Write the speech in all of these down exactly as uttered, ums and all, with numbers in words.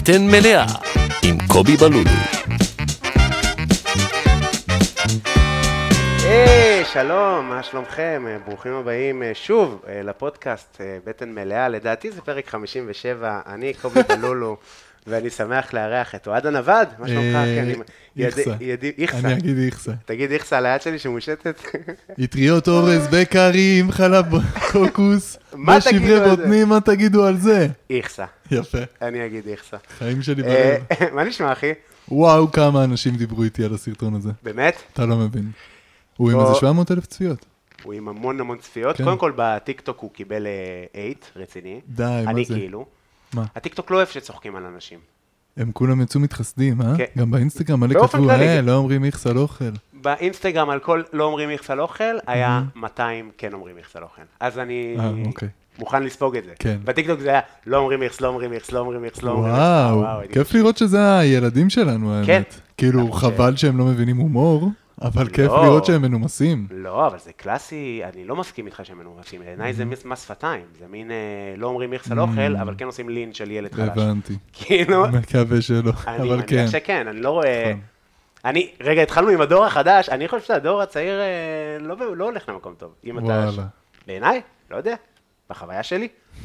בטן מלאה עם קובי בלולו. היי, שלום, מה שלומכם? ברוכים הבאים שוב לפודקאסט בטן מלאה. לדעתי זה פרק חמישים ושבע, אני קובי בלולו, ואני שמח לארח את אוהד הנווד. מה שלומך? איכסה. אני אגיד איכסה. תגיד איכסה על היד שלי שמושטת. יטריות אורז, בקרים, חלב קוקוס, מה תגידו בשברי על זה? בוטנים, מה תגידו על זה? איכסה. יפה. אני אגיד איכסה. חיים שלי בלב. מה נשמע, אחי? וואו, כמה אנשים דיברו איתי על הסרטון הזה. באמת? אתה לא מבין. הוא עם איזה שבע מאות אלף צפיות. הוא עם המון המון צפיות. כן. קודם כל בטיקטוק הוא קיבל אייט, רציני. די, מה אני זה? כאילו. מה? הטיקטוק לא אוהב שצוחקים על אנשים. הם כולם יצאו מתחסדים, אה? כן. גם באינסטגרם מלא באופן כתבו, כללי. אה, לא אומרים איכסה לא אוכל. באינסטגרם על כל לא אומרים איכסה לא אוכל, היה מאתיים כן אומרים איכסה לא אוכל. אז אני אה, אוקיי. מוכן לספוג את זה. כן. בטיקטוק זה היה לא אומרים איכס, לא אומרים איכס, לא אומרים איכס, לא אומרים איכס. וואו, הייתי כיף לראות שזה הילדים שלנו, כן. האמת. כאילו, למרות ש- חבל שהם לא מבינים הומור, אבל כיף לא. לראות שהם מנומסים. לא, אבל זה קלאסי, אני לא מסכים איתך שהם מנומסים, בעיניי זה מס מס שפתיים, זה מין אה, לא אומרים איכסה לא אוכל, אבל כן עושים לין של ילד חלש. הבנתי. כאילו, מקווה שלא, אני אבל כן. מניח שכן, אני לא רואה... נכון. אני, רגע, התחלנו עם הדור החדש, אני חושב שהדור הצעיר אה, לא לא הולך למקום טוב. אם אתה... וואלה. בעיניי? לא יודע. בחוויה שלי?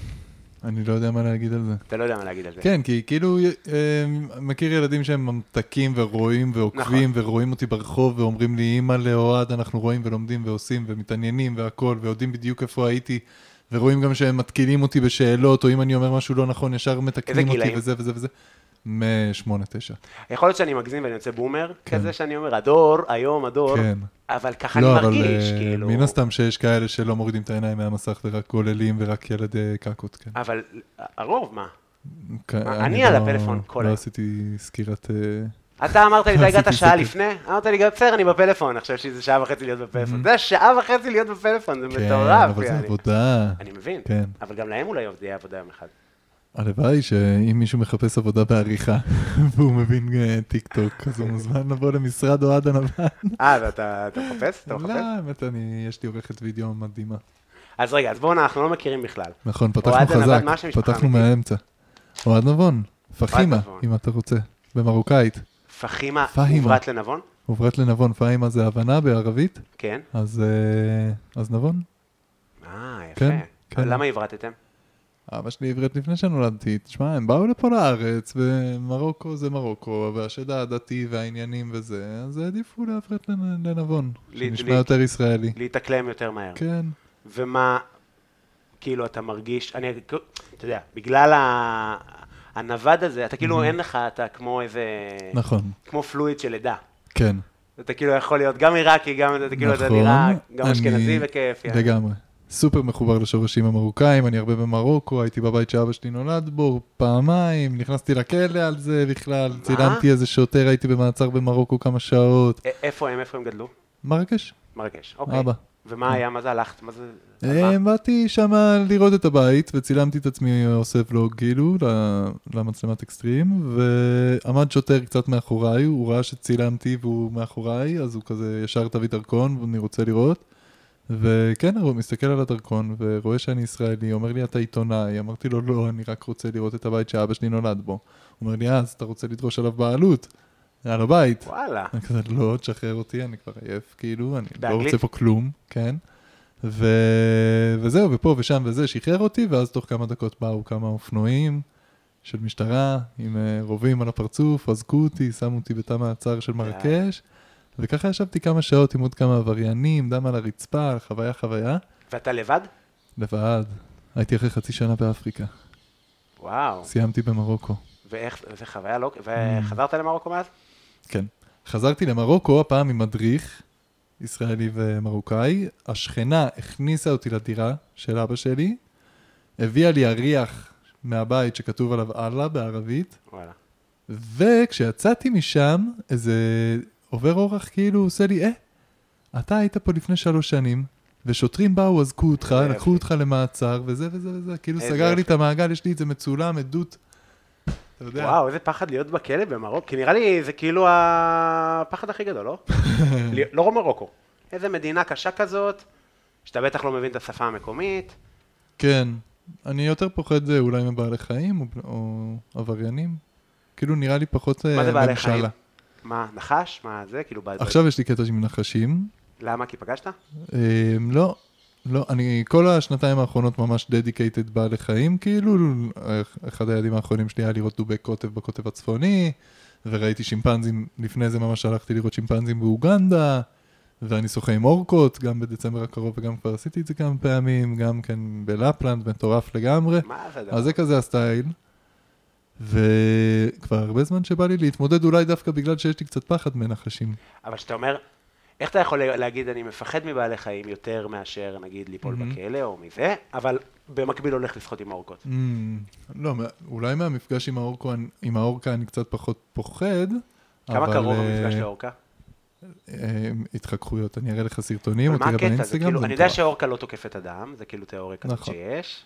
אני לא יודע מה להגיד על זה. אתה לא יודע מה להגיד על זה. כן, כי כאילו, אה, מכיר ילדים שהם ממתקים ורואים ועוקבים, ורואים אותי ברחוב ואומרים לי, אמא לאוהד, אנחנו רואים ולומדים ועושים ומתעניינים והכל, ויודעים בדיוק איפה הייתי, ורואים גם שהם מתקילים אותי בשאלות, או אם אני אומר משהו לא נכון, ישר מתקנים אותי גילאים? וזה וזה וזה. משמונה, תשע. יכול להיות שאני מגזים ואני יוצא בומר, כזה שאני אומר, הדור, היום הדור, כן. אבל ככה אני לא, אבל מרגיש, אה, כאילו... מן הסתם שיש כאלה שלא מורידים את העיניים מהמסך ורק גוללים ורק ילד אה, קקות, כן. אבל הרוב, מה? כ- אני על לא- הפלאפון כל לא היום. עשיתי סקירת... אה, אתה אמרת לי, אתה הגעת עשיתי שעה סקר. לפני? אמרת לי, בסדר, אני בפלאפון, עכשיו שזה שעה וחצי להיות בפלאפון. זה שעה וחצי להיות בפלאפון, זה כן, מטורף. אבל זה יעני. עבודה. אני מבין, כן. אבל גם להם אולי עובדי עבודה יום אחד. הלוואי שאם מישהו מחפש עבודה בעריכה, והוא מבין אה, טיק טוק, אז הוא מוזמן לבוא למשרד אוהד הנווד. אה, ואתה אתה מחפש? אתה מחפש? לא, האמת, אני, יש לי עורכת וידאו מדהימה. אז רגע, אז בואו, אנחנו לא מכירים בכלל. נכון, פתחנו אוהד הנווד, חזק, מה השם משפחה פתחנו אמיתי? מהאמצע. אוהד נבון, פחימה, נבון. אם אתה רוצה, במרוקאית. פחימה פחימה. הוברת לנבון? עוברת לנבון, פחימה זה הבנה בערבית, כן. אז, אה, אז נבון. אה, יפה. כן, כן. אבל למה הברטתם? אבא שלי עברית לפני שנולדתי, תשמע, הם באו לפה לארץ, ומרוקו זה מרוקו, והשד הדתי והעניינים וזה, אז העדיפו לעברת לנ- לנבון, לי- שנשמע לי- יותר ישראלי. להתאקלם יותר מהר. כן, ומה, כאילו, אתה מרגיש, אני, אתה יודע, בגלל ה- הנווד הזה, אתה כאילו אין לך, אתה כמו איזה, נכון, כמו פלואיד של עדה. כן. אתה כאילו יכול להיות גם עיראקי, גם אתה כאילו, אתה נכון, נראה גם אני- אשכנזי וכיף. יעני. לגמרי. סופר מחובר לשורשים המרוקאים, אני הרבה במרוקו, הייתי בבית שאבא שלי נולד בו פעמיים, נכנסתי לכלא על זה בכלל, צילמתי איזה שוטר, הייתי במעצר במרוקו כמה שעות. א- איפה הם, איפה הם גדלו? מרקש, מרקש, אוקיי. אבא. ומה היה, מה זה הלכת, מה זה? על מה? אה, באתי שם לראות את הבית, וצילמתי את עצמי עושה ולוג כאילו, ל- למצלמת אקסטרים, ועמד שוטר קצת מאחוריי, הוא ראה שצילמתי והוא מאחוריי, אז הוא כזה ישר תביא דרכון, ואני רוצה לראות. וכן, הוא מסתכל על הדרכון, ורואה שאני ישראלי, אומר לי, אתה עיתונאי, אמרתי לו, לא, אני רק רוצה לראות את הבית שאבא שלי נולד בו. הוא אומר לי, אז אתה רוצה לדרוש עליו בעלות, על הבית. וואלה. אני כזה, לא, תשחרר אותי, אני כבר עייף, כאילו, אני לא באנגלית? רוצה פה כלום, כן. ו... וזהו, ופה ושם וזה, שחרר אותי, ואז תוך כמה דקות באו כמה אופנועים של משטרה, עם אה, רובים על הפרצוף, עזקו אותי, שמו אותי בתא מעצר של מרקש, וככה ישבתי כמה שעות עם עוד כמה עבריינים, דם על הרצפה, חוויה חוויה, ואתה לבד? לבד. הייתי אחרי חצי שנה באפריקה, וואו. סיימתי במרוקו. ואיך, זה חוויה לא... וחזרת למרוקו מאז? כן. חזרתי למרוקו, הפעם עם מדריך, ישראלי ומרוקאי. השכנה הכניסה אותי לדירה של אבא שלי, הביאה לי אריח מהבית שכתוב עליו אללה בערבית, וואלה. וכשיצאתי משם, איזה עובר אורח כאילו עושה לי, אה, אתה היית פה לפני שלוש שנים, ושוטרים באו, עזקו אותך, איזה לקחו יופי. אותך למעצר, וזה וזה וזה, כאילו איזה סגר לי יופי. את המעגל, יש לי את זה מצולם, עדות. אתה יודע. וואו, איזה פחד להיות בכלא במרוקו, כי נראה לי זה כאילו הפחד הכי גדול, לא? לא מרוקו. איזה מדינה קשה כזאת, שאתה בטח לא מבין את השפה המקומית. כן, אני יותר פוחד זה אולי מבעלי חיים או, או עבריינים. כאילו נראה לי פחות מה זה בעלי חיים? ממשלה. מה, נחש? מה זה? כאילו... עכשיו יש לי קטע עם נחשים. למה? כי פגשת? לא, לא, אני כל השנתיים האחרונות ממש dedicated בעלי חיים, כאילו, אחד היעדים האחרונים שלי היה לראות דובי קוטב בקוטב הצפוני, וראיתי שימפנזים, לפני זה ממש הלכתי לראות שימפנזים באוגנדה, ואני שוחה עם אורקות, גם בדצמבר הקרוב, וגם כבר עשיתי את זה כמה פעמים, גם כן בלפלנד, מטורף לגמרי. מה זה דבר? אז זה כזה הסטייל, וכבר הרבה זמן שבא לי להתמודד, אולי דווקא בגלל שיש לי קצת פחד מנחשים. אבל שאתה אומר, איך אתה יכול להגיד, אני מפחד מבעלי חיים יותר מאשר, נגיד, ליפול בכלא או מזה, אבל במקביל הולך לשחות עם האורקות. לא, אולי מהמפגש עם האורקה, עם האורקה אני קצת פחות פוחד. כמה קרוב המפגש לאורקה? התחככויות, אני אראה לך סרטונים, או תראה באינסטגרם. אני יודע שאורקה לא תוקפת אדם, זה כאילו תיאוריה כזאת שיש.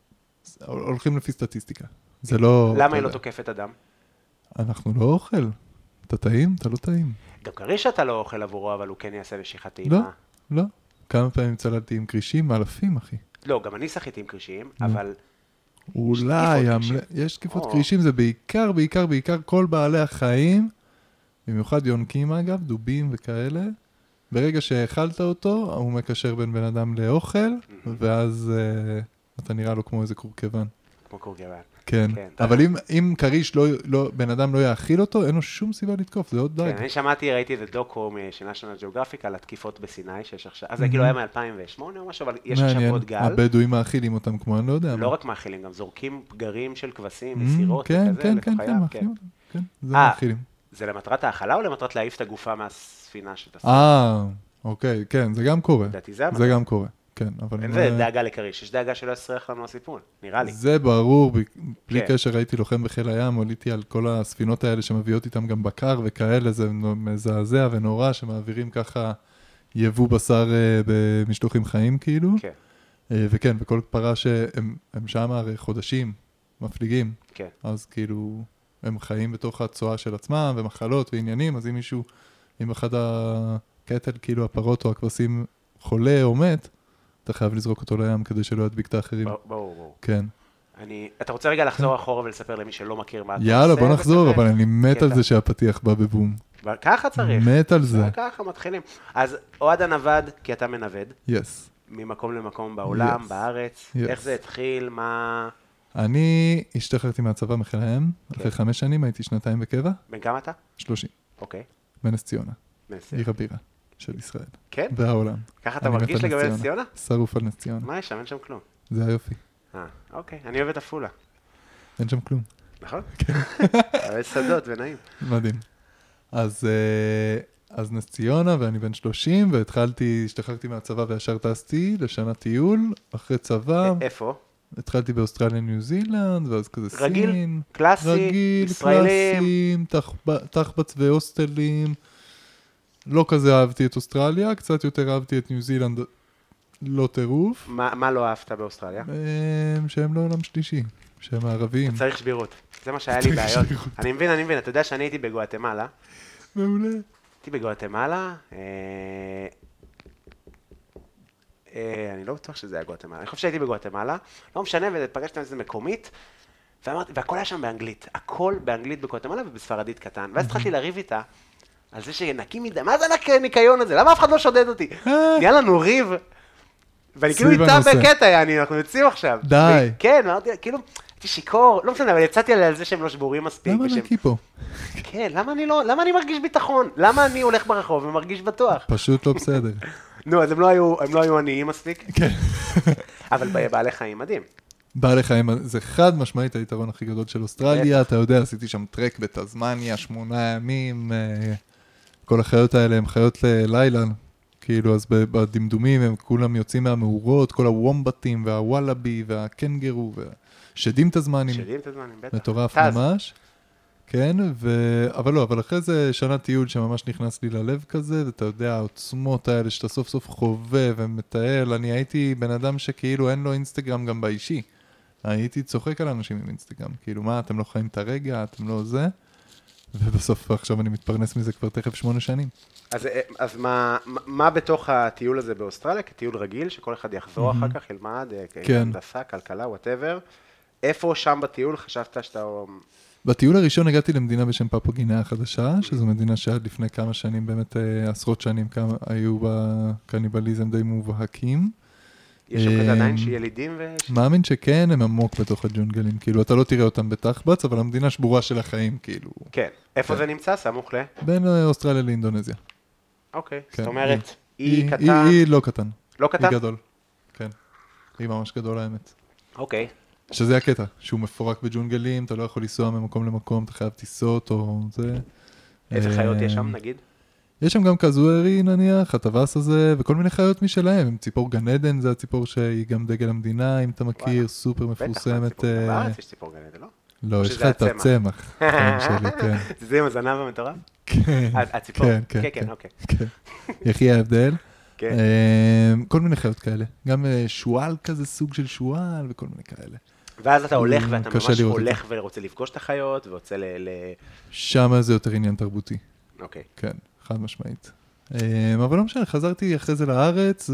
הולכים לפי סטטיסטיקה. זה לא... למה היא לא תוקפת אדם? אנחנו לא אוכל. אתה טעים? אתה לא טעים. גם כריש אתה לא אוכל עבורו, אבל הוא כן יעשה נשיכת טעימה. לא, לא. כמה פעמים צללתי עם קרישים? אלפים, אחי. לא, גם אני שחיתי עם קרישים, אבל... אולי, יש תקיפות קרישים, זה בעיקר, בעיקר, בעיקר כל בעלי החיים, במיוחד יונקים אגב, דובים וכאלה. ברגע שהאכלת אותו, הוא מקשר בין בן אדם לאוכל, ואז אתה נראה לו כמו איזה קורקבן. כמו קורקבן. כן, אבל אם, אם קריש לא, לא, בן אדם לא יאכיל אותו, אין לו שום סיבה לתקוף, זה עוד דג. כן, אני שמעתי, ראיתי איזה דוקו של National Geographic על התקיפות בסיני, שיש עכשיו, אז זה כאילו היה מ-אלפיים ושמונה או משהו, אבל יש עכשיו עוד גל. הבדואים מאכילים אותם כמו, אני לא יודע. לא רק מאכילים, גם זורקים פגרים של כבשים, מסירות וכזה, לתוך הים. כן, כן, כן, כן, זה מאכילים. זה למטרת האכלה או למטרת להעיף את הגופה מהספינה שתעשה? אה, אוקיי, כן, זה גם קורה. זה גם קורה. כן, אבל... אין זה דאגה לקריש, יש דאגה שלא יסריח לנו הסיפון, נראה לי. זה ברור, בלי קשר הייתי לוחם בחיל הים, עליתי על כל הספינות האלה שמביאות איתם גם בקר וכאלה, זה מזעזע ונורא, שמעבירים ככה יבוא בשר במשלוחים חיים כאילו. כן. וכן, וכל פרה שהם שם הרי חודשים מפליגים. כן. אז כאילו, הם חיים בתוך הצועה של עצמם, ומחלות ועניינים, אז אם מישהו, אם אחד הקטל, כאילו הפרות או הכבשים חולה או מת, אתה חייב לזרוק אותו לים כדי שלא ידביק את האחרים. ברור, ברור. כן. אני, אתה רוצה רגע לחזור אחורה ולספר למי שלא מכיר מה אתה עושה? יאללה, בוא נחזור, אבל אני מת על זה שהפתיח בא בבום. ככה צריך. מת על זה. ככה מתחילים. אז אוהד הנווד, כי אתה מנווד. יס. ממקום למקום בעולם, בארץ. איך זה התחיל? מה... אני השתחררתי מהצבא מחיל הים. אחרי חמש שנים הייתי שנתיים בקבע. בן כמה אתה? שלושים. אוקיי. מנס ציונה. עיר הבירה. של ישראל. כן? והעולם. ככה אתה מרגיש לגבי נס ציונה? שרוף על נס ציונה. מה יש שם? אין שם כלום. זה היופי. אה, אוקיי. אני אוהב את עפולה. אין שם כלום. נכון? כן. אבל שדות ונעים. מדהים. אז, אז נס ציונה, ואני בן שלושים, והתחלתי, השתחררתי מהצבא וישר טסתי לשנה טיול, אחרי צבא. איפה? התחלתי באוסטרליה, ניו זילנד, ואז כזה סין. רגיל, קלאסי, רגיל, ישראלים. קלאסים, תחבץ והוסטלים. לא כזה אהבתי את אוסטרליה, קצת יותר אהבתי את ניו זילנד, לא טירוף. מה, מה לא אהבת באוסטרליה? שהם לא עולם שלישי, שהם הערביים. אתה צריך שבירות, זה מה שהיה לי בעיות. אני מבין, אני מבין, אתה יודע שאני הייתי בגואטמלה. מעולה. הייתי בגואטמלה, אני לא בטוח שזה היה גואטמלה, אני חושב שהייתי בגואטמלה, לא משנה, ופגשתי איזה מקומית, והכל היה שם באנגלית, הכל באנגלית בגואטמלה ובספרדית קטן, ואז התחלתי לריב איתה, על זה שנקים מדי, מה זה הניקיון הזה? למה אף אחד לא שודד אותי? נהיה לנו ריב. ואני כאילו איתה בקטע, יעני, אנחנו יוצאים עכשיו. די. כן, אמרתי, כאילו, הייתי שיקור, לא משנה, אבל יצאתי על זה שהם לא שבורים מספיק. למה נקי פה? כן, למה אני לא, למה אני מרגיש ביטחון? למה אני הולך ברחוב ומרגיש בטוח? פשוט לא בסדר. נו, אז הם לא היו, הם לא היו עניים מספיק? כן. אבל בעלי חיים מדהים. בעלי חיים, זה חד משמעית היתרון הכי גדול של אוסטרליה, אתה יודע, עשיתי שם טרק בתזמניה, שמונה ימים, כל החיות האלה הם חיות ללילה, כאילו, אז בדמדומים הם כולם יוצאים מהמאורות, כל הוומבטים והוואלאבי והקנגרו, ושדים תזמנים. שדים תזמנים, בטח. מטורף ממש. כן, ו... אבל לא, אבל אחרי זה שנה טיול שממש נכנס לי ללב כזה, ואתה יודע, העוצמות האלה שאתה סוף סוף חווה ומטייל, אני הייתי בן אדם שכאילו אין לו אינסטגרם גם באישי. הייתי צוחק על אנשים עם אינסטגרם, כאילו, מה, אתם לא חיים את הרגע, אתם לא זה, ובסוף עכשיו אני מתפרנס מזה כבר תכף שמונה שנים. אז, אז מה, מה בתוך הטיול הזה באוסטרליה, כטיול רגיל, שכל אחד יחזור אחר כך, ילמד, כן. הנדסה, כלכלה, whatever, איפה שם בטיול חשבת שאתה בטיול הראשון הגעתי למדינה בשם פפואה גינאה החדשה, שזו מדינה שעד לפני כמה שנים, באמת עשרות שנים, היו בה קניבליזם די מובהקים. יש שם כזה עדיין שילידים ו... מאמין שכן, הם עמוק בתוך הג'ונגלים, כאילו, אתה לא תראה אותם בתחבץ, אבל המדינה שבורה של החיים, כאילו. כן. איפה זה נמצא? סמוך ל? בין אוסטרליה לאינדונזיה. אוקיי, זאת אומרת, אי קטן. אי לא קטן. לא קטן? אי גדול, כן. אי ממש גדול האמת. אוקיי. שזה הקטע, שהוא מפורק בג'ונגלים, אתה לא יכול לנסוע ממקום למקום, אתה חייב טיסות או זה. איזה חיות יש שם נגיד? יש שם גם קזוארי נניח, הטווס הזה, וכל מיני חיות משלהם. עם ציפור גן עדן, זה הציפור שהיא גם דגל המדינה, אם אתה מכיר, סופר מפורסמת. בטח, בארץ יש ציפור גן עדן, לא? לא, יש לך את הצמח. כן. זה עם הזנב המטורף? כן. הציפור? כן, כן, כן, אוקיי. יחי ההבדל. כן. כל מיני חיות כאלה. גם שואל כזה, סוג של שואל וכל מיני כאלה. ואז אתה הולך ואתה ממש הולך ורוצה לפגוש את החיות ורוצה ל... שם זה יותר עניין תרבותי. אוקיי. כן, חד משמעית. אבל לא משנה, חזרתי אחרי זה לארץ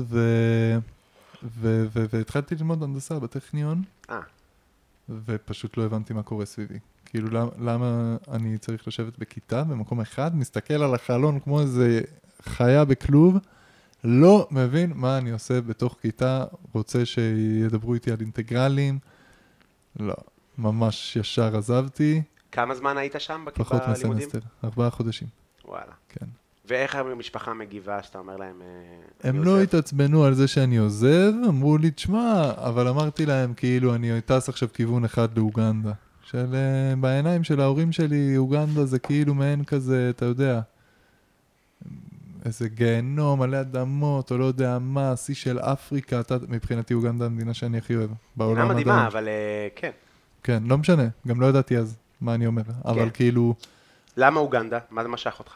והתחלתי ללמוד הנדסה בטכניון. אה. ופשוט לא הבנתי מה קורה סביבי. כאילו, למה אני צריך לשבת בכיתה במקום אחד, מסתכל על החלון כמו איזה חיה בכלוב, לא מבין מה אני עושה בתוך כיתה, רוצה שידברו איתי על אינטגרלים, לא, ממש ישר עזבתי. כמה זמן היית שם בלימודים? פחות מסמסטר, ארבעה חודשים. וואלה. כן. ואיך המשפחה מגיבה שאתה אומר להם... הם לא התעצבנו על זה שאני עוזב, אמרו לי, תשמע, אבל אמרתי להם, כאילו, אני טס עכשיו כיוון אחד לאוגנדה. של, בעיניים של ההורים שלי, אוגנדה זה כאילו מעין כזה, אתה יודע, איזה גיהנום, מלא אדמות, או לא יודע מה, שיא של אפריקה, אתה, מבחינתי אוגנדה המדינה שאני הכי אוהב. מדינה מדהימה, אבל כן. כן, לא משנה, גם לא ידעתי אז מה אני אומר, אבל כאילו... למה אוגנדה? מה זה משך אותך?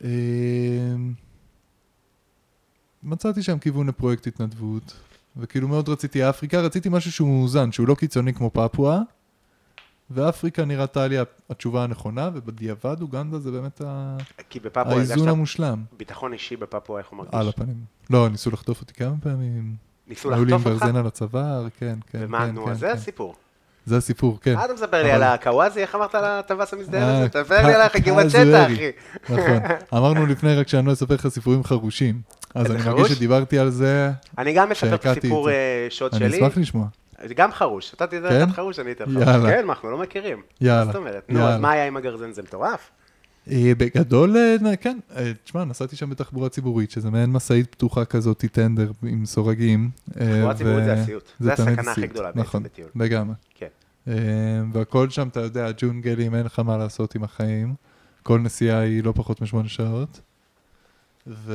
מצאתי שם כיוון לפרויקט התנדבות, וכאילו מאוד רציתי אפריקה, רציתי משהו שהוא מאוזן, שהוא לא קיצוני כמו פפואה, ואפריקה נראתה לי התשובה הנכונה, ובדיעבד אוגנדה זה באמת האיזון המושלם. ביטחון אישי בפפואה, איך הוא מרגיש? על הפנים. לא, ניסו לחטוף אותי כמה פעמים. ניסו לחטוף אותך? היו לי עם גרזן על הצוואר, כן, כן. ומה, נו, זה הסיפור. זה הסיפור, כן. מה אתה מספר לי על הקוואזי? איך אמרת על הטווס המזדיין הזה? תספר לי על החגימת שטח, אחי. נכון. אמרנו לפני רק שאני לא אספר לך סיפורים חרושים. אז אני מרגיש שדיברתי על זה. אני גם מספר את הסיפור שוד שלי. אני אשמח לשמוע. זה גם חרוש. אתה תדע את חרוש, אני אתן לך. כן, אנחנו לא מכירים. יאללה. זאת אומרת, נו, אז מה היה עם הגרזן? זה מטורף? בגדול, כן. תשמע, נסעתי שם בתחבורה ציבורית, שזה מעין מסעית פתוחה כזאת, טנדר עם סורגים. תחבורה ציבורית זה הסיוט. זה הסכנה הכי גדולה בעצם בטיול. נכון, לגמרי. כן. והכל שם, אתה יודע, ג'ונגלים, אין לך מה לעשות עם החיים. כל נסיעה היא לא פחות משמונה שעות. ו...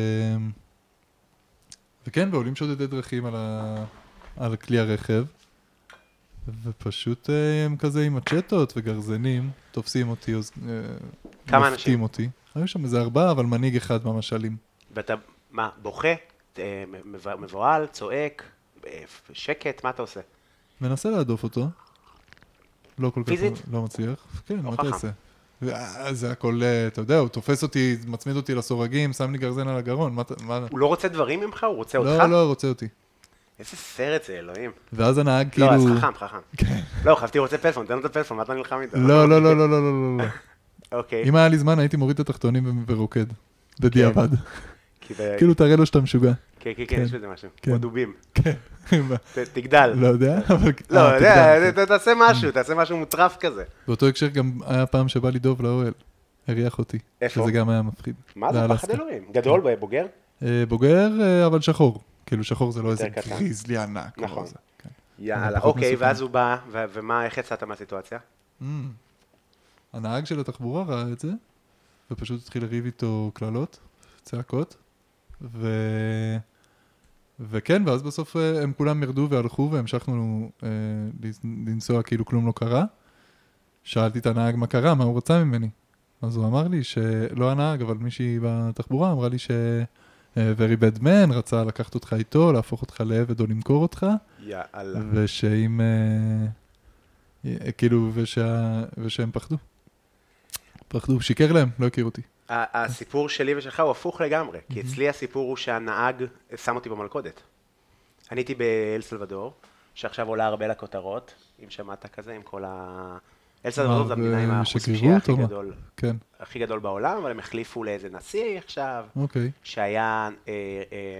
וכן, ועולים שודדי דרכים על, ה... על כלי הרכב, ופשוט הם כזה עם מצ'טות וגרזנים, תופסים אותי, כמה אנשים? אותי. היו שם איזה ארבעה, אבל מנהיג אחד ממש אלים. ואתה, מה, בוכה, מבועל, צועק, שקט, מה אתה עושה? מנסה להדוף אותו. לא כל כך, לא מצליח. כן, מה אתה עושה? זה הכל, אתה יודע, הוא תופס אותי, מצמיד אותי לסורגים, שם לי גרזן על הגרון. הוא לא רוצה דברים ממך? הוא רוצה אותך? לא, לא, רוצה אותי. איזה סרט זה, אלוהים. ואז הנהג כאילו... לא, אז חכם, חכם. לא, חשבתי רוצה פלאפון, תן לו את הפלאפון, מה אתה נלחם איתו? לא, לא, לא, לא, לא, לא, לא. אוקיי. אם היה לי זמן, הייתי מוריד את התחתונים ורוקד. בדיעבד. כאילו תראה לו שאתה משוגע. כן, כן, כן, יש בזה משהו. כמו דובים. כן. תגדל. לא יודע, אבל... לא, יודע, תעשה משהו, תעשה משהו מוטרף כזה. באותו הקשר גם היה פעם שבא לי דוב לאוהל. הריח אותי. איפה? שזה גם היה מפחיד. מה זה פחד אלוהים? גדול, בוגר? בוגר, אבל שחור. כאילו שחור זה לא איזה גריזלי ענק. נכון. יאללה, אוקיי, ואז הוא בא, ומה, איך יצאת מהסיטואציה? הנהג של התחבורה ראה את זה, ופשוט התחיל לריב איתו כללות, צעקות, ו... וכן, ואז בסוף הם כולם ירדו והלכו, והמשכנו אה, לנסוע כאילו כלום לא קרה. שאלתי את הנהג מה קרה, מה הוא רצה ממני. אז הוא אמר לי שלא הנהג, אבל מישהי בתחבורה אמרה לי ש... very bad man, רצה לקחת אותך איתו, להפוך אותך לעבד או למכור אותך. יאללה. ושאם... כאילו, ושהם פחדו. פחדו, שיקר להם, לא הכיר אותי. הסיפור שלי ושלך הוא הפוך לגמרי, כי אצלי הסיפור הוא שהנהג שם אותי במלכודת. אני הייתי באל סלבדור, שעכשיו עולה הרבה לכותרות, אם שמעת כזה, עם כל ה... אל סלוודור זה המדינה עם האחוז פשיעה הכי גדול. כן. הכי גדול בעולם, אבל הם החליפו לאיזה נשיא עכשיו, אוקיי. שהיה אה, אה,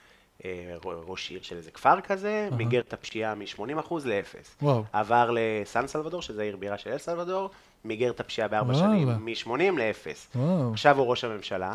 אה, ראש עיר של איזה כפר כזה, uh-huh. מיגר את הפשיעה מ-שמונים אחוז ל-אפס. וואו. עבר לסן סלוודור, שזה עיר בירה של אל סלוודור, מיגר את הפשיעה בארבע שנים, מ-שמונים ל-אפס. וואו. עכשיו הוא ראש הממשלה,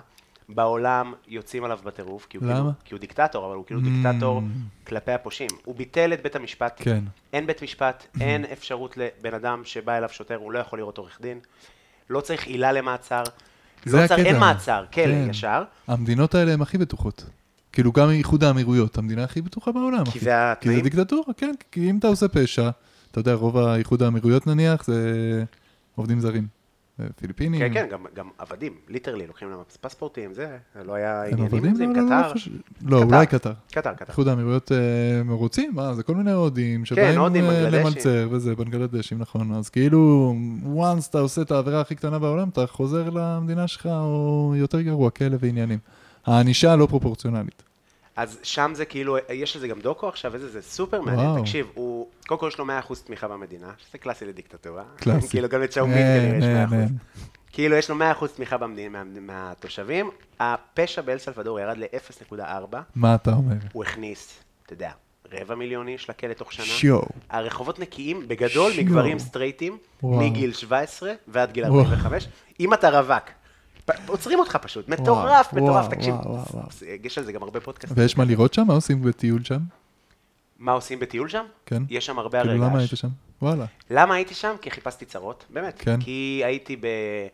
בעולם יוצאים עליו בטירוף, כי הוא, כאילו, כי הוא דיקטטור, אבל הוא כאילו mm. דיקטטור כלפי הפושעים. הוא ביטל את בית המשפט, כן. אין בית משפט, אין אפשרות לבן אדם שבא אליו שוטר, הוא לא יכול לראות עורך דין, לא צריך עילה למעצר, לא צריך, אין מעצר, כלא כן. ישר. המדינות האלה הן הכי בטוחות. כאילו גם איחוד האמירויות, המדינה הכי בטוחה בעולם. כי זה התנאים? כי זה דיקטטורה, כן. כי אם אתה עושה פשע, אתה יודע, רוב האיחוד האמירויות נניח, זה עובדים זרים. פיליפינים. כן, כן, גם, גם עבדים, ליטרלי, לוקחים להם פספורטים, זה, לא היה עניינים עם זה, עם קטר. לא, אולי קטר. קטר, קטר. איחוד האמירויות מרוצים, מה, זה כל מיני הודים, שבאים למלצר, וזה, בנגלדשים, נכון. אז כאילו, once אתה עושה את העבירה הכי קטנה בעולם, אתה חוזר למדינה שלך, או יותר גרוע, כאלה ועניינים. הענישה לא פרופורציונלית. אז שם זה כאילו, יש לזה גם דוקו עכשיו, איזה זה סופר מעניין, תקשיב, הוא, קודם כל יש לו מאה אחוז תמיכה במדינה, שזה קלאסי לדיקטטורה. קלאסי. כאילו גם לצ'אומין כנראה יש מאה אחוז. כאילו יש לו מאה אחוז תמיכה במדינה מהתושבים, הפשע באל סלוודור ירד ל-אפס נקודה ארבע. מה אתה אומר? הוא הכניס, אתה יודע, רבע מיליון איש לכלא תוך שנה. שיו. הרחובות נקיים בגדול מגברים סטרייטים, מגיל שבע עשרה ועד גיל ארבעים וחמש. אם אתה רווק, עוצרים אותך פשוט, מטורף, מטורף, תקשיב. יש על זה גם הרבה פודקאסטים. ויש מה לראות שם? מה עושים בטיול שם? מה עושים בטיול שם? כן. יש שם הרבה הרגש. כאילו למה היית שם? וואלה. למה הייתי שם? כי חיפשתי צרות, באמת. כן. כי הייתי ב...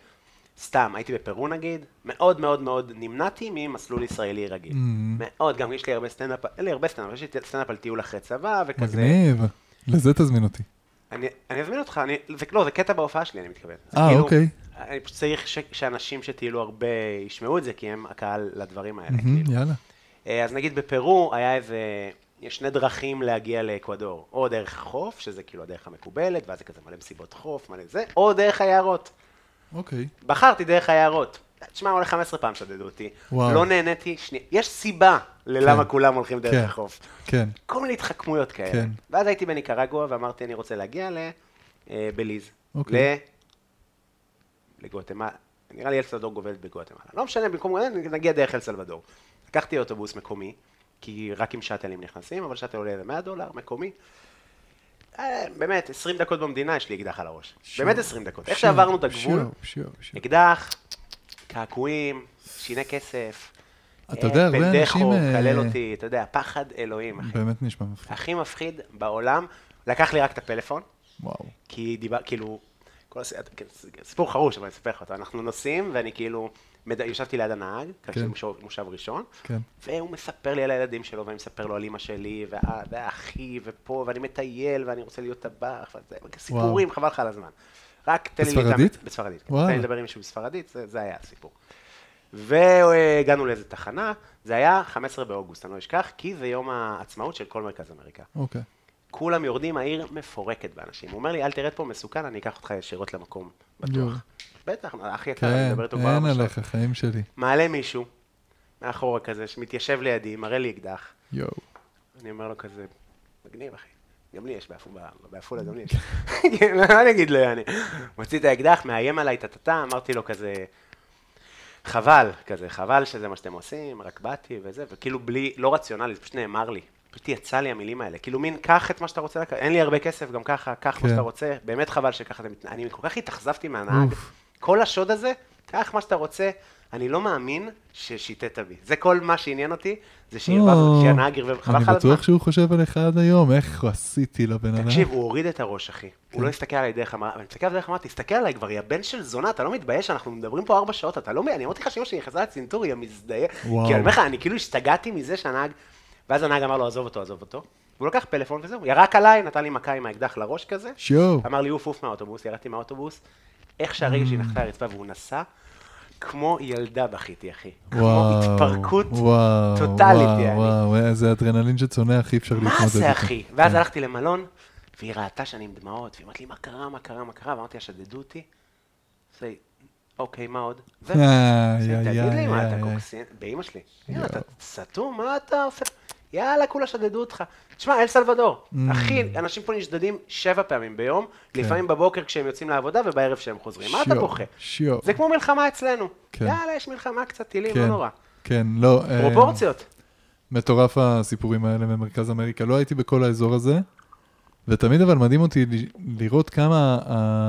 סתם, הייתי בפרו נגיד, מאוד מאוד מאוד נמנעתי ממסלול ישראלי רגיל. מאוד, גם יש לי הרבה סטנדאפ, אין לי הרבה סטנדאפ, יש לי סטנדאפ על טיול אחרי צבא וכזה. מגניב, לזה תזמין אותי. אני אזמין אותך, לא, זה קטע בהופעה שלי, אני מתכוון. אה, אוקיי. אני פשוט צריך שאנשים שטיילו הרבה ישמעו את זה, כי הם הקהל לדברים האלה. יאללה. אז נגיד בפרו היה איזה, יש שני דרכים להגיע לאקוודור, או דרך החוף, שזה כאילו הדרך המקובלת, ואז זה כזה מלא מסיבות חוף, מלא זה, או דרך היערות. אוקיי. בחרתי דרך היערות. תשמע, הולך חמש עשרה פעם שדדו אותי. לא נהניתי, שנייה. יש סיבה ללמה כולם הולכים דרך החוף. כן. כל מיני התחכמויות כאלה. ואז הייתי בניקרגואה ואמרתי, אני רוצה להגיע לבליז. לגואטמלה. נראה לי אל סלוודור גובלת בגואטמלה. לא משנה, במקום נגיע דרך אל סלוודור. לקחתי אוטובוס מקומי, כי רק עם שאטלים נכנסים, אבל שאטל עולה מאה דולר, מקומי. באמת, עשרים דקות במדינה יש לי אקדח על הראש. באמת עשרים דקות. איך שעברנו את הגבול, אקדח, קעקועים, שיני כסף, אתה יודע, הרבה אנשים... כלל אותי, אתה יודע, פחד אלוהים, אחי. באמת נשמע מפחיד. הכי מפחיד בעולם, לקח לי רק את הפלאפון. וואו. כי דיבר, כאילו, סיפור חרוש, אבל אני אספר לך אותו. אנחנו נוסעים, ואני כאילו, ישבתי ליד הנהג, כאשר מושב ראשון, והוא מספר לי על הילדים שלו, ואני מספר לו על אמא שלי, ואחי, ופה, ואני מטייל, ואני רוצה להיות טבח, סיפורים, חבל לך על הזמן. רק תן לי... בספרדית? בספרדית. תן לי לדבר עם מישהו בספרדית, זה היה הסיפור. והגענו לאיזו תחנה, זה היה חמישה עשר באוגוסט, אני לא אשכח, כי זה יום העצמאות של כל מרכז אמריקה. אוקיי. כולם יורדים, העיר מפורקת באנשים. הוא אומר לי, אל תרד פה מסוכן, אני אקח אותך ישירות למקום בטוח. בטח, אחי יקר, אני מדבר איתו כבר כן, אין עליך, חיים שלי. מעלה מישהו, מאחורה כזה, שמתיישב לידי, מראה לי אקדח. יואו. אני אומר לו כזה, מגניב אחי, גם לי יש באפולה, גם לי יש. מה אני אגיד לו, יעני? מוציא את האקדח, מאיים עליי, תתתה, אמרתי לו כזה, חבל, כזה, חבל שזה מה שאתם עושים, רק באתי וזה, וכאילו בלי, לא רציונלי, זה פשוט נאמר לי. פשוט יצא לי המילים האלה, כאילו מין, קח את מה שאתה רוצה, אין לי הרבה כסף, גם ככה, קח מה שאתה רוצה, באמת חבל שככה, אני כל כך התאכזבתי מהנהג, כל השוד הזה, קח מה שאתה רוצה, אני לא מאמין ששיטת בי. זה כל מה שעניין אותי, זה שהנהג ירווה, חבל לך על הזמן. אני בטוח שהוא חושב עליך עד היום, איך עשיתי לבן אדם. תקשיב, הוא הוריד את הראש, אחי. הוא לא הסתכל עליי דרך המראה, אני מסתכל עליי דרך המראה, תסתכל עליי כבר, יא בן של זונה, אתה לא מתבייש, אנחנו מדברים פה ארבע שעות, אתה לא מבין, אני אמרתי לך שאמא שלי נכנסה לצנתור, היא מזדהה, כי אני אומר לך, אני כאילו השתגעתי מזה שהנהג, ואז הנהג אמר לו, עזוב אותו, עזוב אותו. והוא לקח פלאפון וזהו, ירק עליי, נתן לי מכה עם האקדח לראש כזה. אמר לי, אוף, אוף מהאוטובוס, ירדתי מהאוטובוס. איך שהרגע שהיא נחתה לרצפה והוא נסע, כמו ילדה בכיתי, אחי. כמו התפרקות טוטלית, יעני. וואו, איזה אדרנלין שצונח, אי אפשר להתמודד. מה זה, אחי? ואז הלכתי למלון, והיא ראתה שאני עם דמעות, והיא אמרת לי, מה קרה, מה קרה, מה קרה? ואמרתי, שדדו אותי. אוקיי, מה עוד? תגיד לי מה אתה קוקסין, באמא שלי. אתה סתום, מה אתה עושה? יאללה, כולה שדדו אותך. תשמע, אל סלבדור, אחי, אנשים פה נשדדים שבע פעמים ביום, לפעמים בבוקר כשהם יוצאים לעבודה ובערב כשהם חוזרים. מה אתה בוכה? זה כמו מלחמה אצלנו. יאללה, יש מלחמה קצת, טילים, לא נורא. כן, לא. פרופורציות. מטורף הסיפורים האלה ממרכז אמריקה. לא הייתי בכל האזור הזה, ותמיד אבל מדהים אותי לראות כמה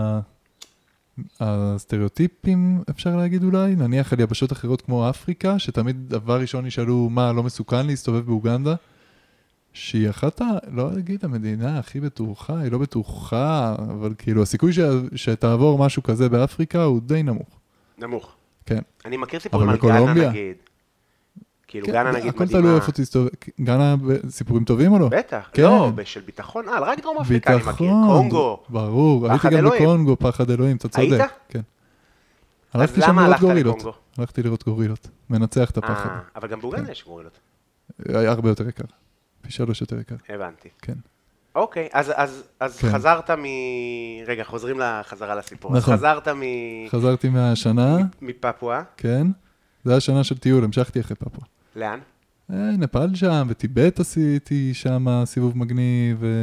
הסטריאוטיפים, אפשר להגיד אולי, נניח על יבשות אחרות כמו אפריקה, שתמיד דבר ראשון ישאלו מה, לא מסוכן להסתובב באוגנדה, שהיא אחת, לא אגיד, המדינה הכי בטוחה, היא לא בטוחה, אבל כאילו הסיכוי ש... שתעבור משהו כזה באפריקה הוא די נמוך. נמוך. כן. אני מכיר סיפורים על גאנה נגיד. כאילו גאנה נגיד מדהימה. הכל תלוי איפה תסתובב. גאנה סיפורים טובים או לא? בטח. לא, של ביטחון על, רק דרום אפריקה אני מכיר. קונגו. ברור. הייתי גם בקונגו, פחד אלוהים, אתה צודק. היית? כן. אז למה הלכת לקונגו? הלכתי לראות גורילות. מנצח את הפחד. אבל גם באוגנדה יש גורילות. הרבה יותר יקר. פי שלוש יותר יקר. הבנתי. כן. אוקיי, אז, אז, אז כן. חזרת מ... רגע, חוזרים לחזרה לסיפור. נכון. אז חזרת מ... חזרתי מהשנה. מפפואה. כן. זה היה שנה של טיול, המשכתי אחרי פפואה. לאן? אה, נפאל שם, וטיבט עשיתי שם סיבוב מגניב, ו...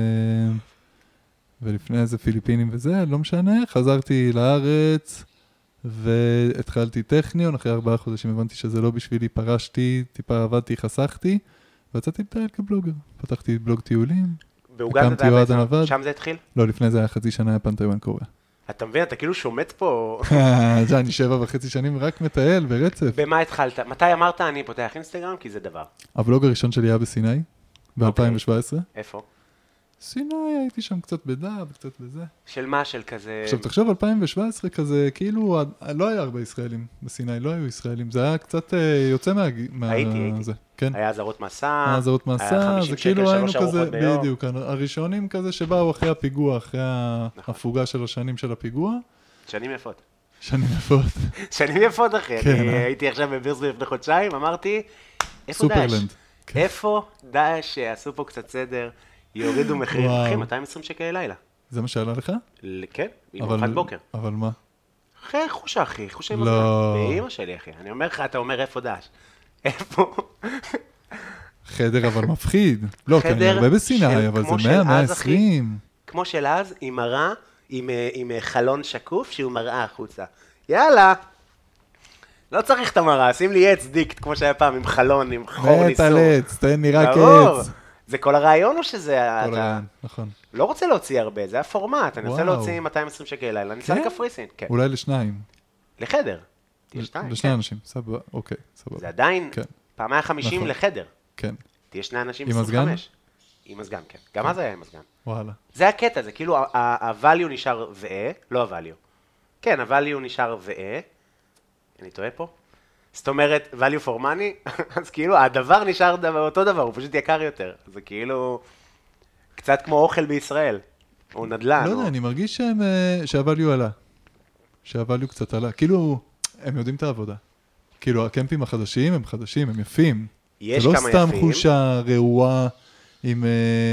ולפני איזה פיליפינים וזה, לא משנה. חזרתי לארץ, והתחלתי טכניון, אחרי ארבעה חודשים הבנתי שזה לא בשבילי, פרשתי, טיפה עבדתי, חסכתי, ויצאתי לטייל כבלוגר. פתחתי בלוג טיולים. באוגנדה בעצם, שם זה התחיל? לא, לפני זה היה חצי שנה יפן טייוואן קוריאה. אתה מבין, אתה כאילו שומט פה... זה, אני שבע וחצי שנים רק מטייל ברצף. במה התחלת? מתי אמרת אני פותח אינסטגרם? כי זה דבר. הבלוג הראשון שלי היה בסיני, ב-אלפיים שבע עשרה. איפה? סיני, הייתי שם קצת בדע, קצת בזה. של מה? של כזה... עכשיו, תחשוב, אלפיים שבע עשרה כזה, כאילו, לא היה הרבה ישראלים בסיני, לא היו ישראלים. זה היה קצת יוצא מה... הייתי, הייתי. כן. היה עזרות מסע. היה עזרות מסע, היה חמישים שקל, שלוש ארוחות ביום. בדיוק, הראשונים כזה שבאו אחרי הפיגוע, אחרי ההפוגה של השנים של הפיגוע. שנים יפות. שנים יפות. שנים יפות, אחי. אני הייתי עכשיו בבירסבי לפני חודשיים, אמרתי, איפה דאש? איפה דאש שעשו פה קצת סדר, יורידו מחירים, אחי, מאתיים ועשרים שקל לילה. זה מה שעלה לך? כן, עם ארוחת בוקר. אבל מה? אחי, חושה, אחי, חושה עם הזמן. באמא שלי, אחי. אני אומר לך, אתה אומר איפה דאש? איפה? חדר אבל מפחיד. לא, כי אני הרבה בסיני, אבל זה מאה, מאה ועשרים. כמו של אז, עם מראה, עם חלון שקוף, שהוא מראה החוצה. יאללה. לא צריך את המראה, שים לי עץ דיקט, כמו שהיה פעם, עם חלון, עם חור ניסור. מת על עץ, תן לי רק עץ. זה כל הרעיון או שזה... כל הרעיון, נכון. לא רוצה להוציא הרבה, זה הפורמט, אני רוצה להוציא מאתיים ועשרים שקל לילה, אני אצא לקפריסין. אולי לשניים. לחדר. תהיה שתיים. לשני אנשים, סבבה, אוקיי, סבבה. זה עדיין פעם היה חמישים לחדר. כן. תהיה שני אנשים עם מזגן? עם מזגן, כן. גם אז היה עם מזגן. וואלה. זה הקטע, זה כאילו ה-value נשאר ואה, לא ה-value. כן, ה-value נשאר ואה. אני טועה פה? זאת אומרת, value for money, אז כאילו הדבר נשאר אותו דבר, הוא פשוט יקר יותר. זה כאילו קצת כמו אוכל בישראל. הוא נדל"ן. לא יודע, אני מרגיש שה-value עלה. שה-value קצת עלה. כאילו, הם יודעים את העבודה. כאילו, הקמפים החדשים הם חדשים, הם יפים. יש כמה יפים. זה לא סתם חושה רעועה עם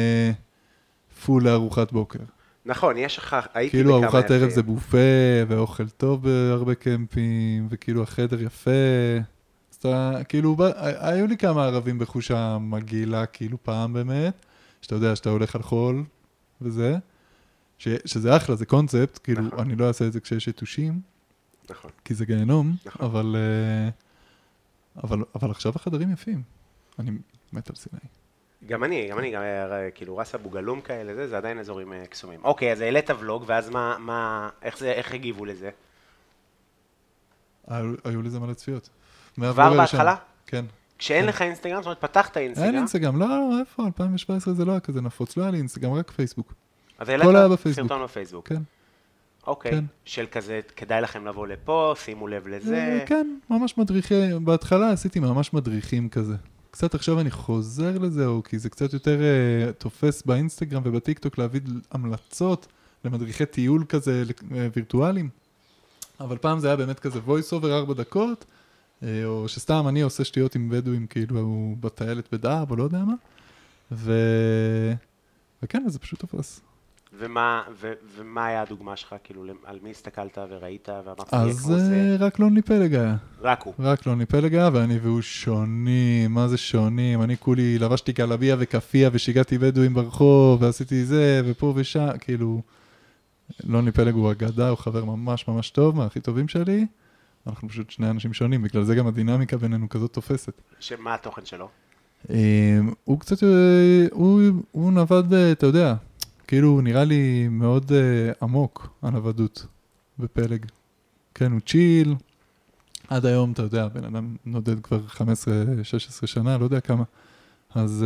פול לארוחת בוקר. נכון, יש לך, הייתי בכמה כאילו, יפים. ארוחת ערב זה בופה, ואוכל טוב בהרבה קמפים, וכאילו החדר יפה. אז אתה, כאילו, היו לי כמה ערבים בחושה מגעילה, כאילו פעם באמת, שאתה יודע שאתה הולך על חול, וזה, שזה אחלה, זה קונספט, כאילו, אני לא אעשה את זה כשיש יתושים, נכון. כי זה גיהנום, נכון. אבל, אבל, אבל עכשיו החדרים יפים. אני מת על סיני. גם אני, גם אני, גם כאילו רס אבו גלום כאלה, זה, זה עדיין אזורים קסומים. אוקיי, אז העלית ולוג, ואז מה, מה, איך זה, איך הגיבו לזה? היו, היו לזה מלא צפיות. כבר בהתחלה? כן. כשאין לך אינסטגרם, זאת אומרת, פתחת אינסטגרם? אין אינסטגרם, לא, לא, איפה, אלפיים שבע עשרה זה לא היה כזה נפוץ, לא היה לי אינסטגרם, רק פייסבוק. אז העלית סרטון בפייסבוק? כן. אוקיי, כן. של כזה, כדאי לכם לבוא לפה, שימו לב לזה. כן, ממש מדריכים, בהתחלה עשיתי ממש מדריכים כזה. קצת עכשיו אני חוזר לזה, או כי זה קצת יותר uh, תופס באינסטגרם ובטיקטוק להביא המלצות למדריכי טיול כזה uh, וירטואליים. אבל פעם זה היה באמת כזה voice over ארבע דקות, uh, או שסתם אני עושה שטויות עם בדואים, כאילו הוא בטיילת בדאב, או לא יודע מה. ו... וכן, זה פשוט תופס. ומה, ו, ומה היה הדוגמה שלך? כאילו, על מי הסתכלת וראית ואמרת, אז רק לוני פלג היה. רק הוא. רק לוני פלג היה, ואני והוא שונים, מה זה שונים? אני כולי לבשתי גלביה וקפיה ושיגעתי בדואים ברחוב, ועשיתי זה, ופה ושם, כאילו, לוני פלג הוא אגדה, הוא חבר ממש ממש טוב, מהכי טובים שלי. אנחנו פשוט שני אנשים שונים, בגלל זה גם הדינמיקה בינינו כזאת תופסת. שמה התוכן שלו? הוא קצת, הוא, הוא נבד, אתה יודע, כאילו נראה לי מאוד עמוק, הנוודות בפלג. כן, הוא צ'יל, עד היום, אתה יודע, בן אדם נודד כבר חמש עשרה שש עשרה שנה, לא יודע כמה. אז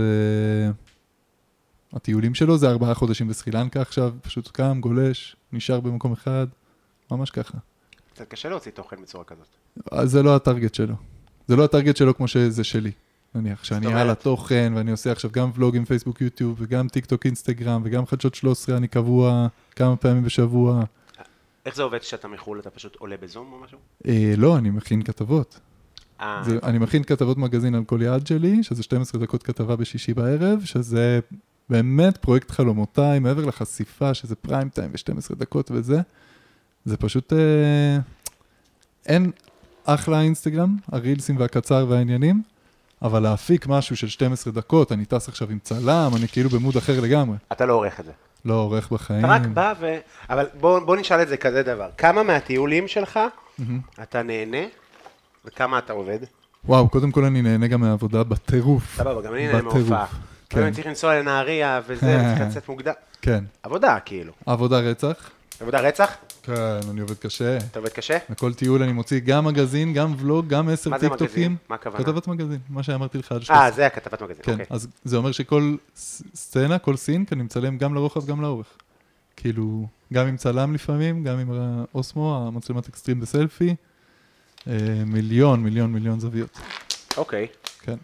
הטיולים שלו זה ארבעה חודשים בסרילנקה עכשיו, פשוט קם, גולש, נשאר במקום אחד, ממש ככה. קצת קשה להוציא תוכן בצורה כזאת. אז זה לא הטרגט שלו. זה לא הטרגט שלו כמו שזה שלי. נניח, שאני על התוכן, ואני עושה עכשיו גם ולוגים, פייסבוק, יוטיוב, וגם טיק טוק, אינסטגרם, וגם חדשות שלוש עשרה, אני קבוע כמה פעמים בשבוע. איך זה עובד כשאתה מחול, אתה פשוט עולה בזום או משהו? אה, לא, אני מכין כתבות. זה, אני מכין כתבות מגזין על כל יעד שלי, שזה שתים עשרה דקות כתבה בשישי בערב, שזה באמת פרויקט חלומותיי, מעבר לחשיפה, שזה פריים טיים ו-שתים עשרה דקות וזה. זה פשוט, אה, אין אחלה אינסטגרם, הרילסים והקצר והעניינים, אבל להפיק משהו של שתים עשרה דקות, אני טס עכשיו עם צלם, אני כאילו במוד אחר לגמרי. אתה לא עורך את זה. לא עורך בחיים. אתה רק בא ו... אבל בוא, בוא נשאל את זה כזה דבר. כמה מהטיולים שלך אתה נהנה, וכמה אתה עובד? וואו, קודם כל אני נהנה גם מהעבודה בטירוף. סבבה, גם אני נהנה מההופעה. כן. אני צריך לנסוע לנהריה וזה, צריך לצאת מוקדם. כן. עבודה, כאילו. עבודה רצח. עבודה רצח? כן, אני עובד קשה. אתה עובד קשה? בכל טיול אני מוציא גם מגזין, גם ולוג, גם עשר טיקטוקים. מה זה מגזין? מה הכוונה? כתבת מגזין, מה שאמרתי לך. אה, זה הכתבת מגזין, כן, אוקיי. אז זה אומר שכל סצנה, כל סינק, אני מצלם גם לרוחב, גם לאורך. כאילו, גם עם צלם לפעמים, גם עם האוסמו, המצלמת אקסטרים בסלפי, מיליון, מיליון, מיליון זוויות. אוקיי. כן.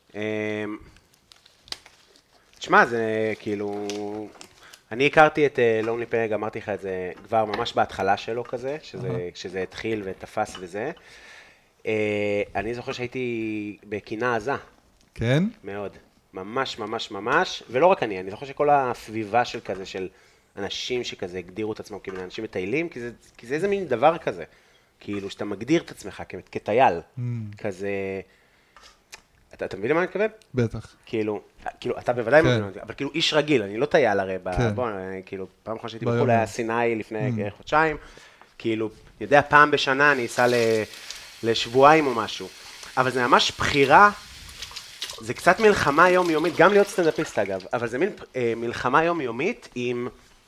תשמע, זה כאילו... אני הכרתי את לוני פלג, אמרתי לך את זה כבר ממש בהתחלה שלו כזה, שזה, שזה התחיל ותפס וזה. אני זוכר שהייתי בקינה עזה. כן? מאוד. ממש, ממש, ממש. ולא רק אני, אני זוכר שכל הסביבה של כזה, של אנשים שכזה הגדירו את עצמם כמיני אנשים מטיילים, כי זה, כי זה איזה מין דבר כזה. כאילו, שאתה מגדיר את עצמך כטייל. Mm. כזה... אתה, אתה מבין למה אני מתכוון? בטח. כאילו, כאילו, אתה בוודאי כן. מבין, אבל כאילו איש רגיל, אני לא טייל הרי, כן. בוא, כאילו, פעם אחת שהייתי בחול היה סיני לפני mm. חודשיים, כאילו, אני יודע, פעם בשנה אני אסע ל, לשבועיים או משהו, אבל זה ממש בחירה, זה קצת מלחמה יומיומית, גם להיות סטנדאפיסט אגב, אבל זה מין אה, מלחמה יומיומית עם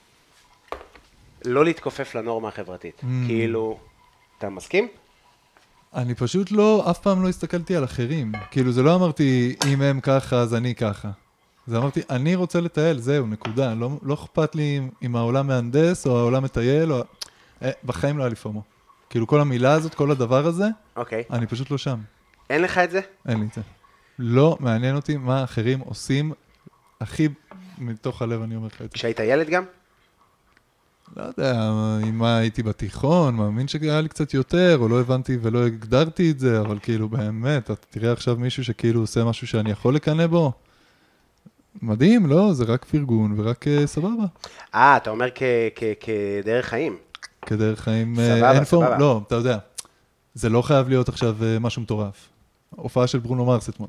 לא להתכופף לנורמה החברתית, mm. כאילו, אתה מסכים? אני פשוט לא, אף פעם לא הסתכלתי על אחרים. כאילו, זה לא אמרתי, אם הם ככה, אז אני ככה. זה אמרתי, אני רוצה לטייל, זהו, נקודה. לא, לא אכפת לי אם העולם מהנדס, או העולם מטייל, או... בחיים לא היה לי פומו. כאילו, כל המילה הזאת, כל הדבר הזה, אוקיי. אני פשוט לא שם. אין לך את זה? אין לי את זה. לא מעניין אותי מה אחרים עושים, הכי מתוך הלב אני אומר לך את זה. כשהיית ילד גם? לא יודע, אם הייתי בתיכון, מאמין שהיה לי קצת יותר, או לא הבנתי ולא הגדרתי את זה, אבל כאילו באמת, אתה תראה עכשיו מישהו שכאילו עושה משהו שאני יכול לקנא בו. מדהים, לא? זה רק פרגון ורק סבבה. אה, אתה אומר כדרך חיים. כדרך חיים. סבבה, סבבה. לא, אתה יודע, זה לא חייב להיות עכשיו משהו מטורף. הופעה של ברונו מרס אתמול.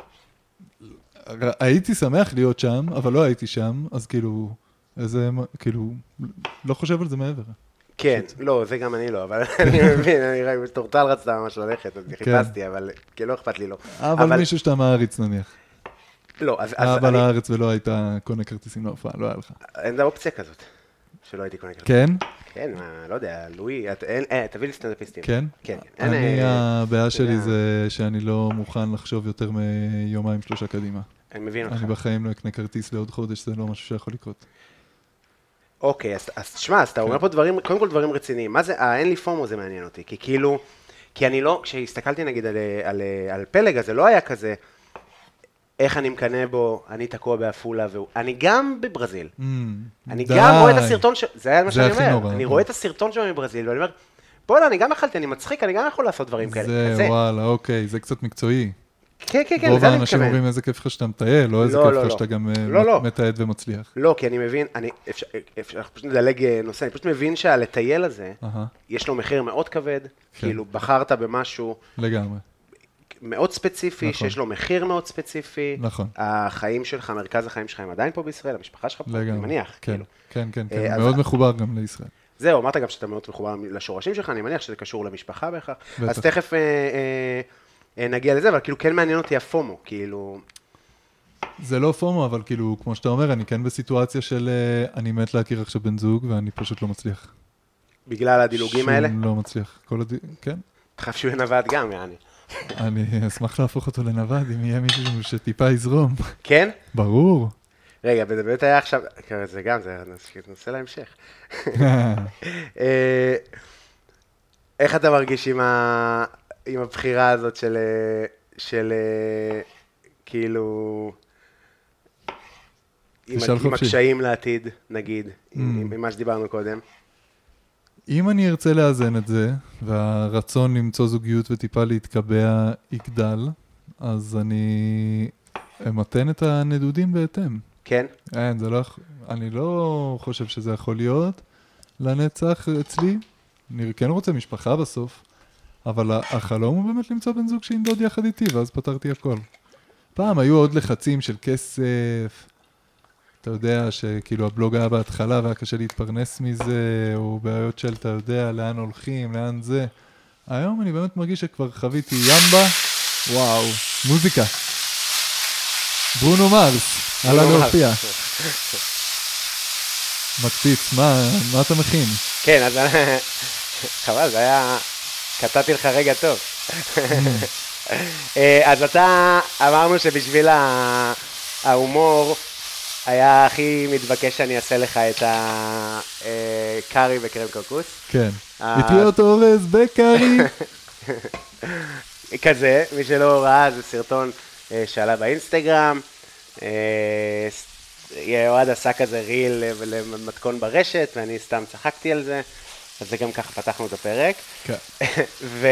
הייתי שמח להיות שם, אבל לא הייתי שם, אז כאילו... איזה, כאילו, לא חושב על זה מעבר. כן, לא, זה גם אני לא, אבל אני מבין, אני רואה, תורטל רצתה ממש ללכת, אז חיפשתי, אבל לא אכפת לי לא. אבל מישהו שאתה מעריץ נניח. לא, אז... אבא לארץ ולא הייתה קונה כרטיסים להופעה, לא היה לך. אין לה אופציה כזאת, שלא הייתי קונה כרטיסים. כן? כן, לא יודע, לואי, תביא לי סטנדאפיסטים. כן? כן. אני, הבעיה שלי זה שאני לא מוכן לחשוב יותר מיומיים שלושה קדימה. אני מבין אותך. אני בחיים לא אקנה כרטיס לעוד חודש, זה לא משהו שיכול לקרות. אוקיי, אז, אז תשמע, אז אתה אומר פה דברים, קודם כל דברים רציניים. מה זה, האין לי פומו זה מעניין אותי, כי כאילו, כי אני לא, כשהסתכלתי נגיד על, על, על פלג, אז זה לא היה כזה, איך אני מקנה בו, אני תקוע באפולה, והוא, אני גם בברזיל. Mm, אני די. גם רואה את הסרטון, ש... זה היה מה שאני אומר, נורא, אני רואה את הסרטון שלו מברזיל, ואני אומר, בוא'לה, אני גם אכלתי, אני מצחיק, אני גם יכול לעשות דברים כאלה. זה, וואלה, אוקיי, זה קצת מקצועי. כן, כן, כן, רוב לזה אני האנשים מתכוון. אומרים איזה כיף לך שאתה מטייל, לא איזה לא, כיף לא, לך לא. שאתה גם אה, לא, לא. מתעד ומצליח. לא, כי אני מבין, אני, אפשר, אפשר, אנחנו פשוט נדלג אה, נושא, אני פשוט מבין שהלטייל הזה, אהה, יש לו מחיר מאוד כבד, כן. כאילו בחרת במשהו לגמרי. מאוד ספציפי, נכון. שיש לו מחיר מאוד ספציפי, נכון. החיים שלך, מרכז החיים שלך הם עדיין פה בישראל, המשפחה שלך פה, אני לגמרי. מניח, כן, כאילו. כן, כן, אה, כן. אז- מאוד מחובר גם לישראל. זהו, אמרת גם שאתה מאוד מחובר לשורשים שלך, אני מניח שזה קשור למשפחה בהכרח. בטח. אז תכף אה, אה, אה, נגיע לזה, אבל כאילו כן מעניין אותי הפומו, כאילו... זה לא פומו, אבל כאילו, כמו שאתה אומר, אני כן בסיטואציה של אה, אני מת להכיר עכשיו בן זוג, ואני פשוט לא מצליח. בגלל הדילוגים האלה, שום לא מצליח. כל הד... כן. דחף שהוא יהיה נווט גם, יעני. אני אשמח להפוך אותו לנווד, אם יהיה מישהו שטיפה יזרום. כן? ברור. רגע, וזה באמת היה עכשיו, כן, זה גם, זה נושא להמשך. אה, איך אתה מרגיש עם ה- עם הבחירה הזאת של, אה, של אה, כאילו, עם ה- תשאל עם חופשי. הקשיים לעתיד, נגיד, עם Mm. עם- עם מה שדיברנו קודם? אם אני ארצה לאזן את זה, והרצון למצוא זוגיות וטיפה להתקבע יגדל, אז אני אמתן את הנדודים בהתאם. כן? אין, זה לא... יכ- אני לא חושב שזה יכול להיות לנצח אצלי. אני כן רוצה משפחה בסוף, אבל ה- החלום הוא באמת למצוא בן זוג שינדוד יחד איתי, ואז פתרתי הכל. פעם היו עוד לחצים של כסף, אתה יודע שכאילו הבלוג היה בהתחלה והיה קשה להתפרנס מזה, או בעיות של אתה יודע לאן הולכים, לאן זה. היום אני באמת מרגיש שכבר חוויתי ימבה, וואו, מוזיקה. ברונו מרס, עלה ברונו להופיע. מרס. מקפיץ, מה, מה אתה מכין? כן, אז חבל, זה היה, קטעתי לך רגע טוב. אה, אז אתה, אמרנו שבשביל ה- ההומור, היה הכי מתבקש שאני אעשה לך את הקארי וקרם קוקוס. כן. אה, פטריות אורז בקרי. כזה, מי שלא ראה, זה סרטון אה, שעלה באינסטגרם. אה, ס- אוהד עשה כזה ריל למתכון ברשת, ואני סתם צחקתי על זה. אז זה גם ככה פתחנו את הפרק. כן. ו...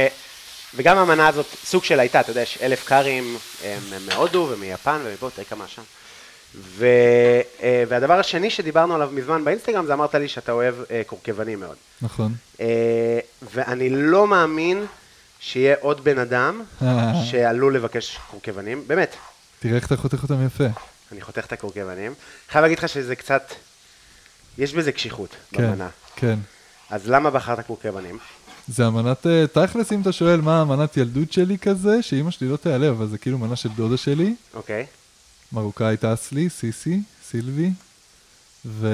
וגם המנה הזאת, סוג של הייתה, אתה יודע, יש אלף קארים הם מהודו ומיפן ומפה, תראי כמה שם. ו... אה, והדבר השני שדיברנו עליו מזמן באינסטגרם, זה אמרת לי שאתה אוהב אה, קורקבנים מאוד. נכון. אה, ואני לא מאמין שיהיה עוד בן אדם שעלול לבקש קורקבנים, באמת, תראה איך אתה חותך אותם יפה. אני חותך את הקורקבנים. חייב להגיד לך שזה קצת, יש בזה קשיחות כן, במנה. כן. אז למה בחרת קורקבנים? זה אמנת, אה, תכלס אם אתה שואל מה אמנת ילדות שלי כזה, שאמא שלי לא תיעלב, אבל זה כאילו מנה של דודה שלי, אוקיי. מרוקאית אסלי, סיסי, סילבי, ו...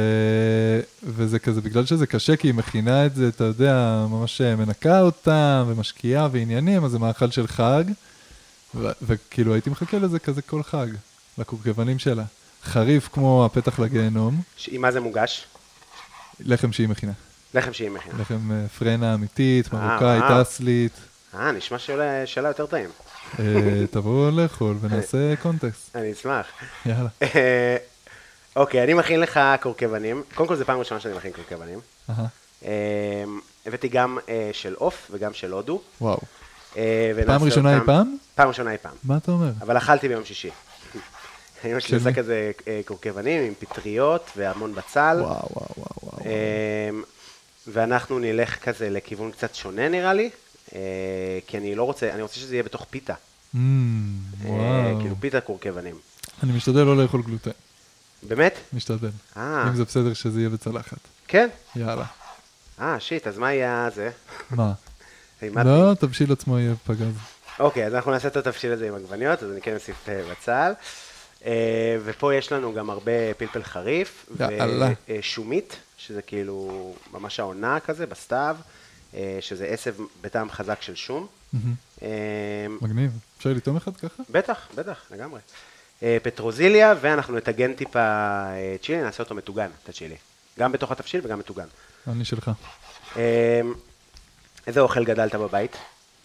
וזה כזה, בגלל שזה קשה, כי היא מכינה את זה, אתה יודע, ממש מנקה אותם, ומשקיעה ועניינים, אז זה מאכל של חג, ו... וכאילו הייתי מחכה לזה כזה כל חג, לקורקבנים שלה. חריף כמו הפתח לגיהנום, ש- עם מה זה מוגש? לחם שהיא מכינה. לחם שהיא מכינה. לחם אה, פרנה אמיתית, אה, מרוקאית, וואו. אסלית. אה, נשמע שאלה שאלה יותר טעים. אה, תבואו לאכול ונעשה קונטקסט. אני אשמח. יאללה. אה, אוקיי, אני מכין לך קורקבנים. קודם כל, זו פעם ראשונה שאני מכין קורקבנים. אהה, אה, הבאתי גם אה, של עוף וגם של הודו. וואו. אה, ונעשה פעם ראשונה אי אותם- פעם? פעם ראשונה אי פעם. מה אתה אומר? אבל אכלתי ביום שישי. אמא שלי של עושה מי? כזה אה, קורקבנים עם פטריות והמון בצל. וואו, וואו, וואו, וואו. אה, ואנחנו נלך כזה לכיוון קצת שונה נראה לי. אה, כי אני לא רוצה, אני רוצה שזה יהיה בתוך פיתה. Mm, אה, וואו. כאילו פיתה קורקבנים. אני משתדל לא לאכול גלוטן. באמת? משתדל. אה, אם זה בסדר שזה יהיה בצלחת. כן? יאללה. אה, שיט, אז מה יהיה זה? מה? עם מה- לא, תבשיל עצמו יהיה פגז. אוקיי, אז אנחנו נעשה את התבשיל הזה עם עגבניות, אז אני כן אוסיף אה, בצל. אה, ופה יש לנו גם הרבה פלפל חריף. יאללה. ושומית, שזה כאילו ממש העונה כזה, בסתיו, אה, שזה עשב בטעם חזק של שום. מהמם. אה, מגניב. אפשר לטעום אחד ככה? בטח, בטח, לגמרי. אה, פטרוזיליה, ואנחנו נטגן טיפה אה, צ'ילי, נעשה אותו מטוגן, את הצ'ילי. גם בתוך התבשיל וגם מטוגן. אני שלך. אה, איזה אוכל גדלת בבית?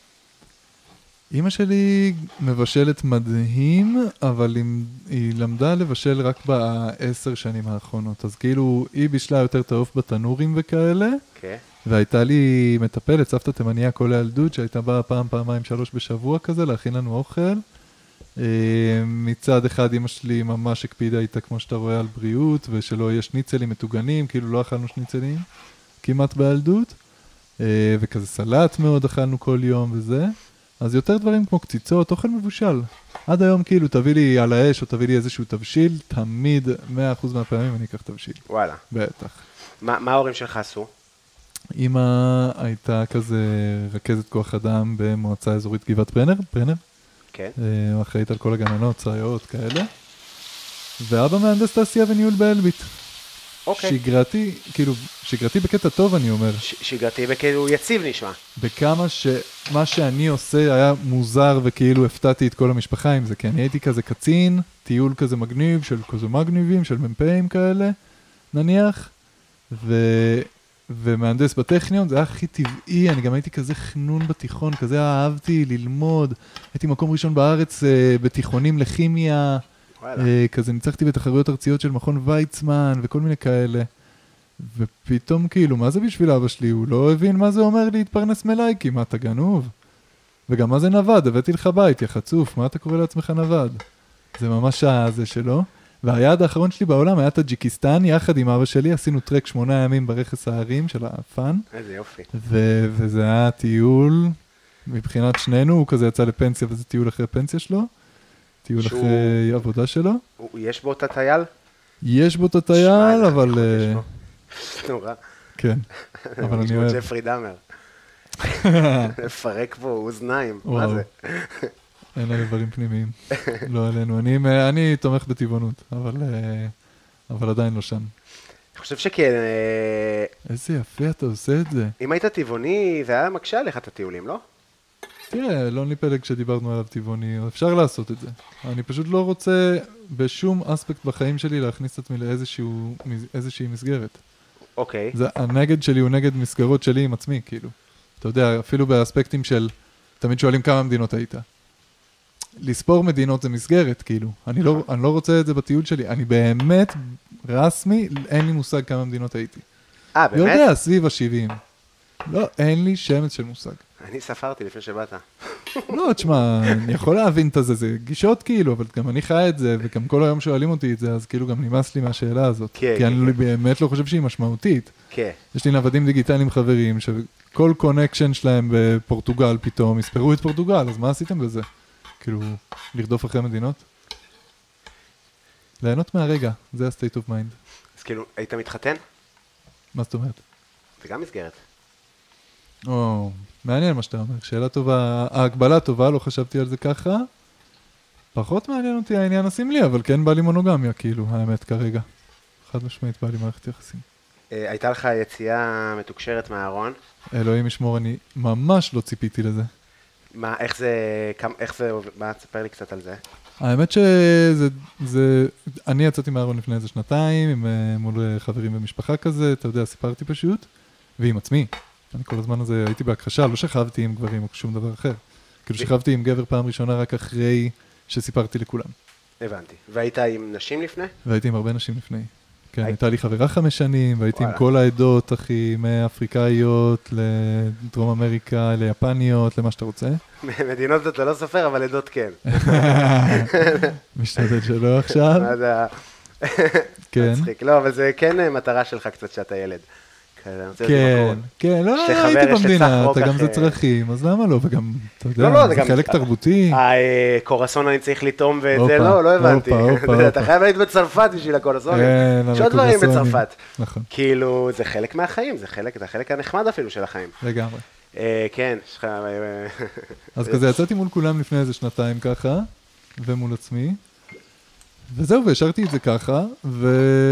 אמא שלי מבשלת מדהים, אבל היא, היא למדה לבשל רק בעשר שנים האחרונות. אז כאילו, היא בישלה יותר את העוף בתנורים וכאלה, כן. והייתה לי מטפלת, סבתא תימניה כל הילדות, שהייתה באה פעם, פעמיים, שלוש בשבוע כזה, להכין לנו אוכל. מצד אחד אמא שלי ממש הקפידה איתה, כמו שאתה רואה, על בריאות, ושלא יהיה שניצלים מטוגנים, כאילו לא אכלנו שניצלים, כמעט בילדות, וכזה סלט מאוד אכלנו כל יום וזה. אז יותר דברים כמו קציצות, אוכל מבושל. עד היום כאילו תביא לי על האש או תביא לי איזשהו תבשיל, תמיד מאה אחוז מהפעמים אני אקח תבשיל. וואלה. בטח. מה, מה ההורים שלך עשו? אמא הייתה כזה רכזת כוח אדם במועצה אזורית גבעת ברנר, ברנר. כן. אחראית על כל הגננות, סייעות, כאלה. ואבא מהנדס תעשייה וניהול באלביט. אוקיי. שגרתי, כאילו, שגרתי בקטע טוב אני אומר. ש- שגרתי בכאילו יציב נשמע. בכמה שמה שאני עושה היה מוזר וכאילו הפתעתי את כל המשפחה עם זה, כי אני הייתי כזה קצין, טיול כזה מגניב, של כזה מגניבים, של מ"פים כאלה, נניח, ו... ומהנדס בטכניון, זה היה הכי טבעי, אני גם הייתי כזה חנון בתיכון, כזה אהבתי ללמוד, הייתי מקום ראשון בארץ אה, בתיכונים לכימיה, אה, כזה ניצחתי בתחרויות ארציות של מכון ויצמן וכל מיני כאלה, ופתאום כאילו, מה זה בשביל אבא שלי? הוא לא הבין מה זה אומר להתפרנס מלייקים, מה אתה גנוב? וגם מה זה נווד? הבאתי לך בית, יא חצוף, מה אתה קורא לעצמך נווד? זה ממש הזה שלו. והיעד האחרון שלי בעולם היה טאג'יקיסטן, יחד עם אבא שלי, עשינו טרק שמונה ימים ברכס ההרים של הפאן. איזה יופי. ו- וזה היה טיול, מבחינת שנינו, הוא כזה יצא לפנסיה, וזה טיול אחרי פנסיה שלו, טיול שהוא... אחרי עבודה שלו. הוא, יש בו את הטייל? יש בו את הטייל, אבל... נורא. כן, אבל אני אוהב. ג'פרי דאמר. לפרק פה אוזניים, מה זה? אין לנו דברים פנימיים, לא עלינו. אני, אני תומך בטבעונות, אבל, אבל עדיין לא שם. אני חושב שכן... איזה יפה אתה עושה את זה. אם היית טבעוני, זה היה מקשה עליך את הטיולים, לא? תראה, לא ניפלג כשדיברנו עליו טבעוני, אפשר לעשות את זה. אני פשוט לא רוצה בשום אספקט בחיים שלי להכניס את עצמי לאיזושהי מסגרת. אוקיי. זה, הנגד שלי הוא נגד מסגרות שלי עם עצמי, כאילו. אתה יודע, אפילו באספקטים של, תמיד שואלים כמה מדינות היית. לספור מדינות זה מסגרת, כאילו. אני לא, אני לא רוצה את זה בטיול שלי. אני באמת, רסמי, אין לי מושג כמה מדינות הייתי. אה, באמת? יודע, סביב ה-שבעים. לא, אין לי שמץ של מושג. אני ספרתי לפני שבאת. לא, תשמע, אני יכול להבין את זה, זה גישות כאילו, אבל גם אני חי את זה, וגם כל היום שואלים אותי את זה, אז כאילו גם נמאס לי מהשאלה הזאת. כן, כי כן, אני כן. באמת לא חושב שהיא משמעותית. כן. יש לי נוודים דיגיטליים חברים, שכל קונקשן שלהם בפורטוגל פתאום, יספרו את פורטוגל, אז מה עשיתם בזה? כאילו, לרדוף אחרי מדינות? ליהנות מהרגע, זה ה-state of mind. אז כאילו, היית מתחתן? מה זאת אומרת? זה גם מסגרת. או, מעניין מה שאתה אומר, שאלה טובה, ההגבלה טובה, לא חשבתי על זה ככה. פחות מעניין אותי העניין הסמלי, אבל כן בא לי מונוגמיה, כאילו, האמת כרגע. חד משמעית בא לי מערכת יחסים. הייתה לך יציאה מתוקשרת מהארון. אלוהים ישמור, אני ממש לא ציפיתי לזה. מה, איך זה, איך זה, מה, תספר לי קצת על זה. האמת שזה, זה, אני יצאתי מהארון לפני איזה שנתיים, עם, מול חברים ומשפחה כזה, אתה יודע, סיפרתי פשוט, ועם עצמי. אני כל הזמן הזה הייתי בהכחשה, לא שכבתי עם גברים או שום דבר אחר. כאילו שכבתי עם גבר פעם ראשונה רק אחרי שסיפרתי לכולם. הבנתי. והיית עם נשים לפני? והייתי עם הרבה נשים לפני. כן, הייתה לי חברה חמש שנים, והייתי עם וואלה. כל העדות, אחי, מאפריקאיות, לדרום אמריקה, ליפניות, למה שאתה רוצה. מדינות אתה לא סופר, אבל עדות כן. משתדל שלא עכשיו. מה זה ה... כן. מצחיק. לא, אבל זה כן מטרה שלך קצת שאתה ילד. כזה, אני רוצה להיות כן, במקום. כן, לא, יש לי חבר, הייתי יש לי במדינה, צח אתה גם רוקח, זה צרכים, אז למה לא? וגם, אתה לא, לא, יודע, זה זה גם- חלק תרבותי. הקורסון אני צריך לטעום ואת הופה, זה, לא, לא הבנתי. הופה, הופה, אתה הופה. חייב להיות בצרפת בשביל הקורסונים. אין, יש על עוד דברים הקורסונים. בצרפת. נכון, כאילו, זה חלק מהחיים, זה חלק, זה החלק הנחמד אפילו של החיים. לגמרי. אה, כן, יש לך... אה, אז כזה יצאתי מול כולם לפני איזה שנתיים ככה, ומול עצמי, וזהו, והשארתי את זה ככה, ו...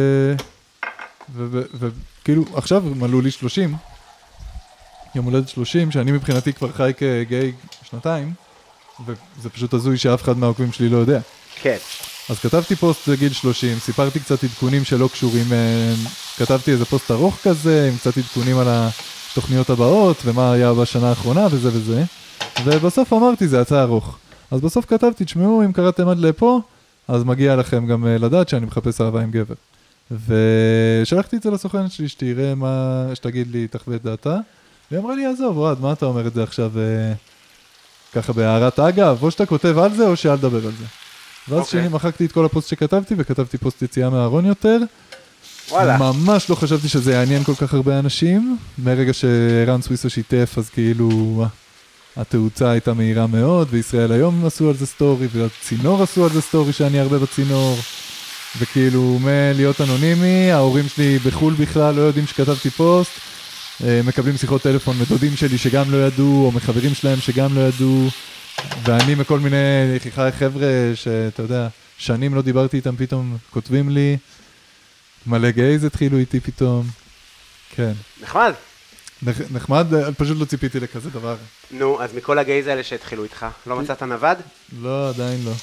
וכאילו, עכשיו מלאו לי שלושים, יום הולדת שלושים, שאני מבחינתי כבר חי כגיי שנתיים, וזה פשוט הזוי שאף אחד מהעוקבים שלי לא יודע. כן. אז כתבתי פוסט בגיל שלושים, סיפרתי קצת עדכונים שלא קשורים, אה, כתבתי איזה פוסט ארוך כזה, עם קצת עדכונים על התוכניות הבאות, ומה היה בשנה האחרונה וזה וזה, ובסוף אמרתי, זה יצא ארוך. אז בסוף כתבתי, תשמעו, אם קראתם עד לפה, אז מגיע לכם גם אה, לדעת שאני מחפש אהבה עם גבר. ושלחתי את זה לסוכנת שלי, שתראה מה, שתגיד לי, תחווה את דעתה, והיא אמרה לי, עזוב, אוהד, מה אתה אומר את זה עכשיו? אה, ככה בהערת אגב, או שאתה כותב על זה, או שאל דבר על זה. ואז אוקיי. שני מחקתי את כל הפוסט שכתבתי, וכתבתי פוסט יציאה מהארון יותר. וואלה. ממש לא חשבתי שזה יעניין כל כך הרבה אנשים. מהרגע שרן סוויסה שיתף, אז כאילו התאוצה הייתה מהירה מאוד, וישראל היום עשו על זה סטורי, והצינור עשו על זה סטורי שאני הרבה בצינור. וכאילו, מלהיות אנונימי, ההורים שלי בחול בכלל לא יודעים שכתבתי פוסט, מקבלים שיחות טלפון מדודים שלי שגם לא ידעו, או מחברים שלהם שגם לא ידעו, ואני מכל מיני יחיחי חבר'ה שאתה יודע, שנים לא דיברתי איתם, פתאום כותבים לי, מלא גייז התחילו איתי פתאום, כן. נחמד. נח, נחמד, פשוט לא ציפיתי לכזה דבר. נו, אז מכל הגייז האלה שהתחילו איתך, לא מצאת נווד? לא, עדיין לא.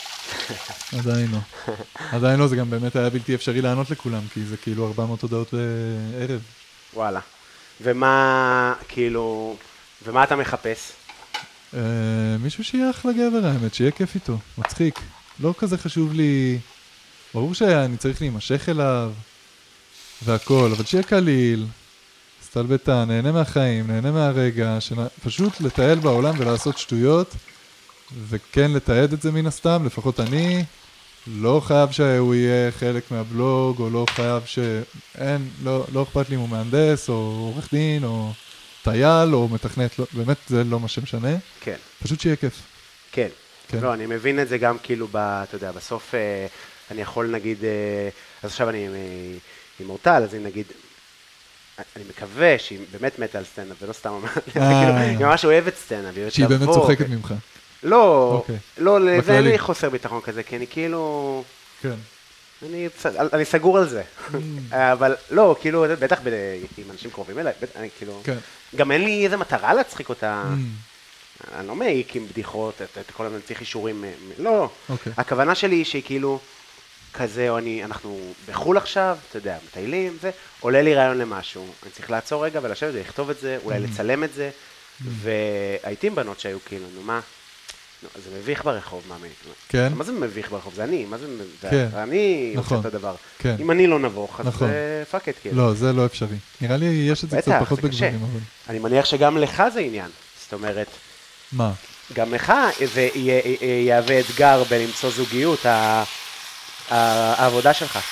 עדיין לא. עדיין לא, זה גם באמת היה בלתי אפשרי לענות לכולם, כי זה כאילו ארבע מאות הודעות בערב. וואלה. ומה, כאילו, ומה אתה מחפש? Uh, מישהו שיהיה אחלה גבר, האמת, שיהיה כיף איתו, מצחיק. לא כזה חשוב לי, ברור שאני צריך להימשך אליו, והכל, אבל שיהיה קליל, סטלבטה, נהנה מהחיים, נהנה מהרגע, פשוט לטייל בעולם ולעשות שטויות, וכן לתעד את זה מן הסתם, לפחות אני, לא חייב שהוא יהיה חלק מהבלוג, או לא חייב שאין, לא, לא אכפת לי אם הוא מהנדס, או עורך דין, או טייל, או מתכנת, לא, באמת זה לא מה שמשנה. כן. פשוט שיהיה כיף. כן. כן. לא, אני מבין את זה גם כאילו, ב, אתה יודע, בסוף אה, אני יכול נגיד, אה, אז עכשיו אני עם, עם אורטל, אז אני נגיד, אני מקווה שהיא באמת מתה על סטנדאפ, ולא סתם אמרה, היא ממש אוהבת סטנדאפ. שהיא באמת צוחקת ממך. לא, לא, ואין לי חוסר ביטחון כזה, כי אני כאילו, כן. אני, אני סגור על זה, אבל לא, כאילו, בטח עם אנשים קרובים אליי, אני כאילו, גם אין לי איזה מטרה להצחיק אותה, אני לא מעיק עם בדיחות, את כל הזמן צריך אישורים, לא, הכוונה שלי היא שהיא כאילו, כזה, או אני, אנחנו בחול עכשיו, אתה יודע, מטיילים, זה, עולה לי רעיון למשהו, אני צריך לעצור רגע ולשבת ולכתוב את זה, אולי לצלם את זה, והייתי עם בנות שהיו כאילו, נו מה, זה מביך ברחוב, מאמי. כן. מה זה מביך ברחוב? זה אני, מה זה מביך? אני עושה את הדבר. כן. אם אני לא נבוך, אז זה פאק את כאילו. לא, זה לא אפשרי. נראה לי יש את זה קצת פחות בגברים. אני מניח שגם לך זה עניין. זאת אומרת, מה? גם לך זה יהווה אתגר בלמצוא זוגיות, העבודה שלך.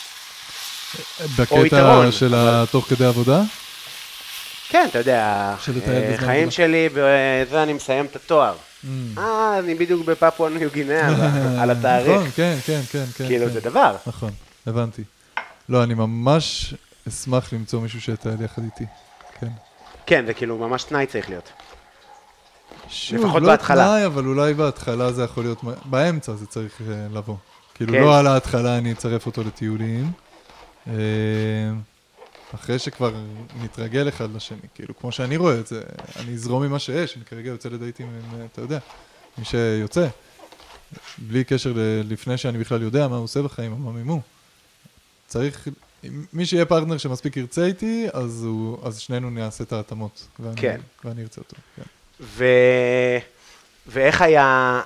בקטע של התוך כדי עבודה? כן, אתה יודע, חיים שלי, וזה אני מסיים את התואר. אה, אני בדיוק בפפואה ניו גינאה, על התאריך. נכון, כן, כן, כן. כאילו זה דבר. נכון, הבנתי. לא, אני ממש אשמח למצוא מישהו שיטייל יחד איתי. כן. כן, זה כאילו ממש תנאי צריך להיות. לפחות בהתחלה. לא תנאי, אבל אולי בהתחלה זה יכול להיות, באמצע זה צריך לבוא. כאילו לא על ההתחלה אני אצרף אותו לטיולים. אחרי שכבר נתרגל אחד לשני, כאילו, כמו שאני רואה את זה, אני אזרום ממה שיש, אני כרגע יוצא לדייטים, אתה יודע, מי שיוצא, בלי קשר לפני שאני בכלל יודע מה הוא עושה בחיים, מה מימו. צריך, מי שיהיה פרטנר שמספיק ירצה איתי, אז, הוא, אז שנינו נעשה את ההתאמות, ואני, כן. ואני ארצה אותו. כן. ו... ואיך היה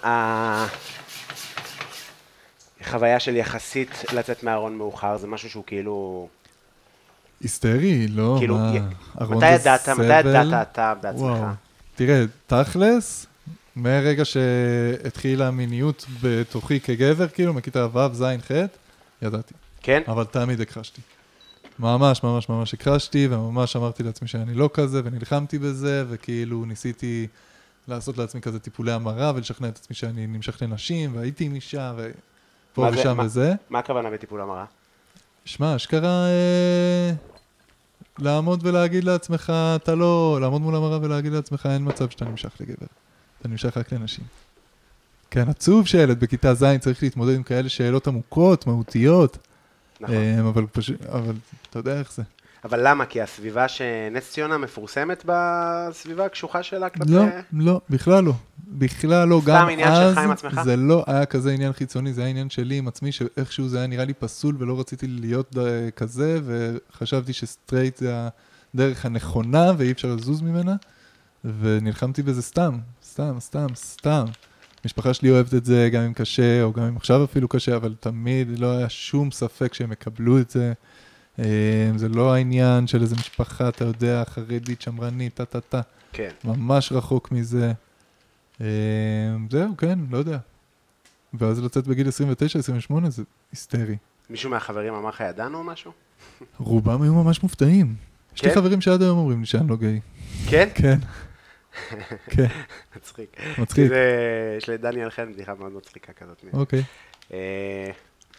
החוויה של יחסית לצאת מהארון מאוחר? זה משהו שהוא כאילו... היסטרי, לא, כאילו, מה, מתי ידעת, מתי ידעת אתה בעצמך? וואו. תראה, תכלס, מהרגע שהתחילה המיניות בתוכי כגבר, כאילו, מכיתה ו' ז' ח', ידעתי. כן? אבל תמיד הקרשתי. ממש, ממש, ממש הקרשתי, וממש אמרתי לעצמי שאני לא כזה, ונלחמתי בזה, וכאילו ניסיתי לעשות לעצמי כזה טיפולי המרה, ולשכנע את עצמי שאני נמשך לנשים, והייתי עם אישה, ופה ושם וזה. מה הכוונה בטיפול המרה? שמע, אשכרה אה, לעמוד ולהגיד לעצמך, אתה לא, לעמוד מול המראה ולהגיד לעצמך, אין מצב שאתה נמשך לגבר, אתה נמשך רק לנשים. כן, עצוב שילד בכיתה ז' צריך להתמודד עם כאלה שאלות עמוקות, מהותיות, נכון. אה, אבל פשוט, אבל אתה יודע איך זה. אבל למה? כי הסביבה שנס ציונה מפורסמת בסביבה הקשוחה שלה כלפי... לא, לא, בכלל לא. בכלל לא, גם אז זה לא היה כזה עניין חיצוני, זה היה עניין שלי עם עצמי, שאיכשהו זה היה נראה לי פסול ולא רציתי להיות כזה, וחשבתי שסטרייט זה הדרך הנכונה ואי אפשר לזוז ממנה, ונלחמתי בזה סתם, סתם, סתם, סתם. המשפחה שלי אוהבת את זה גם אם קשה, או גם אם עכשיו אפילו קשה, אבל תמיד לא היה שום ספק שהם יקבלו את זה. זה לא העניין של איזה משפחה, אתה יודע, חרדית, שמרנית, טה, טה, טה. כן. ממש רחוק מזה. זהו, כן, לא יודע. ואז לצאת בגיל עשרים ותשע עשרים ושמונה זה היסטרי. מישהו מהחברים אמר לך ידענו או משהו? רובם היו ממש מופתעים. יש לי כן? חברים שעד היום אומרים לי שאני לא גיי. כן? כן. כן, מצחיק. מצחיק. זה- יש לדניאל חן בדיחה מאוד מצחיקה כזאת. אוקיי. אה,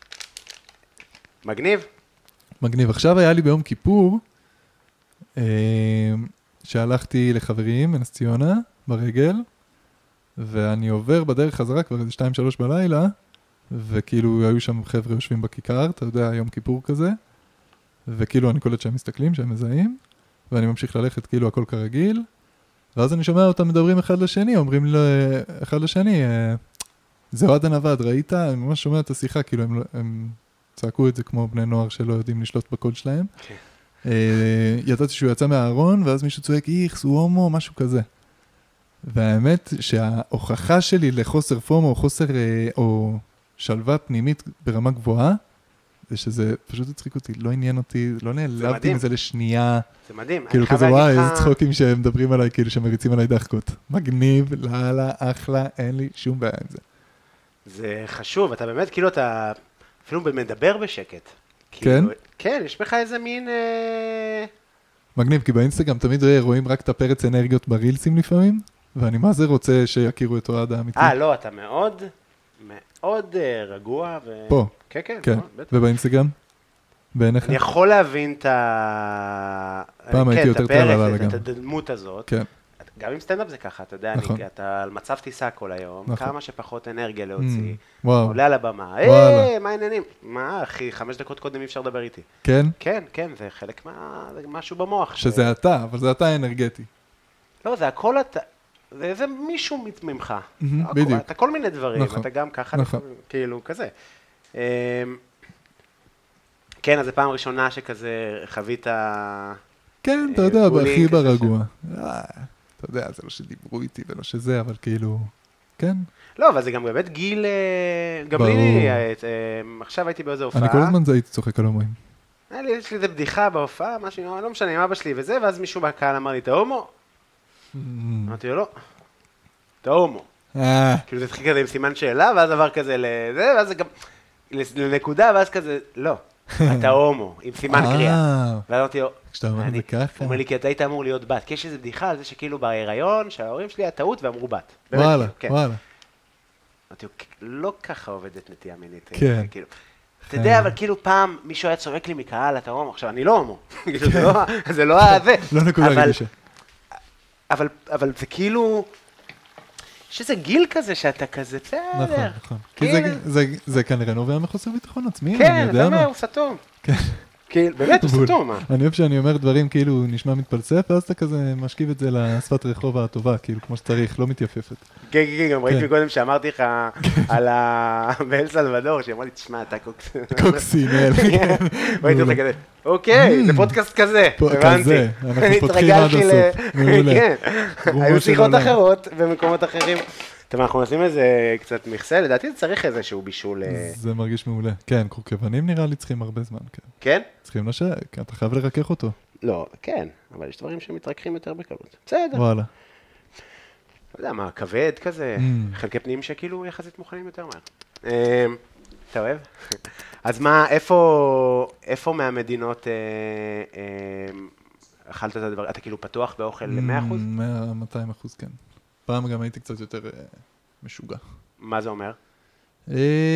מגניב? מגניב. עכשיו היה לי ביום כיפור, אה, שהלכתי לחברים בנס ציונה ברגל, ואני עובר בדרך חזרה כבר איזה שתיים שלוש בלילה, וכאילו היו שם חבר'ה יושבים בכיכר, אתה יודע, יום כיפור כזה, וכאילו אני קולט שהם מסתכלים, שהם מזהים, ואני ממשיך ללכת כאילו הכל כרגיל, ואז אני שומע אותם מדברים אחד לשני, אומרים לי אחד לשני, אה, זה אוהד הנווד, ראית? אני ממש שומע את השיחה, כאילו הם, לא- הם צעקו את זה כמו בני נוער שלא יודעים לשלוט בקול שלהם. כן. אה, ידעתי שהוא יצא מהארון, ואז מישהו צועק, איכס, הוא הומו, משהו כזה. והאמת שההוכחה שלי לחוסר פומו, או חוסר, אה, או שלווה פנימית ברמה גבוהה, זה שזה פשוט הצחיק אותי, לא עניין אותי, לא נעלבתי מדהים. מזה לשנייה. זה מדהים. כאילו אני חייב כזה, וואי, להגיד איזה לך- צחוקים שהם מדברים עליי, כאילו שמריצים עליי דחקות. מגניב, לאללה, אחלה, אין לי שום בעיה עם זה. זה חשוב, אתה באמת, כאילו אתה אפילו מדבר בשקט. כן? כאילו, כן, יש בך איזה מין... אה, מגניב, כי באינסטגרם תמיד רואים רק את הפרץ אנרגיות ברילסים לפעמים, ואני מה זה רוצה שיכירו את אוהד האמיתי. אה, לא, אתה מאוד, מאוד אה, רגוע. ו... פה. כן, כן, כן, מאוד, בטח. ובאינסטגרם? בעיניך? אני יכול להבין את ה... פעם כן, הייתי את יותר הפרץ, טרללה את- גם. את הדמות הזאת. כן, גם עם סטנדאפ זה ככה, אתה יודע, נכון. אני, אתה על מצב טיסה כל היום, נכון. כמה שפחות אנרגיה להוציא, Mm, וואו, עולה על הבמה, וואלה. היי, מה העניינים? מה, אחי, חמש דקות קודם אי אפשר לדבר איתי. כן? כן, כן, זה חלק מה... זה משהו במוח. שזה אתה, אבל זה אתה אנרגטי. לא, זה הכל אתה... זה איזה מישהו ממך. מהמם, הכל- בדיוק. אתה כל מיני דברים, נכון, אתה גם ככה, נכון. כאילו, כזה. אמ, כן, אז זו פעם ראשונה שכזה חווית... כן, אתה אה, יודע, בולינג הכי כזה ברגוע. אה, אתה יודע, זה לא שדיברו איתי ולא שזה, אבל כאילו, כן. לא, אבל זה גם באמת גיל... אה, גם ברור. לי, אה, אה, עכשיו הייתי באיזו הופעה. אני כל הזמן זה הייתי צוחק על הומואים. היה לי, יש לי איזה בדיחה בהופעה, משהו, לא משנה, עם אבא שלי וזה, ואז מישהו בקהל אמר לי, אתה הומו? אמרתי לו, לא. אתה הומו. אה, כאילו זה התחיל כזה עם סימן שאלה, ואז עבר כזה לזה, ואז זה גם... לנקודה, ואז כזה, לא. אתה הומו, עם סימן קריאה. אה, ואז אמרתי לו, כשאתה אומר את אני- זה ככה. הוא אומר לי, כי אתה היית אמור להיות בת. כי יש איזו בדיחה על זה שכאילו בהיריון, שההורים שלי היה טעות ואמרו בת. באמת, וואלה, כן. וואלה. אמרתי לו, לא ככה עובדת נטייה מינית. כן. כאילו. אתה יודע, אבל כאילו פעם מישהו היה צועק לי מקהל, אתה הומו. עכשיו, אני לא הומו. כאילו, זה לא- זה לא הזה. לא נקודה אבל- רגישה. אבל אבל זה כאילו... יש איזה גיל כזה שאתה כזה, בסדר. נכון, נכון. כי זה- כאילו- זה- זה כנראה נובע מחוסר ביטחון עצמי, אני כן, יודע אתה אומר, מה. הוא סתום. כן. כאילו, באמת, הוא בול. סתום, מה? אני אוהב שאני אומר דברים כאילו נשמע מתפלסף, ואז אתה כזה משכיב את זה לשפת רחוב הטובה, כאילו כמו שצריך, לא מתייפפת. כן, כן, כן, גם ראיתי כן. קודם שאמרתי לך על ה... באל סלבדור, שאמר לי, תשמע, אתה קוקס... קוקסינל. כן, ראיתי אותך כזה, אוקיי, זה פודקאסט כזה, פה- הבנתי. כזה, אנחנו פותחים עד התרגלתי ל- הסוף, מעולה. כן, רומו היו של שיחות עולם. אחרות במקומות אחרים. טוב, אנחנו נשים איזה קצת מכסה, לדעתי זה צריך איזשהו בישול, אה, זה מרגיש מעולה. כן, קורקבנים נראה לי צריכים הרבה זמן, כן. כן? צריכים לשק, אתה חייב לרכך אותו. לא, כן, אבל יש דברים שמתרככים יותר בקלות. בסדר, וואלה. לא יודע מה, כבד כזה, Mm. חלקי פנים שכאילו יחסית מוכנים יותר מהר. אה, אתה אוהב? אז מה, איפה, איפה מהמדינות אה, אה, אכלת את הדבר, אתה כאילו פתוח באוכל ל-מאה אחוז? מאה, מאתיים אחוז, כן. פעם גם הייתי קצת יותר אה, משוגע. מה זה אומר? אמ,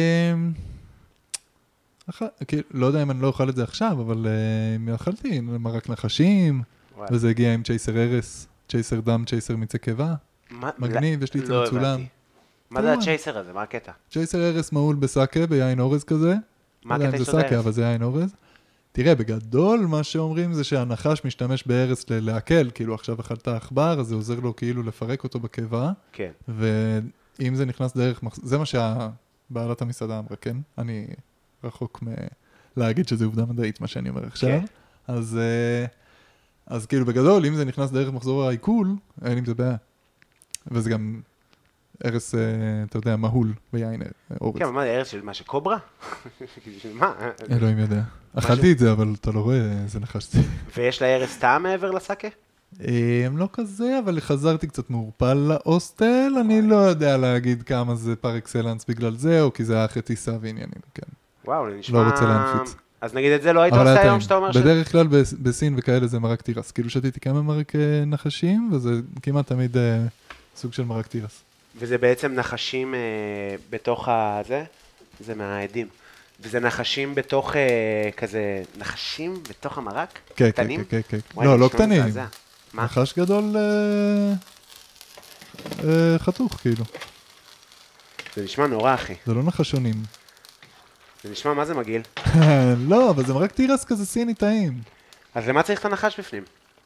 אכ- כאילו, לא יודע אם אני לא אוכל את זה עכשיו, אבל אה, אם אכלתי מרק נחשים, וואלה. וזה הגיע עם צ'ייסר ארס, צ'ייסר דם, צ'ייסר מיצי קיבה. מה- מגניב, יש לי את זה לא מצולם. הבנתי. מה זה כמובן. הצ'ייסר הזה? מה הקטע? צ'ייסר ארס מהול בסאקה, ביין אורז כזה. מה לא יודע הקטע אם של זה סאקה, ארס? אבל זה יין אורז. תראה, בגדול מה שאומרים זה שהנחש משתמש בארס ל- להקל, כאילו עכשיו אכלת עכבר, אז זה עוזר לו כאילו לפרק אותו בקיבה, כן. ואם זה נכנס דרך מחזור, זה מה שהבעלת המסעדה אמרה, כן? אני רחוק מלהגיד שזה עובדה מדעית, מה שאני אומר עכשיו. כן. אז, אה, אז כאילו בגדול, אם זה נכנס דרך מחזור העיכול, אין עם זה בעיה. וזה גם ארס, אה, אתה יודע, מהול ביין אה, אורז. כן, אבל מה זה ארץ של מה, שקוברה? של מה? אלוהים יודע. אכלתי את זה, אבל אתה לא רואה איזה נחש זה. ויש לה ארץ טעם מעבר לסאקה? הם לא כזה, אבל חזרתי קצת מעורפל להוסטל, אני לא יודע להגיד כמה זה פר אקסלנס בגלל זה, או כי זה היה אחרי טיסה ועניינים, כן. וואו, זה נשמע... לא רוצה להנפיץ. אז נגיד את זה לא היית אבל עושה היה היום טעים. שאתה אומר ש... בדרך כלל ב- בסין וכאלה זה מרק תירס, כאילו שתיתי כמה מרק אה, נחשים, וזה כמעט תמיד אה, סוג של מרק תירס. וזה בעצם נחשים אה, בתוך הזה, זה מהעדים. וזה נחשים בתוך אה, כזה, נחשים בתוך המרק? כן, כן, קטנים? כן, כן. וואי, לא, זה לא נשמע קטנים. מזעזע. מה? נחש גדול אה, אה, חתוך, כאילו. זה נשמע נורא, אחי. זה לא נחשונים. זה נשמע מה זה מגעיל. לא, אבל זה מרק תירס כזה סיני טעים. אז למה צריך את הנחש בפנים?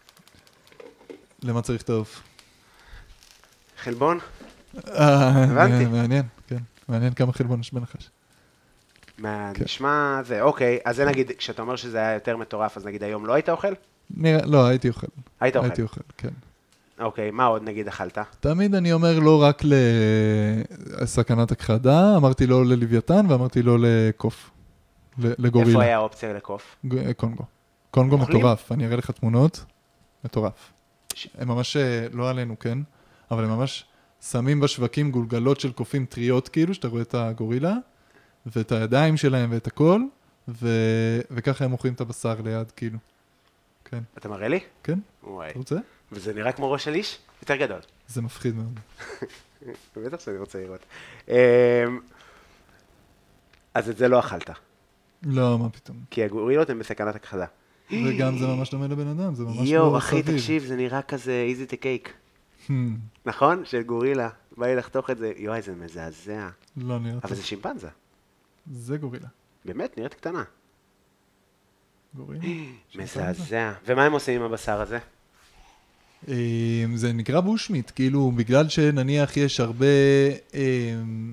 למה צריך את העוף? חלבון? אה, הבנתי. מעניין, כן. מעניין כמה חלבון יש בנחש. מה, כן. נשמע זה, אוקיי, אז זה נגיד, כשאתה אומר שזה היה יותר מטורף, אז נגיד היום לא היית אוכל? נראה, לא, הייתי אוכל. היית אוכל. הייתי אוכל, כן. אוקיי, מה עוד נגיד אכלת? תמיד אני אומר לא רק לסכנת הכחדה, אמרתי לא ללוויתן ואמרתי לא לקוף, ל- לגורילה. איפה היה האופציה לקוף? ג- קונגו. קונגו אוכלים? מטורף, אני אראה לך תמונות, מטורף. ש- הם ממש, אה, לא עלינו, כן, אבל הם ממש שמים בשווקים גולגלות של קופים טריות, כאילו, שאתה רואה את הגורילה, ואת הידיים שלהם ואת הכל, ו- וככה הם מוכרים את הבשר ליד, כאילו. כן, אתה מראה לי? כן, וואי. אתה רוצה? וזה נראה כמו ראש של איש? יותר גדול. זה מפחיד מאוד. בטח שאני רוצה לראות. אמ, אז את זה לא אכלת, לא, מה פתאום. כי הגורילות הן בסכנת הכחדה. וגם זה ממש דומה לבן אדם, זה ממש יואו, לא אחי, סביר. תקשיב, זה נראה כזה easy to cake. Hmm, נכון? של גורילה. בא לי לחתוך את זה, יואי, זה מזעזע. לא נראה אבל טוב. זה שימפנזה. זה גורילה. באמת, נראית קטנה. גורילה. מזעזע. ומה הם עושים עם הבשר הזה? אה, זה נקרא בושמיט, כאילו בגלל שנניח יש הרבה אה,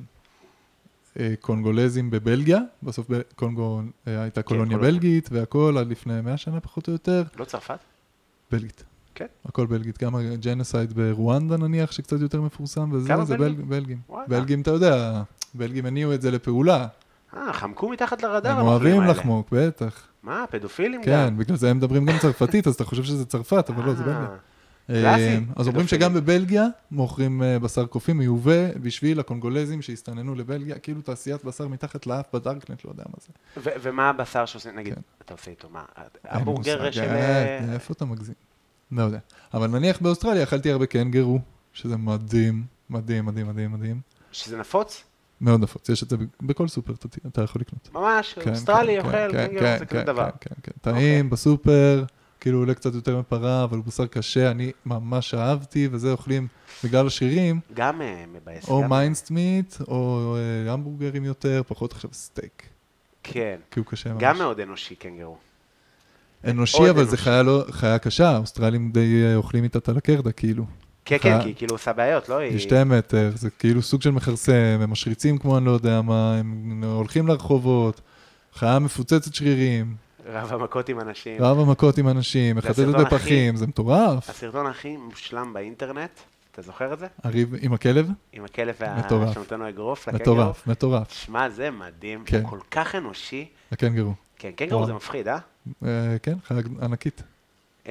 אה, קונגולזים בבלגיה, בסוף ב- קונגו אה, הייתה קולוניה קולוניה. בלגית והכל עד לפני מאה שנה פחות או יותר, לא צרפת? בלגית. כן. הכל בלגית, גם הג'נוסייד ברואנדה נניח שקצת יותר מפורסם וזה, כמה זה בלגים? בלג, בלגים. וואלה. בלגים אתה יודע, בלגים הניעו את זה לפעולה, אה, חמקו מתחת לרדאר הם הנוכלים אוהבים האלה. לחמוק, בטח. מה, פדופילים גם? כן, בגלל זה הם מדברים גם צרפתית, אז אתה חושב שזה צרפת, אבל לא, זה בלגיה. אה, קלאסי, אה, אז אומרים פדופילים. שגם בבלגיה מוכרים אה, בשר קופים מיובא בשביל הקונגולזים שהסתננו לבלגיה, כאילו תעשיית בשר מתחת לאף בדארקנט, לא יודע מה זה. ו- ומה הבשר שעושה, נגיד, כן. אתה עושה איתו מה? אין המבורגר מושג, של... אה, איפה אתה מגזים? לא יודע. אבל נניח באוסטרליה אכלתי הרבה קנגרו, שזה מדהים, מדהים, מדהים, מדהים, מדהים. שזה נפוץ? מאוד נפוץ, יש את זה בכל סופר, אתה- אתה יכול לקנות. ממש, כן, אוסטרלי כן, אוכל, כן, קנגרו, כן, זה כזה כן, דבר. כן, כן, כן. טעים בסופר, כאילו עולה קצת יותר מפרה, אבל הוא בשר קשה, אני ממש אהבתי, וזה אוכלים בגלל השירים, גם אה, מבאס. או גם- מיינדסמיט, או אה, המבורגרים יותר, פחות עכשיו סטייק, כן. כי הוא קשה ממש. גם מאוד אנושי קנגרו. אנושי, מאוד אבל זה אנושי. חיה לא- חיה קשה, האוסטרלים די אה, אוכלים איתה את הלקרדה, כאילו. כן, חיה- כן, כי היא כאילו עושה בעיות, לא? היא היא... שתי מטר, זה כאילו סוג של מכרסם, הם משריצים כמו אני לא יודע מה, הם הולכים לרחובות, חיה מפוצצת שרירים, רב המכות עם אנשים. רב המכות עם אנשים, מחטטת הסרטון הכי- בפחים, זה מטורף. הסרטון הכי מושלם באינטרנט, אתה זוכר את זה? הריב עם הכלב? עם הכלב מטורף. שנותן לו אגרוף לקנגרו. מטורף, מטורף. שמע, זה מדהים, כן. הוא כל כך אנושי. הקנגרו. כן, קנגרו וואו. זה מפחיד, אה? אה, כן, חיה ענקית. אמ,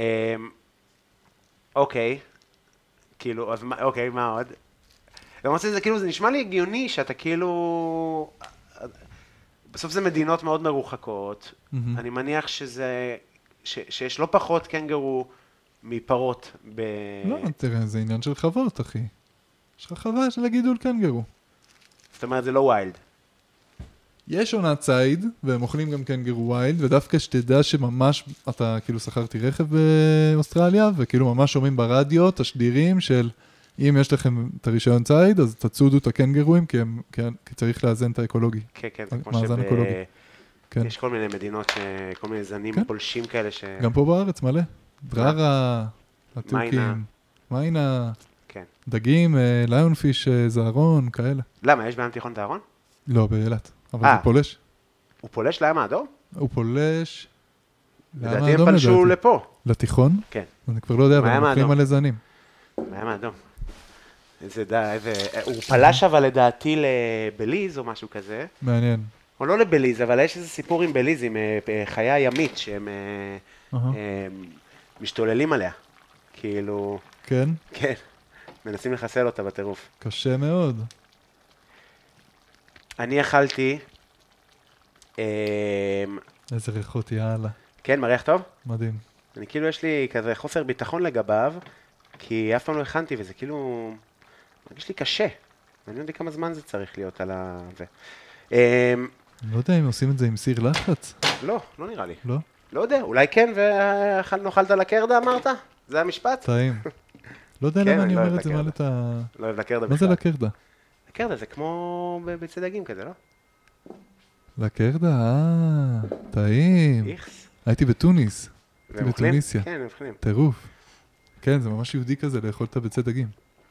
אוקיי, כאילו, אז מה, אוקיי, מה עוד? למרות שזה כאילו, זה נשמע לי הגיוני שאתה כאילו... בסוף זה מדינות מאוד מרוחקות, מהמם. אני מניח שזה... ש, שיש לא פחות קנגרו מפרות ב... לא, תראה, זה עניין של חוות, אחי. יש לך חווה של הגידול קנגרו. זאת אומרת, זה לא ויילד. יש עונת ציד, והם אוכלים גם קנגרו ויילד, ודווקא שתדע שממש, אתה כאילו שכרתי רכב באוסטרליה, וכאילו ממש שומעים ברדיו תשדירים של, אם יש לכם את הרישיון ציד, אז תצודו את הקנגרואים, כי, הם, כי, כי צריך לאזן את האקולוגי. כן, כן, זה כמו מאזן שב... אקולוגי. כן. יש כל מיני מדינות, ש... כל מיני זנים כן. פולשים כאלה ש... גם פה בארץ מלא. דררה, מיינה. התוכים, מיינה, כן. דגים, אה, ליונפיש, אה, זערון, כאלה. למה, יש בים תיכון את הארון? לא, באילת. אבל אה. זה פולש. הוא פולש לים האדום? הוא פולש... לים לדעתי הם האדום, פלשו לדעתי. לתיכון. לתיכון? כן. אני כבר לא יודע, אבל מים הם אוכלים האדום. מלא זנים. מים האדום. איזה דה, איזה... הוא פלש אבל לדעתי לבליז או משהו כזה. מעניין. או לא לבליז, אבל יש איזה סיפור עם בליז, עם אה, חיה ימית, שהם אה, אהה. אה, משתוללים עליה. כאילו, כן? כן, מנסים לחסל אותה בטירוף. קשה מאוד. אני אכלתי, אמ, איזה ריחות, יאללה. כן, מריח טוב? מדהים. אני כאילו, יש לי כזה חוסר ביטחון לגביו, כי אף פעם לא הכנתי, וזה כאילו, מרגיש לי קשה. אני לא יודע כמה זמן זה צריך להיות על ה... זה. אמ, אני לא יודע אם עושים את זה עם סיר לחץ. לא, לא נראה לי. לא? לא יודע, אולי כן, ונאכלת לקרדה, אמרת? זה המשפט? טעים. לא יודע כן, למה אני אני לא אומר אוהב את זה, מה לקרדה. אתה... לא אוהב לקרדה מה זה בכלל. לקרדה? לקרדה זה כמו בביצי דגים כזה, לא? לקרדה, אה, טעים. איכס. הייתי בתוניס. הייתי והם אוכלים? בתוניסיה. כן, הם אוכלים. טירוף. כן, זה ממש יהודי כזה לאכול את הביצי דגים.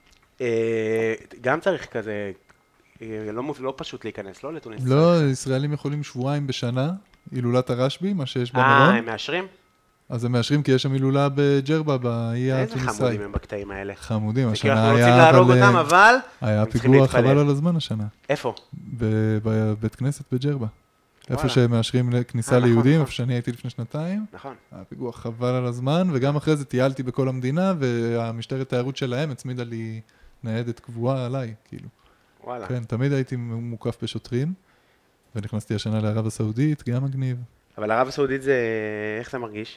אה, גם צריך כזה, אה, לא מוב- לא פשוט להיכנס, לא לתוניס. לא, ישראלים יכולים שבועיים בשנה, הילולת הרשב"י, מה שיש אה, במלון. הם מאשרים? אז הם מאשרים כי יש שם הילולה בג'רבה, באי איזה התוניסאי. חמודים הם בקטעים האלה. חמודים, זה כאילו השנה אנחנו רוצים היה, להרוג אבל אותם, אבל היה הם צריכים פיגוע להתפלל. חבל על הזמן השנה, איפה? ב- בבית כנסת בג'רבה. איפה וואלה. שמאשרים כניסה אה, נכון, ליהודים, נכון. איפה שאני הייתי לפני שנתיים. נכון. היה פיגוע חבל על הזמן, וגם אחרי זה טיילתי בכל המדינה, והמשטרת תיירות שלהם הצמידה לי ניידת קבועה עליי, כאילו. וואלה. כן, תמיד הייתי מוקף בשוטרים, ונכנסתי השנה לערב הסעודית, גם מגניב. אבל ערב הסעודית זה, איך זה מרגיש?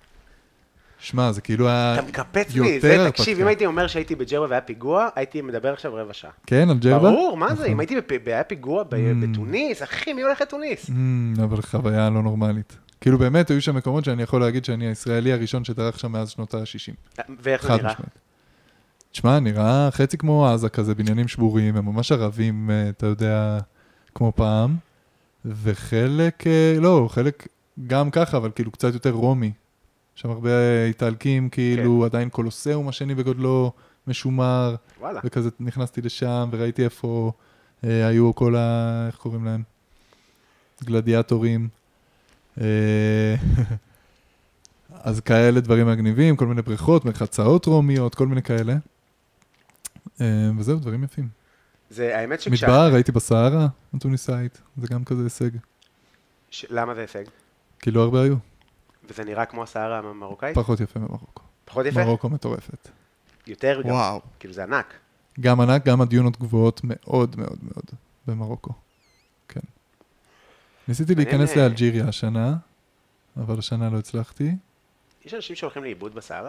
שמע, זה כאילו היה אתה מקפץ לי, יותר זה, הרפתקה. תקשיב, אם הייתי אומר שהייתי בג'רבה והיה פיגוע, הייתי מדבר עכשיו רבע שעה. כן, על ג'רבה? ברור, מה זה? נכון. אם הייתי בפ- והיה פיגוע ב- Mm. בתוניס, אחי, מי הולך לתוניס? Mm, אבל חוויה לא נורמלית. כאילו באמת היו שם מקומות שאני יכול להגיד שאני הישראלי הראשון שדרך שם מאז שנות ה-שישים. ואיך זה חד נראה? משמעית. תשמע, נראה חצי כמו עזה כזה, בניינים שבורים, הם ממש ערבים, אה, אתה יודע, כמו פעם, וחלק, אה, לא, חלק גם ככה, אבל כאילו קצת יותר רומי. שם הרבה איטלקים, כאילו, עדיין קולוסאום השני בגודלו משומר, וואלה. וכזה נכנסתי לשם וראיתי איפה אה, היו כל ה... איך קוראים להם? גלדיאטורים. אה, אז כאלה דברים מגניבים, כל מיני בריכות, מרחצאות רומיות, כל מיני כאלה. אה, וזהו, דברים יפים. זה, האמת שכשה... מדבר, הייתי בסהרה, התוניסאית, זה גם כזה הישג. ש- למה זה הישג? כי לא הרבה היו. וזה נראה כמו הסהרה המרוקאית? פחות יפה ממרוקו. פחות יפה? מרוקו מטורפת. יותר גם. וואו. כאילו זה ענק. גם ענק, גם הדיונות גבוהות מאוד מאוד מאוד במרוקו. כן. ניסיתי מעניין, להיכנס אה, לאלג'יריה השנה, אבל השנה לא הצלחתי. יש אנשים שהולכים לאיבוד בסהרה?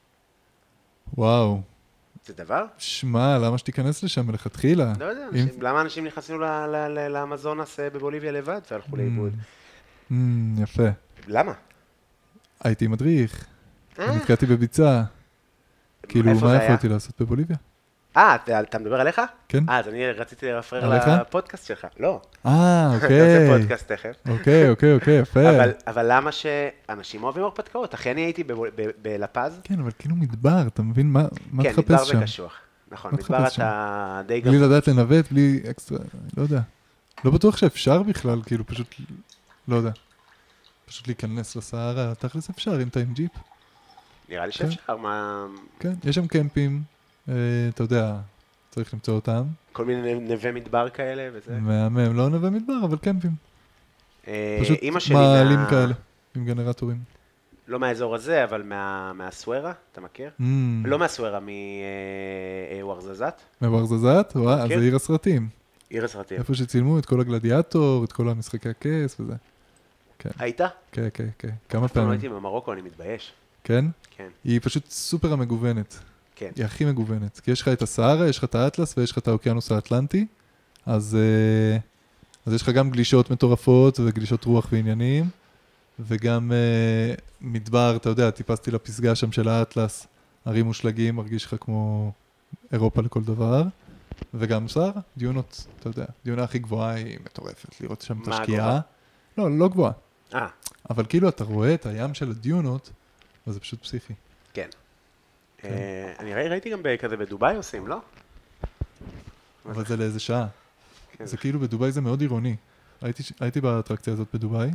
וואו. זה דבר? שמע, למה שתיכנס לשם מלכתחילה? לא יודע, אם- אנשים- למה אנשים נכנסים ל- ל- ל- לאמזונס אה, בבוליביה לבד והלכו לאיבוד? Mm, יפה. למה? הייתי מדריך, אה, נתקעתי בביצה. כאילו, איפה מה זה היה? יכולתי לעשות בבוליביה? אה, אתה- אתה מדבר עליך? כן. אה, אז אני רציתי לרפרר עליך? לפודקאסט שלך. לא, אה, נעשה אוקיי. פודקאסט תכף. אוקיי, אוקיי, אוקיי, יפה. אבל, אבל למה שאנשים אוהבים הרפתקאות? אחי, אני הייתי בבול- ב- בלפז. כן, אבל כאילו מדבר, אתה מבין? מה מה כן, מדבר תחפש זה שם? קשוח. נכון, מה מדבר תחפש אתה די בלי גם... לדעת לנווט, בלי אקסטרה, אני לא יודע. לא בטוח שאפשר בכלל, כאילו פשוט, לא יודע. פשוט להיכנס לסהרה, תכלס אפשר, אם אתה עם ג'יפ. נראה לי כן. שאפשר, מה... כן, יש שם קמפים, אה, אתה יודע, צריך למצוא אותם. כל מיני נווה מדבר כאלה וזה. מהמם, לא נווה מדבר, אבל קמפים. אה, פשוט אמא שלי מעלים מה- כאלה, עם גנרטורים. לא מהאזור הזה, אבל מה- מהסוארה, אתה מכיר? Mm, לא מהסוארה, מוורזזת, מברזזת? וואה, אז כן. זה עיר הסרטים. עיר הסרטים. איפה שצילמו את כל הגלדיאטור, את כל המשחקי הכס וזה. היית? כן, כן, כן. כמה אף פעם לא פעמים. הייתי במרוקו, אני מתבייש. כן? כן, היא פשוט סופר המגוונת. כן. היא הכי מגוונת. כי יש לך את הסהרה, יש לך את האטלס ויש לך את האוקיינוס האטלנטי. אז, אה, אז יש לך גם גלישות מטורפות וגלישות רוח ועניינים. וגם אה, מדבר, אתה יודע, טיפסתי לפסגה שם של האטלס, ערים מושלגים, מרגיש לך כמו אירופה לכל דבר. וגם סהרה, דיונות, אתה יודע, דיונה הכי גבוהה היא מטורפת, לראות שם את מה השקיעה. הגובה? לא, לא גבוהה. אה, אבל כאילו אתה רואה את הים של הדיונות, אז זה פשוט פסיכי. כן. אה, אני ראי- ראיתי גם ב- כזה בדובאי עושים, לא? אבל זה לאיזה שעה. כן. זה כאילו בדובאי זה מאוד עירוני. הייתי, הייתי באטרקציה הזאת בדובאי,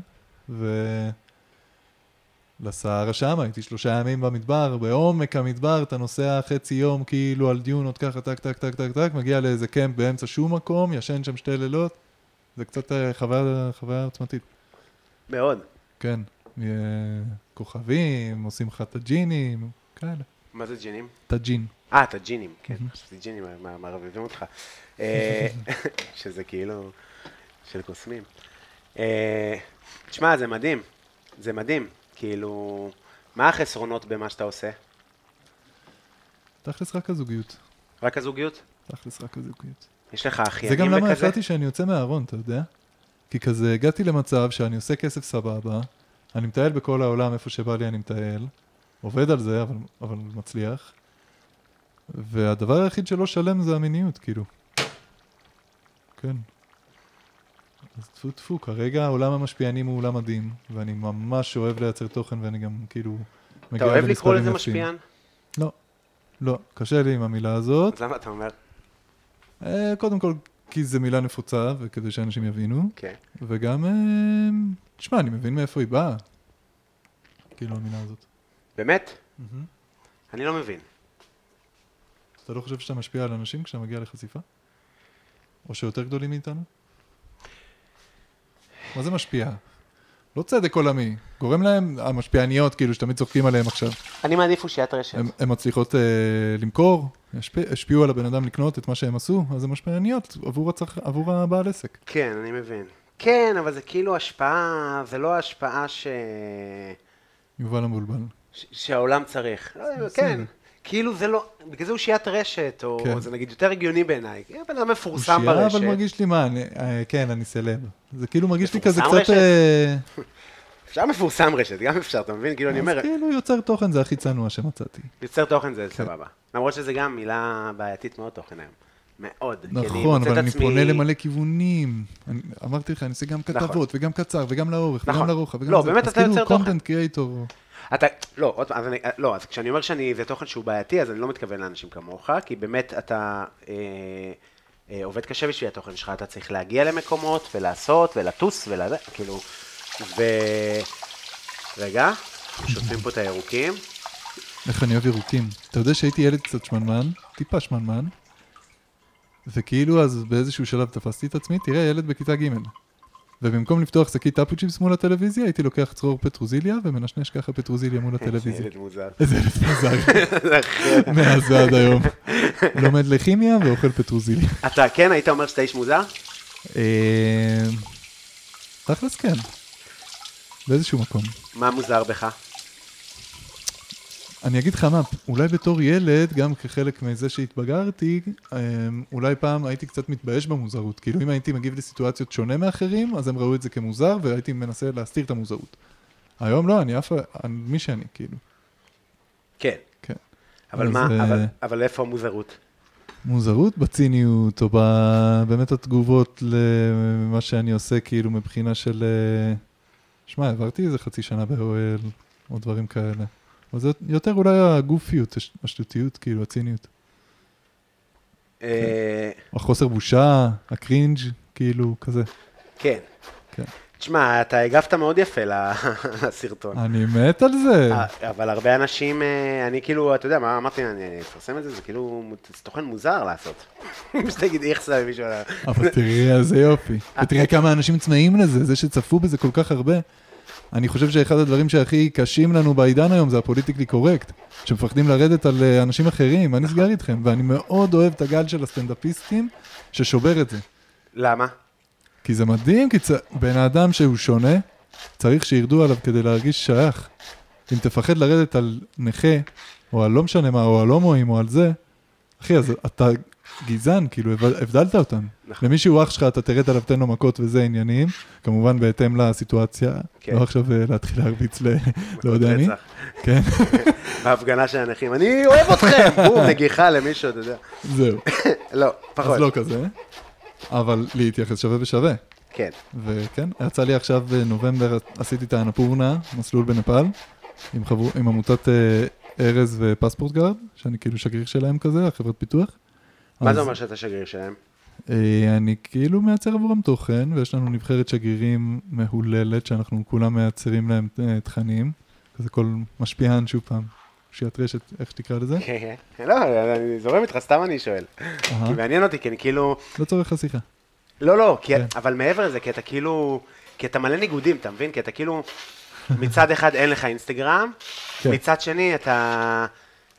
ולסהרה שם הייתי שלושה ימים במדבר, בעומק המדבר, אתה נוסע חצי יום כאילו על דיונות ככה, טק, טק, טק, טק, טק, מגיע לאיזה קמפ באמצע שום מקום, ישן שם שתי לילות, זה קצת אה, חוויה, חוויה עוצמתית. מאוד. כן, אה, כוכבים, עושים לך את הג'ינים, כאלה. מה זה ג'ינים? טאג'ין. אה, את הג'ינים, כן, חשבתי ג'ינים, מערבבים אותך. שזה כאילו, של קוסמים. תשמע, זה מדהים, זה מדהים, כאילו, מה החסרונות במה שאתה עושה? תכלס רק הזוגיות. רק הזוגיות? תכלס רק הזוגיות. יש לך אחיינים וכזה? זה גם למה וכזה? החלטתי שאני יוצא מהארון, אתה יודע? כי כזה הגעתי למצב שאני עושה כסף סבבה, אני מטייל בכל העולם איפה שבא לי אני מטייל, עובד על זה, אבל, אבל מצליח, והדבר היחיד שלא שלם זה המיניות, כאילו. כן. אז תפו תפו, כרגע העולם המשפיענים הוא עולם מדהים, ואני ממש אוהב לייצר תוכן, ואני גם כאילו אתה אוהב לקרוא לזה משפיען? לא, לא, קשה לי עם המילה הזאת. אז למה אתה אומר? קודם כל, כי זו מילה נפוצה, וכדי שאנשים יבינו. כן. וגם, תשמע, אני מבין מאיפה היא באה. כאילו, המילה הזאת. באמת? אני לא מבין. אתה לא חושב שאתה משפיע על אנשים כשאתה מגיע לחשיפה? או שיותר גדולים מאיתנו? מה זה משפיע? לא צדק עולמי. גורם להם, המשפיעניות, כאילו, שתמיד צוחקים עליהם עכשיו. אני מעדיף אושיית רשת. הן מצליחות למכור, השפיעו על הבן אדם לקנות את מה שהם עשו, אז הן משפיעניות עבור הבעל עסק. כן, אני מבין. כן, אבל זה כאילו השפעה, זה לא השפעה ש... יובל המבולבל. שהעולם צריך. כן. כאילו זה לא, בגלל זה אושיית רשת, או זה נגיד יותר הגיוני בעיניי. בן אדם מפורסם ברשת. אושייה, אבל מרגיש לי מה, כן, אני סלב. זה כאילו מרגיש לי כזה קצת... אפשר מפורסם רשת, גם אפשר, אתה מבין? כאילו אני אומר... אז כאילו יוצר תוכן זה הכי צנוע שמצאתי. יוצר תוכן זה סבבה. למרות שזה גם מילה בעייתית מאוד תוכן היום. מאוד. נכון, אבל אני פונה למלא כיוונים. אמרתי לך, אני עושה גם כתבות, וגם קצר, וגם לאורך, וגם לרוחב. לא, באמת אתה יוצר תוכן. קונטנט קריאייטור. אתה, לא, עוד פעם, לא, אז כשאני אומר שאני, זה תוכן שהוא בעייתי, אז אני לא מתכוון לאנשים כמוך, כי באמת אתה אה, אה, עובד קשה בשביל התוכן שלך, אתה צריך להגיע למקומות ולעשות ולטוס ולזה, כאילו, ו... רגע, שוטפים פה את הירוקים. איך אני אוהב ירוקים. אתה יודע שהייתי ילד קצת שמנמן, טיפה שמנמן, וכאילו אז באיזשהו שלב תפסתי את עצמי, תראה ילד בכיתה ג' ובמקום לפתוח שקית טאפו צ'יפס מול הטלוויזיה, הייתי לוקח צרור פטרוזיליה ומנשנש ככה פטרוזיליה מול הטלוויזיה. איזה ילד מוזר. איזה ילד מוזר. מאז ועד היום. לומד לכימיה ואוכל פטרוזיליה. אתה כן, היית אומר שאתה איש מוזר? תכלס כן. באיזשהו מקום. מה מוזר בך? אני אגיד לך מה, אולי בתור ילד, גם כחלק מזה שהתבגרתי, אולי פעם הייתי קצת מתבייש במוזרות. כאילו אם הייתי מגיב לסיטואציות שונה מאחרים, אז הם ראו את זה כמוזר, והייתי מנסה להסתיר את המוזרות. היום לא, אני אף, מי שאני, כאילו. כן. כן. אבל מה, אבל, אבל איפה המוזרות? מוזרות בציניות, או באמת התגובות למה שאני עושה, כאילו מבחינה של... שמע, עברתי איזה חצי שנה באוהל, או דברים כאלה. אבל זה יותר אולי הגופיות, השטותיות, כאילו, הציניות. החוסר בושה, הקרינג', כאילו, כזה. כן. תשמע, אתה הגבת מאוד יפה לסרטון. אני מת על זה. אבל הרבה אנשים, אני כאילו, אתה יודע, מה אמרתי, אני אפרסם את זה, זה כאילו, זה תוכן מוזר לעשות. שתגיד, איך זה מישהו... אבל תראה, איזה יופי. ותראה כמה אנשים צמאים לזה, זה שצפו בזה כל כך הרבה. אני חושב שאחד הדברים שהכי קשים לנו בעידן היום זה הפוליטיקלי קורקט, שמפחדים לרדת על אנשים אחרים, מה נסגר איתכם? ואני מאוד אוהב את הגל של הסטנדאפיסטים ששובר את זה. למה? כי זה מדהים, כי צ... בן האדם שהוא שונה, צריך שירדו עליו כדי להרגיש שייך. אם תפחד לרדת על נכה, או על לא משנה מה, או על הומואים, או על זה, אחי, אז אתה גזען, כאילו, הבדלת אותם. נכון. למי שהוא אח שלך, אתה תרד עליו, תן לו מכות וזה עניינים, כמובן בהתאם לסיטואציה, כן. לא עכשיו להתחיל להרביץ ל... לא יודע אני. כן. בהפגנה של הנכים, אני אוהב אתכם! בום, נגיחה למישהו, אתה יודע. זהו. לא, פחות. אז לא כזה, אבל להתייחס שווה בשווה. כן. וכן, יצא לי עכשיו בנובמבר, עשיתי את האנפורנה, מסלול בנפאל, עם, חבור, עם עמותת ארז ופספורט גארד, שאני כאילו שגריר שלהם כזה, החברת פיתוח. מה אז, זה אומר שאתה שגריר שלהם? אני כאילו מייצר עבורם תוכן, ויש לנו נבחרת שגרירים מהוללת, שאנחנו כולם מייצרים להם תכנים, כזה כל משפיען שוב פעם, שיעת רשת, איך שתקרא לזה? לא, אני זורם איתך, סתם אני שואל. כי מעניין אותי, כי אני כאילו... לא צורך השיחה. לא, לא, אבל מעבר לזה, כי אתה כאילו, כי אתה מלא ניגודים, אתה מבין? כי אתה כאילו, מצד אחד אין לך אינסטגרם, מצד שני אתה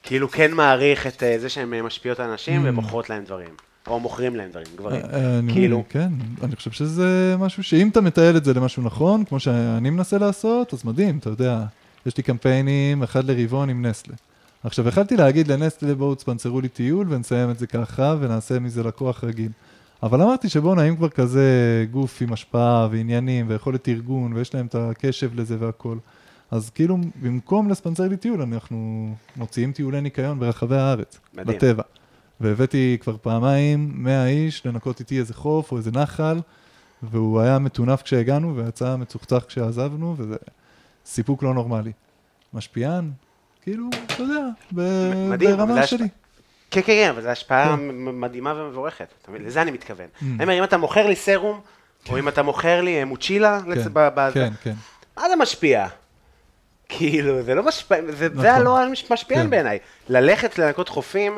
כאילו כן מעריך את זה שהן משפיעות על אנשים ומוכרות להם דברים. או מוכרים להם דברים, גברים. כאילו... כן, אני חושב שזה משהו שאם אתה מטייל את זה למשהו נכון, כמו שאני מנסה לעשות, אז מדהים, אתה יודע. יש לי קמפיינים, אחד לריבון עם נסטלה. עכשיו, יכלתי להגיד לנסטלה, בואו תספנסרו לי טיול, ונסיים את זה ככה, ונעשה מזה לקוח רגיל. אבל אמרתי שבואו נעים כבר כזה גוף עם השפעה ועניינים, ויכולת ארגון, ויש להם את הקשב לזה והכל. אז כאילו, במקום לספנסר לי טיול, אנחנו מוציאים טיולי ניקיון ברחבי הארץ, מדהים. בטבע. והבאתי כבר פעמיים מאה איש לנקות איתי איזה חוף או איזה נחל, והוא היה מטונף כשהגענו, ויצא מצוחצח כשעזבנו, וזה סיפוק לא נורמלי. משפיען, כאילו, אתה יודע, ברמה שלי. כן, כן, כן, אבל זו השפעה מדהימה ומבורכת. לזה אני מתכוון. אני אומר, אם אתה מוכר לי סרום, או אם אתה מוכר לי מוצ'ילה, כן, כן. מה זה משפיע? כאילו, זה לא משפיע, זה לא משפיען בעיניי. ללכת לנקות חופים,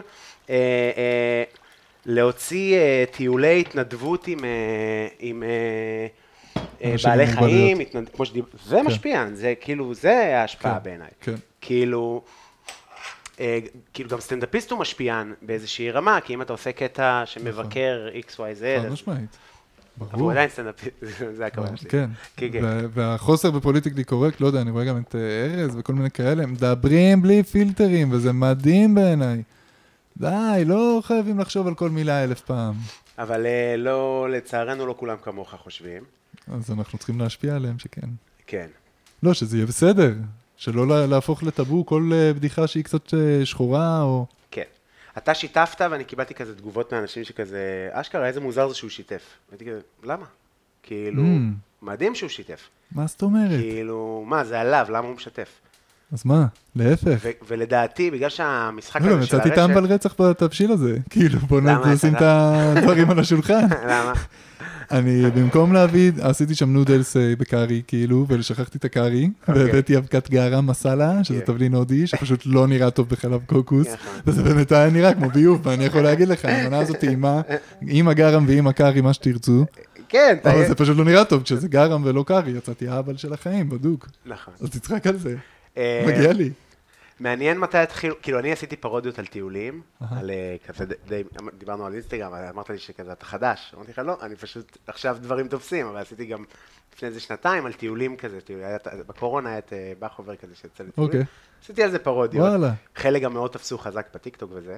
להוציא טיולי התנדבות עם בעלי חיים, זה משפיען, זה כאילו, זה ההשפעה בעיניי. כאילו, כאילו גם סטנדאפיסט הוא משפיען באיזושהי רמה, כי אם אתה עושה קטע שמבקר אקס וואי זד, חד משמעית. אבל הוא עדיין סטנדאפיסט, זה הכוונה שלי. כן, והחוסר בפוליטיקלי קורקט, לא יודע, אני רואה גם את ארז וכל מיני כאלה, הם מדברים בלי פילטרים, וזה מדהים בעיניי. די, לא חייבים לחשוב על כל מילה אלף פעם. אבל לא, לצערנו לא כולם כמוך חושבים. אז אנחנו צריכים להשפיע עליהם שכן. כן. לא, שזה יהיה בסדר. שלא להפוך לטאבו כל בדיחה שהיא קצת שחורה או... כן. אתה שיתפת ואני קיבלתי כזה תגובות מאנשים שכזה, אשכרה, איזה מוזר זה שהוא שיתף. הייתי כזה, למה? כאילו, מדהים שהוא שיתף. מה זאת אומרת? כאילו, מה, זה עליו, למה הוא משתף? אז מה? להפך. ולדעתי, בגלל שהמשחק הזה של הרשת... לא, מצאתי טעם על רצח בתבשיל הזה. כאילו, בוא נשים את הדברים על השולחן. למה? אני במקום להביא, עשיתי שם נודלס בקארי, כאילו, ולשכחתי את הקארי, והבאתי אבקת גרם מסאלה, שזה תבלין הודי, שפשוט לא נראה טוב בחלב קוקוס, וזה באמת היה נראה כמו ביוב, ואני יכול להגיד לך, המנה הזאת טעימה, עם הגרם ועם הקארי, מה שתרצו, כן, אבל זה פשוט לא נראה טוב, כשזה גרם ולא קארי, יצאתי האבל של החיים, בדוק. נכון. אז תצחק על זה, מגיע לי. מעניין מתי התחילו, כאילו אני עשיתי פרודיות על טיולים, על כזה, דיברנו על אינסטגרם, אמרת לי שכזה אתה חדש, אמרתי לך לא, אני פשוט עכשיו דברים תופסים, אבל עשיתי גם לפני איזה שנתיים על טיולים כזה, בקורונה היה את בחובר כזה שיצא לטיולים, עשיתי על זה פרודיות, חלק גם מאוד תפסו חזק בטיקטוק וזה.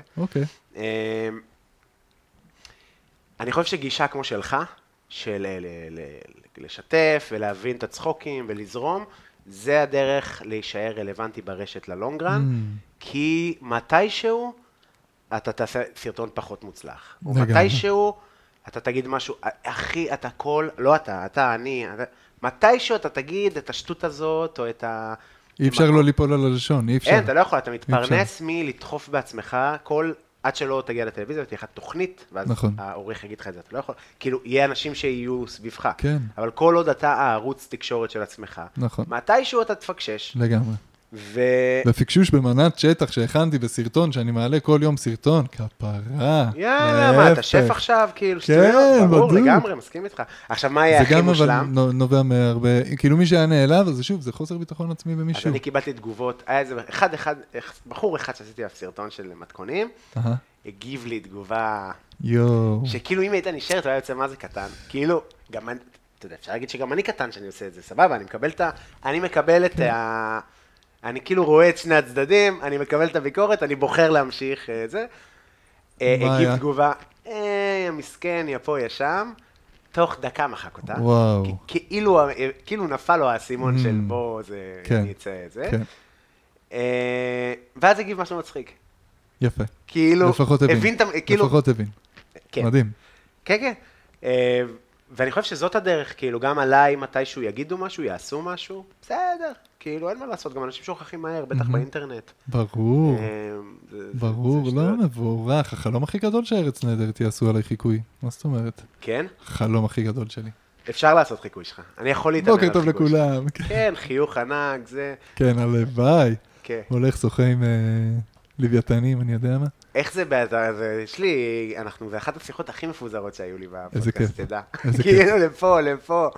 אני חושב שגישה כמו שלך, של לשתף ולהבין את הצחוקים ולזרום, זה הדרך להישאר רלוונטי ברשת ללונגרן, mm. כי מתישהו אתה תעשה סרטון פחות מוצלח. או מתישהו אתה תגיד משהו, אחי, אתה כל, לא אתה, אתה, אני, אתה, מתישהו אתה תגיד את השטות הזאת, או את ה... אי אפשר לא ליפול על הלשון, אי אפשר. אין, אתה לא יכול, אתה מתפרנס מלדחוף בעצמך, כל... עד שלא תגיע לטלוויזיה, תהיה לך תוכנית, ואז נכון. העורך יגיד לך את זה, אתה לא יכול, כאילו, יהיה אנשים שיהיו סביבך, כן. אבל כל עוד אתה הערוץ תקשורת של עצמך, נכון. מתישהו אתה תפקשש. לגמרי. ו... ופיקשוש במנת שטח שהכנתי בסרטון, שאני מעלה כל יום סרטון, כפרה. יאללה, מה, אתה שף עכשיו, כאילו, שטויות, ברור, לגמרי, מסכים איתך. עכשיו, מה יהיה הכי מושלם? זה גם אבל נובע מהרבה, כאילו מי שהיה נעלב, אז שוב, זה חוסר ביטחון עצמי במישהו. אז אני קיבלתי תגובות, היה איזה, אחד, אחד, בחור אחד שעשיתי עליו סרטון של מתכונים, הגיב לי תגובה, שכאילו אם הייתה נשארת, הוא היה יוצא מה זה קטן, כאילו, גם אני, אתה יודע, אפשר להגיד שגם אני קטן שאני עושה את זה, סבבה, אני מקבל את ה... אני מקבל את ה... אני כאילו רואה את שני הצדדים, אני מקבל את הביקורת, אני בוחר להמשיך את זה. הגיב תגובה, אה, מסכן, יא פה, יא שם, תוך דקה מחק אותה. וואו. כאילו נפל לו האסימון של בוא, זה יצא את זה. ואז הגיב משהו מצחיק. יפה. כאילו, לפחות הבין. לפחות הבין. מדהים. כן, כן. ואני חושב שזאת הדרך, כאילו, גם עליי מתישהו יגידו משהו, יעשו משהו, בסדר. כאילו, אין מה לעשות, גם אנשים שוכחים מהר, בטח באינטרנט. ברור. ברור, לא מבורך. החלום הכי גדול שהארץ נהדרת יעשו עליי חיקוי. מה זאת אומרת? כן? החלום הכי גדול שלי. אפשר לעשות חיקוי שלך. אני יכול להתאמן על חיקוי שלך. בוקר טוב לכולם. כן, חיוך ענק, זה... כן, הלוואי. הולך שוחה עם לוויתנים, אני יודע מה. איך זה בעצם, יש לי, אנחנו, זה אחת השיחות הכי מפוזרות שהיו לי בפודקאסט, תדע. איזה כיף. כאילו, לפה, לפה.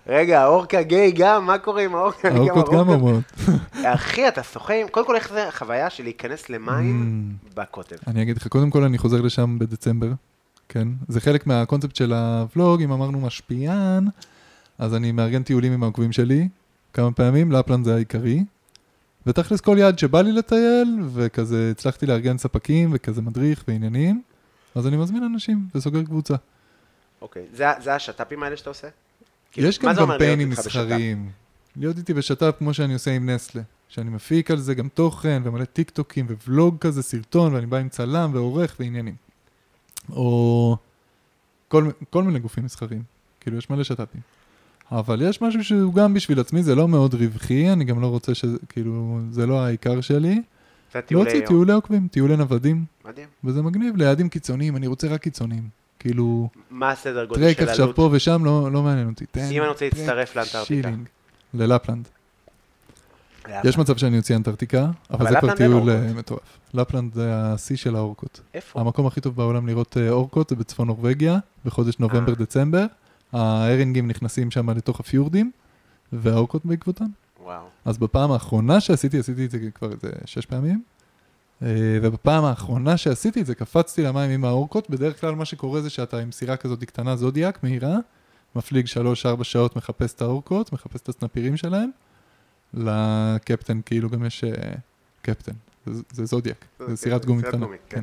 רגע, האורקה גיי גם, מה קורה עם האורקה? האורקות גם אומרות. אחי, אתה שוחה עם, קודם כל איך זה החוויה של להיכנס למים בקוטב? אני אגיד לך, קודם כל אני חוזר לשם בדצמבר, כן? זה חלק מהקונספט של הוולוג, אם אמרנו משפיען, אז אני מארגן טיולים עם העוקבים שלי, כמה פעמים, לפלנד זה העיקרי, ותכלס כל יעד שבא לי לטייל, וכזה הצלחתי לארגן ספקים, וכזה מדריך ועניינים, אז אני מזמין אנשים וסוגר קבוצה. אוקיי, זה, זה השטאפים האלה שאתה עושה? יש גם קמפיינים מסחריים. להיות איתי בשטאפ כמו שאני עושה עם נסלה, שאני מפיק על זה גם תוכן, ומלא טיק טוקים וולוג כזה, סרטון, ואני בא עם צלם ועורך ועניינים. או כל, כל מיני גופים מסחריים. כאילו, יש מלא שטאפים. אבל יש משהו שהוא גם בשביל עצמי, זה לא מאוד רווחי, אני גם לא רוצה ש... כאילו, זה לא העיקר שלי. לא רוצה טיולי עוקבים, טיולי נוודים. מדהים. וזה מגניב, ליעדים קיצוניים, אני רוצה רק קיצוניים. כאילו... מה הסדר גודל טרק של עלות? עכשיו פה ושם לא, לא מעניין אותי. אם אני רוצה להצטרף לאנטארקטיקה. ללפלנד. יש מצב שאני יוצא אנטארקטיקה, אבל זה כבר טיול מטורף. לפלנד זה השיא של האורקות. איפה? המקום הכי טוב בעולם לראות אורקות זה בצפון נורווגיה, בחודש נובמבר-דצמבר. הארינגים נכנסים שם לתוך הפיורדים, והאורקות בעקבותם. וואו. אז בפעם האחרונה שעשיתי, עשיתי את זה כבר איזה שש פעמים, ובפעם האחרונה שעשיתי את זה, קפצתי למים עם האורקות, בדרך כלל מה שקורה זה שאתה עם סירה כזאת קטנה זודיאק, מהירה, מפליג שלוש ארבע שעות, מחפש את האורקות, מחפש את הסנפירים שלהם, לקפטן כאילו גם יש קפטן, זה זודיאק, זה סירת גומי קטנה. כן.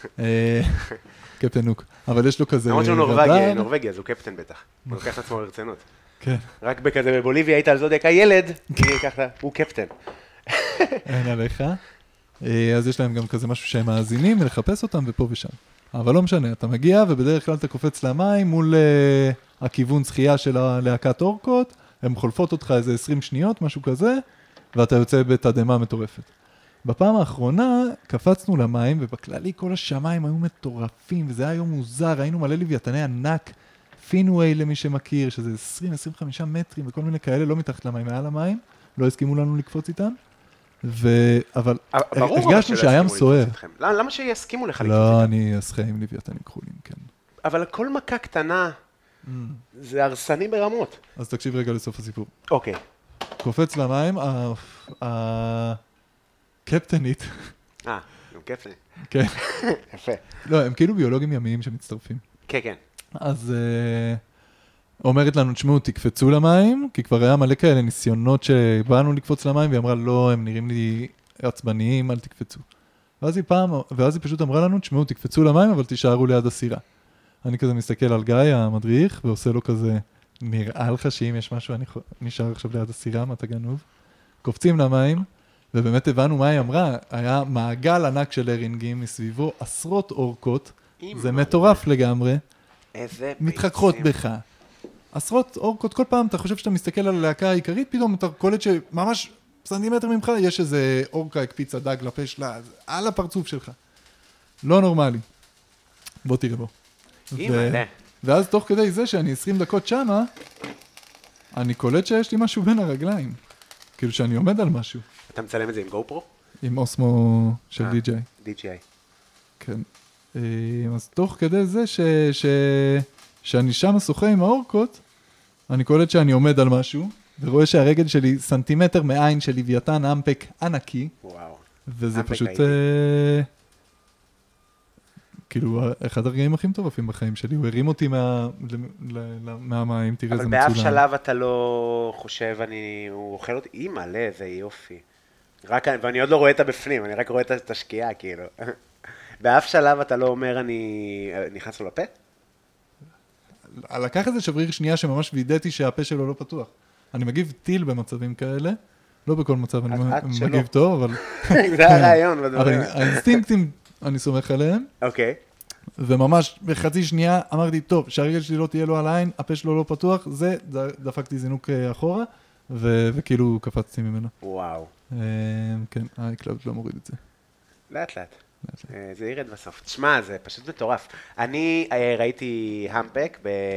קפטן נוק, אבל יש לו כזה... למרות שהוא נורווגיה, נורווגיה, זו קפטן בטח. הוא לוקח את עצמו ברצינות. כן. רק בכזה בבוליביה היית על זודיאק, הילד, הוא קפטן. אין עליך. אז יש להם גם כזה משהו שהם מאזינים ולחפש אותם ופה ושם. אבל לא משנה, אתה מגיע ובדרך כלל אתה קופץ למים מול uh, הכיוון שחייה של הלהקת אורקות, הן חולפות אותך איזה עשרים שניות, משהו כזה, ואתה יוצא בתדמה מטורפת. בפעם האחרונה קפצנו למים, ובכללי כל השמיים היו מטורפים, וזה היה יום מוזר, היינו מלא לוויתני ענק, פינווי למי שמכיר, שזה עשרים עד עשרים וחמישה מטרים וכל מיני כאלה, לא מתחת למים, מעל המים, לא הסכימו לנו לקפוץ איתם. ו... אבל הרגשנו שהים סוער. למה שיסכימו לך לקפוץ איתם? איתם? לא, אני אסחה עם לוויתנים כחולים, כן. אבל כל מכה קטנה, זה הרסני ברמות. אז תקשיב רגע לסוף הסיפור. אוקיי. קופץ למים, הקפטנית. אה, גם קפטנית. כן. יפה. לא, הם כאילו ביולוגים ימיים שמצטרפים. כן, כן. אז אומרת לנו, תשמעו, תקפצו למים, כי כבר היה מלא כאלה ניסיונות שבאנו לקפוץ למים, והיא אמרה, לא, הם נראים לי עצבניים, אל תקפצו. ואז היא פעם, ואז היא פשוט אמרה לנו, תשמעו, תקפצו למים, אבל תישארו ליד הסירה. אני כזה מסתכל על גיא, המדריך, ועושה לו כזה, נראה לך שאם יש משהו, אני נשאר עכשיו ליד הסירה, מה אתה גנוב? קופצים למים, ובאמת הבנו מה היא אמרה, היה מעגל ענק של הרינגים מסביבו, עשרות אורקות, זה מטורף לגמרי, מתחככות בך. עשרות אורקות, כל פעם אתה חושב שאתה מסתכל על הלהקה העיקרית, פתאום אתה קולט שממש סנטימטר ממך, יש איזה אורקה הקפיצה דג לפה שלה, על הפרצוף שלך. לא נורמלי. בוא תראה בו. ו... ואז תוך כדי זה שאני עשרים דקות שמה, אני קולט שיש לי משהו בין הרגליים. כאילו שאני עומד על משהו. אתה מצלם את זה עם גופרו? עם אוסמו של די ג'יי. די ג'יי. כן. אז תוך כדי זה ש... ש... שאני שם שוחה עם האורקות, אני קולט שאני עומד על משהו, ורואה שהרגל שלי סנטימטר מעין של לוויתן אמפק ענקי. וואו. וזה פשוט... כאילו, אחד הרגעים הכי מטורפים בחיים שלי, הוא הרים אותי מהמים, תראה איזה מצולם. אבל באף שלב אתה לא חושב, הוא אוכל אותי, אי מלא, איזה יופי. ואני עוד לא רואה את הבפנים, אני רק רואה את השקיעה, כאילו. באף שלב אתה לא אומר, אני נכנס לו לפה? לקח איזה שבריר שנייה שממש וידאתי שהפה שלו לא פתוח. אני מגיב טיל במצבים כאלה, לא בכל מצב אני מגיב טוב, אבל... זה הרעיון בדברים. אבל האינסטינקטים, אני סומך עליהם. אוקיי. וממש בחצי שנייה אמרתי, טוב, שהרגל שלי לא תהיה לו על העין, הפה שלו לא פתוח, זה, דפקתי זינוק אחורה, וכאילו קפצתי ממנו. וואו. כן, האייקלאוד לא מוריד את זה. לאט לאט. זה ירד בסוף. תשמע, זה פשוט מטורף. אני ראיתי המפק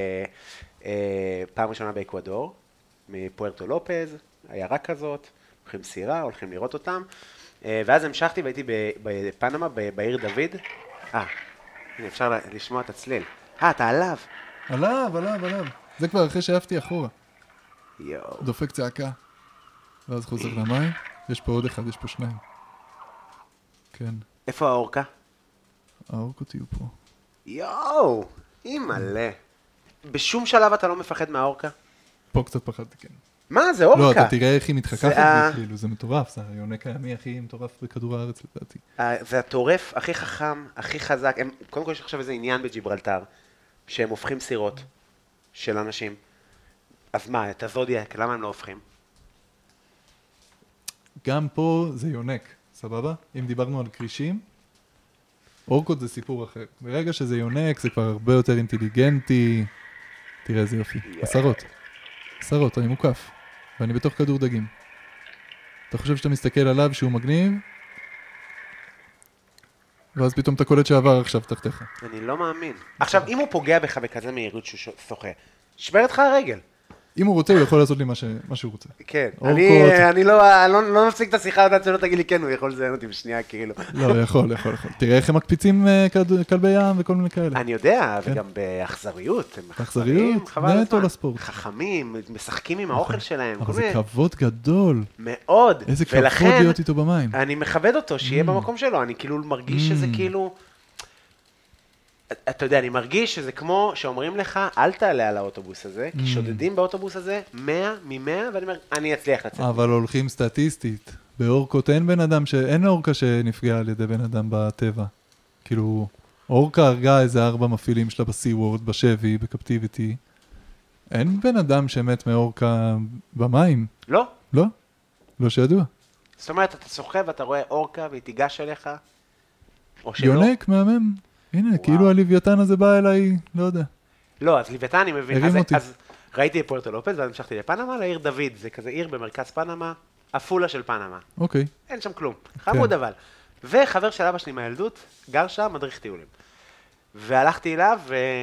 בפעם ראשונה באקוודור, מפוארטו לופז, עיירה כזאת, הולכים סירה, הולכים לראות אותם, ואז המשכתי והייתי בפנמה, בעיר דוד. אה, אפשר לשמוע את הצליל. אה, אתה עליו. עליו, עליו, עליו. זה כבר אחרי שאהבתי אחורה. יואו. דופק צעקה, ואז חוזר למים. יש פה עוד אחד, יש פה שניים. כן. איפה האורקה? האורקות יהיו פה. יואו, אימא'לה. בשום שלב אתה לא מפחד מהאורקה? פה קצת פחדתי, כן. מה, זה אורקה? לא, אתה תראה איך היא מתחככת, זה... כאילו, זה מטורף, זה היונק הימי הכי מטורף בכדור הארץ, לדעתי. זה הטורף הכי חכם, הכי חזק. הם, קודם כל יש עכשיו איזה עניין בג'יברלטר, שהם הופכים סירות של אנשים. אז מה, את הזודיאק, למה הם לא הופכים? גם פה זה יונק, סבבה? אם דיברנו על קרישים, אורקות זה סיפור אחר. ברגע שזה יונק, זה כבר הרבה יותר אינטליגנטי. תראה איזה יופי. עשרות. עשרות, אני מוקף. ואני בתוך כדור דגים. אתה חושב שאתה מסתכל עליו שהוא מגניב, ואז פתאום אתה קולט שעבר עכשיו תחתיך. אני לא מאמין. עכשיו, אם הוא פוגע בך בכזה מהירות שהוא שוחה, שבר לך הרגל. אם הוא רוצה, הוא יכול לעשות לי מה, ש... מה שהוא רוצה. כן. אורקות. אני, אני לא, לא, לא נפסיק את השיחה עד שלא תגיד לי כן, הוא יכול לזיין אותי בשנייה, כאילו. לא, יכול, יכול, יכול. תראה איך הם מקפיצים uh, כד... כלבי ים וכל מיני כאלה. אני יודע, כן. וגם באכזריות. הם באכזריות, נטו לספורט. חכמים, משחקים עם האוכל שלהם. אבל זה כבוד גדול. מאוד. איזה כבוד להיות איתו במים. אני מכבד אותו, שיהיה במקום שלו. אני כאילו מרגיש שזה כאילו... אתה יודע, אני מרגיש שזה כמו שאומרים לך, אל תעלה על האוטובוס הזה, כי שודדים באוטובוס הזה מאה ממאה, ואני אומר, אני אצליח לצאת. אבל הולכים סטטיסטית. באורקות אין בן אדם, ש... אין אורקה שנפגעה על ידי בן אדם בטבע. כאילו, אורקה הרגה איזה ארבע מפעילים שלה בסי וורד, בשבי, בקפטיביטי. אין בן אדם שמת מאורקה במים. לא. לא? לא שידוע. זאת אומרת, אתה שוכב ואתה רואה אורקה והיא תיגש אליך, או שלא. יונק, מהמם. הנה, כאילו הלוויתן הזה בא אליי, לא יודע. לא, אז לוויתן אני מבין. הרים אז, אותי. אז ראיתי את פוארטו לופז, ואז המשכתי לפנמה, לעיר דוד. זה כזה עיר במרכז פנמה, אפולה של פנמה. אוקיי. אין שם כלום. חמוד אבל. וחבר של אבא שלי מהילדות, גר שם, מדריך טיולים. והלכתי אליו,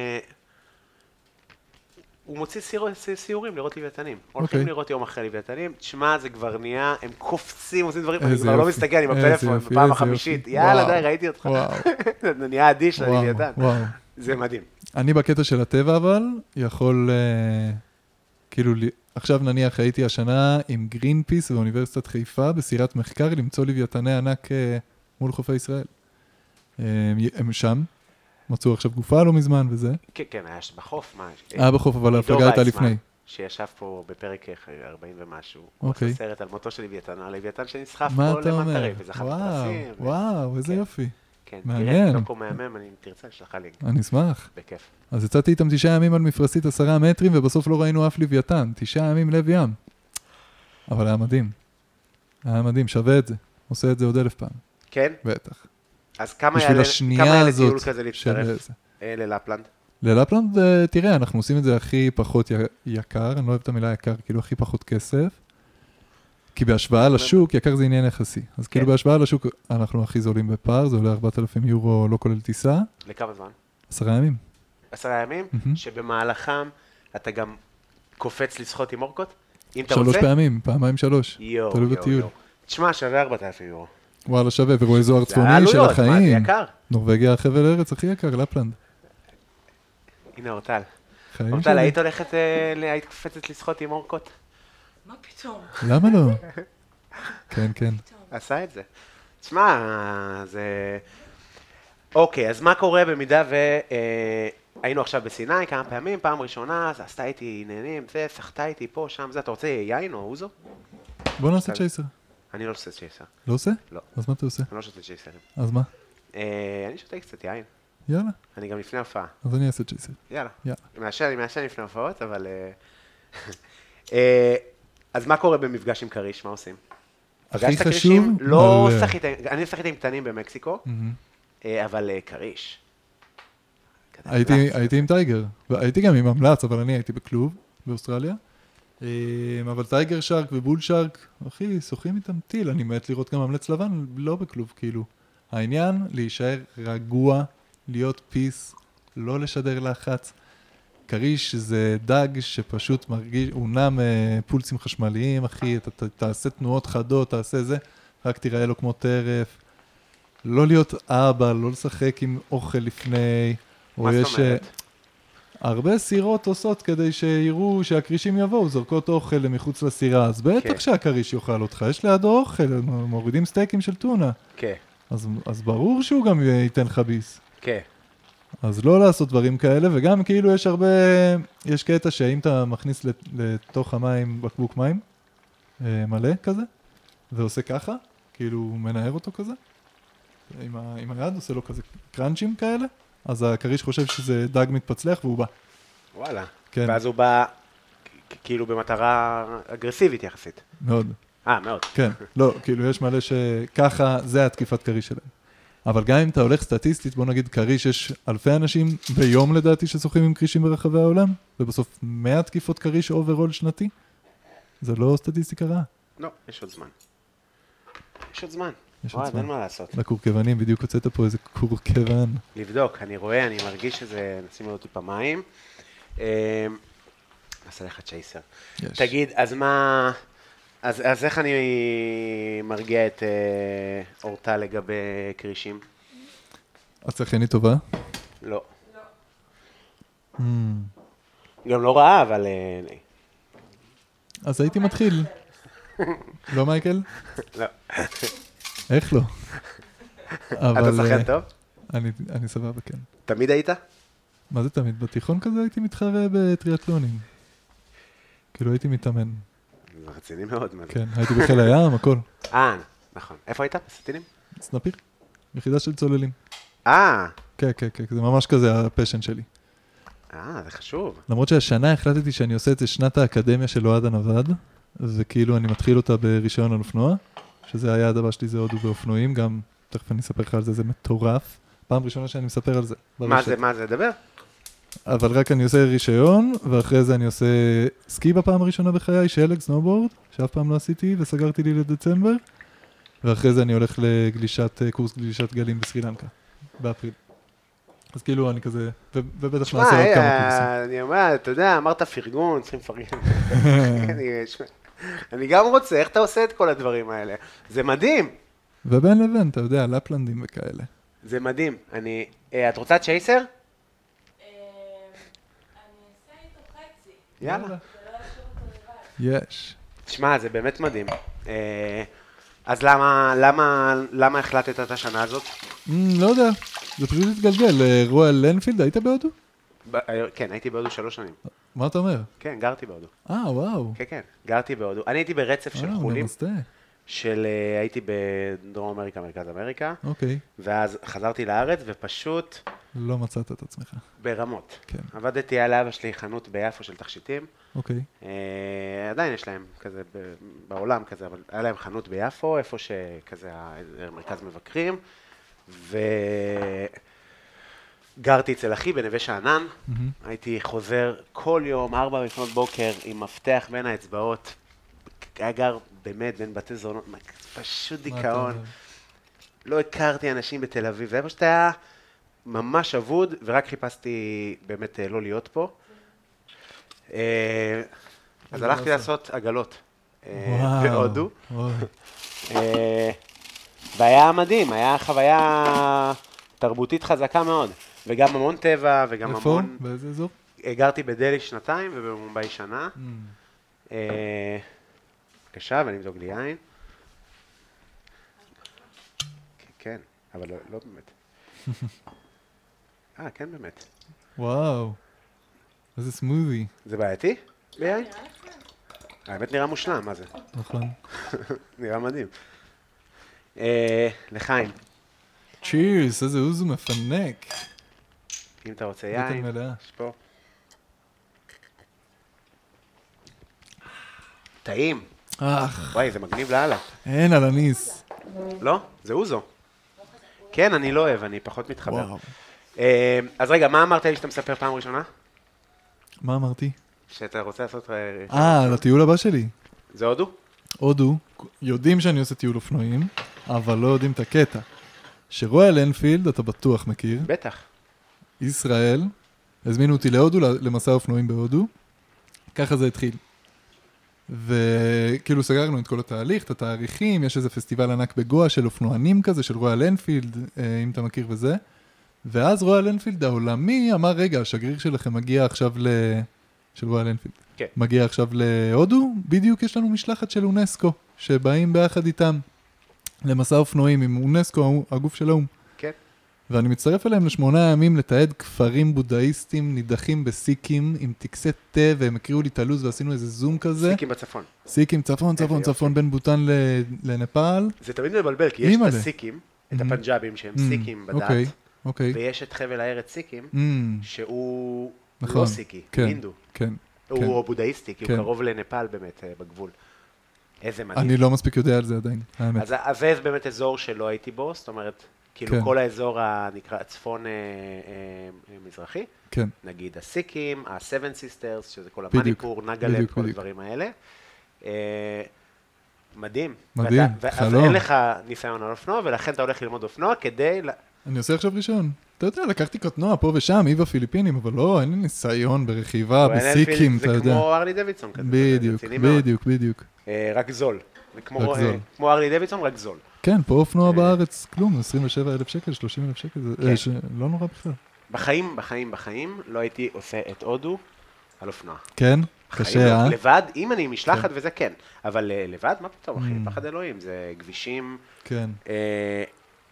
והוא מוציא סיור... סיורים לראות לוויתנים. הולכים לראות יום אחרי לוויתנים. תשמע, זה כבר נהיה, הם קופצים, עושים דברים, אני כבר לא מסתכל, אני בפלאפון, בפעם החמישית. יאללה, די, ראיתי אותך. זה נהיה אדיש ללוויתן. זה מדהים. אני בקטע של הטבע אבל, יכול, כאילו, עכשיו נניח הייתי השנה עם גרינפיס באוניברסיטת חיפה, בסירת מחקר, למצוא לוויתני ענק מול חופי ישראל. הם שם, מצאו עכשיו גופה לא מזמן וזה. כן, כן, היה בחוף, מה? היה בחוף, אבל ההפלגה הייתה לפני. שישב פה בפרק ארבעים ומשהו. אוקיי. הוא עושה סרט על מותו של לוויתן, הלוויתן שנסחף מה פה אתה אומר? למנטרים, וזכה בפרסים. וואו, איזה יופי. כן, מעניין. תראה, לא פה מהמם, אני תרצה, יש לך לינק. אני אשמח. בכיף. אז יצאתי איתם תשעה ימים על מפרסית עשרה מטרים, ובסוף לא ראינו אף לוויתן. תשעה ימים לב ים. אבל היה מדהים. היה מדהים, שווה את זה. עושה את זה עוד אלף פעם. כן? בטח. אז כמה בשביל השנייה יעלה הזאת טיול כזה להצטרף ללפלנד? ללפלנד, תראה, אנחנו עושים את זה הכי פחות יקר, אני לא אוהב את המילה יקר, כאילו הכי פחות כסף. כי בהשוואה לשוק, יקר זה עניין יחסי. אז כאילו בהשוואה לשוק, אנחנו הכי זולים בפאר, זה עולה ארבעת אלפים יורו, לא כולל טיסה. לכמה זמן? עשרה ימים. עשרה ימים? שבמהלכם אתה גם קופץ לשחות עם אורקות? אם אתה שלוש רוצה? פעמים, פעמיים שלוש. יו, תלוי יו, בטיול. יו. תשמע, שווה ארבעת אלפים יורו. וואלה, שווה, ורואה זוהר זה צפוני של העלויות, החיים. מה, זה יקר? נורווגיה החבל ארץ הכי יקר, לפלנד. הנה אורטל. חיים אורטל, שלי. היית הולכת, אה, ל- היית קופצת לשחות עם אורקות? מה פתאום? למה לא? כן, כן. עשה את זה. תשמע, זה... אוקיי, אז מה קורה במידה ו... אה, היינו עכשיו בסיני כמה פעמים, פעם ראשונה, אז עשתה איתי עניינים, זה, שחתה איתי פה, שם, זה, אתה רוצה יין או אוזו? בוא נעשה צ'ייסר. אני לא עושה צ'ייסר. לא עושה? לא. אז מה אתה עושה? אני לא שותה צ'ייסרים. אז מה? אה, אני שותה קצת יין. יאללה. אני גם לפני הופעה. אז אני אעשה צ'ייסר. יאללה. יאללה. אני מעשן, אני מעשן לפני הופעות, אבל... אה, אה, אז מה קורה במפגש עם קריש? מה עושים? הכי פגשת חשוב... קרישים? לא מלא. שחית, אני שחית עם קטנים במקסיקו, מהמם. אה, אבל אה, קריש. כזה הייתי, המלץ. הייתי עם טייגר, והייתי גם עם המלץ, אבל אני הייתי בכלוב באוסטרליה. אה, אבל טייגר שרק ובול שרק, אחי, שוחים איתם טיל, אני מת לראות גם המלץ לבן, לא בכלוב, כאילו. העניין, להישאר רגוע, להיות פיס, לא לשדר לחץ. קריש זה דג שפשוט מרגיש, הוא נע מפולסים חשמליים, אחי, אתה ת, תעשה תנועות חדות, תעשה זה, רק תיראה לו כמו טרף. לא להיות אבא, לא לשחק עם אוכל לפני. מה זאת אומרת? הרבה סירות עושות כדי שיראו שהקרישים יבואו, זורקות אוכל למחוץ לסירה, אז בטח שהקריש יאכל אותך, יש לידו אוכל, מורידים סטייקים של טונה. כן. אז, אז ברור שהוא גם ייתן לך ביס. כן. אז לא לעשות דברים כאלה, וגם כאילו יש הרבה, יש קטע שאם אתה מכניס לתוך המים בקבוק מים, מלא כזה, ועושה ככה, כאילו הוא מנער אותו כזה, עם, ה, עם היד עושה לו כזה קראנצ'ים כאלה, אז הקריש חושב שזה דג מתפצלח והוא בא. וואלה. כן. ואז הוא בא כאילו במטרה אגרסיבית יחסית. מאוד. אה, מאוד. כן, לא, כאילו יש מלא שככה, זה התקיפת קריש שלהם. אבל גם אם אתה הולך סטטיסטית, בוא נגיד קריש, יש אלפי אנשים ביום לדעתי ששוחים עם קרישים ברחבי העולם, ובסוף מאה תקיפות קריש אוברול שנתי. זה לא סטטיסטיקה רעה. לא, יש עוד זמן. יש עוד זמן. יש עוד וואי, זמן. אין מה לעשות. לקורקבנים, בדיוק הוצאת פה איזה קורקבן. לבדוק, אני רואה, אני מרגיש שזה, נשים לו טיפה מים. אה, נעשה לך צ'ייסר. יש. תגיד, אז מה... אז, אז איך אני מרגיע את אה, אורטל לגבי קרישים? את שחיינית טובה? לא. Mm. גם לא רעה, אבל... אה, אז הייתי מתחיל. לא מייקל? לא. איך לא? אתה שחקן טוב? אני, אני סבבה, כן. תמיד היית? מה זה תמיד? בתיכון כזה הייתי מתחרה בטריאטלונים. כאילו הייתי מתאמן. זה רציני מאוד. כן, הייתי בחיל הים, הכל. אה, נכון. איפה היית? בסטינים? סנפיר. יחידה של צוללים. אה. כן, כן, כן, זה ממש כזה הפשן שלי. אה, זה חשוב. למרות שהשנה החלטתי שאני עושה את זה שנת האקדמיה של אוהד הנווד, וכאילו אני מתחיל אותה ברישיון על אופנוע, שזה היעד הבא שלי, זה הודו באופנועים, גם תכף אני אספר לך על זה, זה מטורף. פעם ראשונה שאני מספר על זה. מה זה, מה זה, דבר? אבל רק אני עושה רישיון, ואחרי זה אני עושה סקי בפעם הראשונה בחיי, שלג, סנובורד, שאף פעם לא עשיתי, וסגרתי לי לדצמבר, ואחרי זה אני הולך לגלישת, קורס גלישת גלים בסרילנקה, באפריל. אז כאילו אני כזה, ובטח נעשה עוד כמה קורסים. אני אומר, אתה יודע, אמרת פרגון, צריכים לפרגן. אני גם רוצה, איך אתה עושה את כל הדברים האלה? זה מדהים. ובין לבין, אתה יודע, לפלנדים וכאלה. זה מדהים. אני, את רוצה צ'ייסר? יאללה. יש. תשמע, זה באמת מדהים. אז למה, למה, למה החלטת את השנה הזאת? לא יודע, זה פשוט התגלגל. רואל לנפילד, היית בהודו? כן, הייתי בהודו שלוש שנים. מה אתה אומר? כן, גרתי בהודו. אה, וואו. כן, כן, גרתי בהודו. אני הייתי ברצף של חולים. נמסתה. של הייתי בדרום אמריקה, מרכז אמריקה. אוקיי. ואז חזרתי לארץ ופשוט... לא מצאת את עצמך. ברמות. כן. עבדתי על אבא שלי חנות ביפו של תכשיטים. אוקיי. אה, עדיין יש להם כזה ב- בעולם כזה, אבל היה להם חנות ביפו, איפה שכזה מרכז מבקרים. וגרתי אצל אחי בנווה שאנן. Mm-hmm. הייתי חוזר כל יום, ארבע לפנות בוקר, עם מפתח בין האצבעות. היה גר באמת בין בתי זונות, פשוט דיכאון. לא הכרתי אנשים בתל אביב, זה פשוט היה ממש אבוד, ורק חיפשתי באמת לא להיות פה. אז הלכתי לעשות עגלות בהודו. והיה מדהים, היה חוויה תרבותית חזקה מאוד, וגם המון טבע, וגם המון... איפה? באיזה אזור? גרתי בדלי שנתיים ובמומביי שנה. קשה, ואני מזוג לי יין. כן, אבל לא, לא באמת. אה, כן באמת. וואו, איזה סמודי. זה בעייתי? ביין? האמת נראה מושלם, מה זה? נכון. נראה מדהים. לחיים. צ'ירס, איזה אוזו מפנק. אם אתה רוצה יין, יש פה. טעים. אך. וואי, זה מגניב לאללה. אין על הניס. לא? זה אוזו. כן, אני לא אוהב, אני פחות מתחבר. וואו. אז רגע, מה אמרת לי שאתה מספר פעם ראשונה? מה אמרתי? שאתה רוצה לעשות... אה, לטיול הבא שלי. זה הודו? הודו, יודעים שאני עושה טיול אופנועים, אבל לא יודעים את הקטע. שרואל אנפילד, אתה בטוח מכיר. בטח. ישראל, הזמינו אותי להודו, למסע אופנועים בהודו. ככה זה התחיל. וכאילו סגרנו את כל התהליך, את התאריכים, יש איזה פסטיבל ענק בגואה של אופנוענים כזה, של רואל אנפילד, אם אתה מכיר וזה. ואז רויאל אנפילד העולמי אמר, רגע, השגריר שלכם מגיע עכשיו ל... של רויאל אנפילד. כן. מגיע עכשיו להודו, בדיוק יש לנו משלחת של אונסקו, שבאים ביחד איתם למסע אופנועים עם אונסקו, הגוף של האום. כן. ואני מצטרף אליהם לשמונה ימים לתעד כפרים בודהיסטים נידחים בסיקים עם טקסי תה, והם הקריאו לי את הלוז ועשינו איזה זום כזה. סיקים בצפון. סיקים, צפון, צפון, צפון, בין בוטן לנפאל. זה תמיד מבלבל, כי יש את הסיקים, את הפנג'אבים שהם סיקים בדת, אוקיי, אוקיי. ויש את חבל הארץ סיקים, שהוא נכון, לא סיקי, כן, הינדו. כן. הוא בודהיסטי, כי כן. הוא קרוב לנפאל באמת בגבול. איזה מדהים. אני לא מספיק יודע על זה עדיין, האמת. אז, אז זה באמת אזור שלא הייתי בו, זאת אומרת, כאילו כן. כל האזור הנקרא הצפון אה, אה, מזרחי, כן. נגיד הסיקים, ה-Seven Sisters, שזה כל בדיוק, המניפור, נגלב, בדיוק, כל בדיוק. הדברים האלה. אה, מדהים. מדהים, ואתה, חלום. אז אין לך ניסיון על אופנוע, ולכן אתה הולך ללמוד אופנוע כדי... אני עושה עכשיו ראשון. אתה יודע, לקחתי קטנוע פה ושם, אי בפיליפינים, אבל לא, אין לי ניסיון ברכיבה, בסיקים, אתה זה יודע. כמו ארלי דוידסון כזה. בדיוק, בדיוק, בדיוק. אה, רק זול. זה כמו, רק זול. אה, כמו ארלי דוידסון, רק זול. כן, פה אופנוע בארץ, כלום, עשרים ושבעה אלף שקל, שלושים אלף שקל, זה כן. אה, ש- לא נורא בכלל. בחיים, בחיים, בחיים, לא הייתי עושה את הודו על אופנוע. כן? בחיים קשה, לא. אה? לבד, אם אני עם משלחת וזה כן. אבל אה, לבד, מה פתאום, אחי? פחד אלוהים, זה כבישים, כן. אה,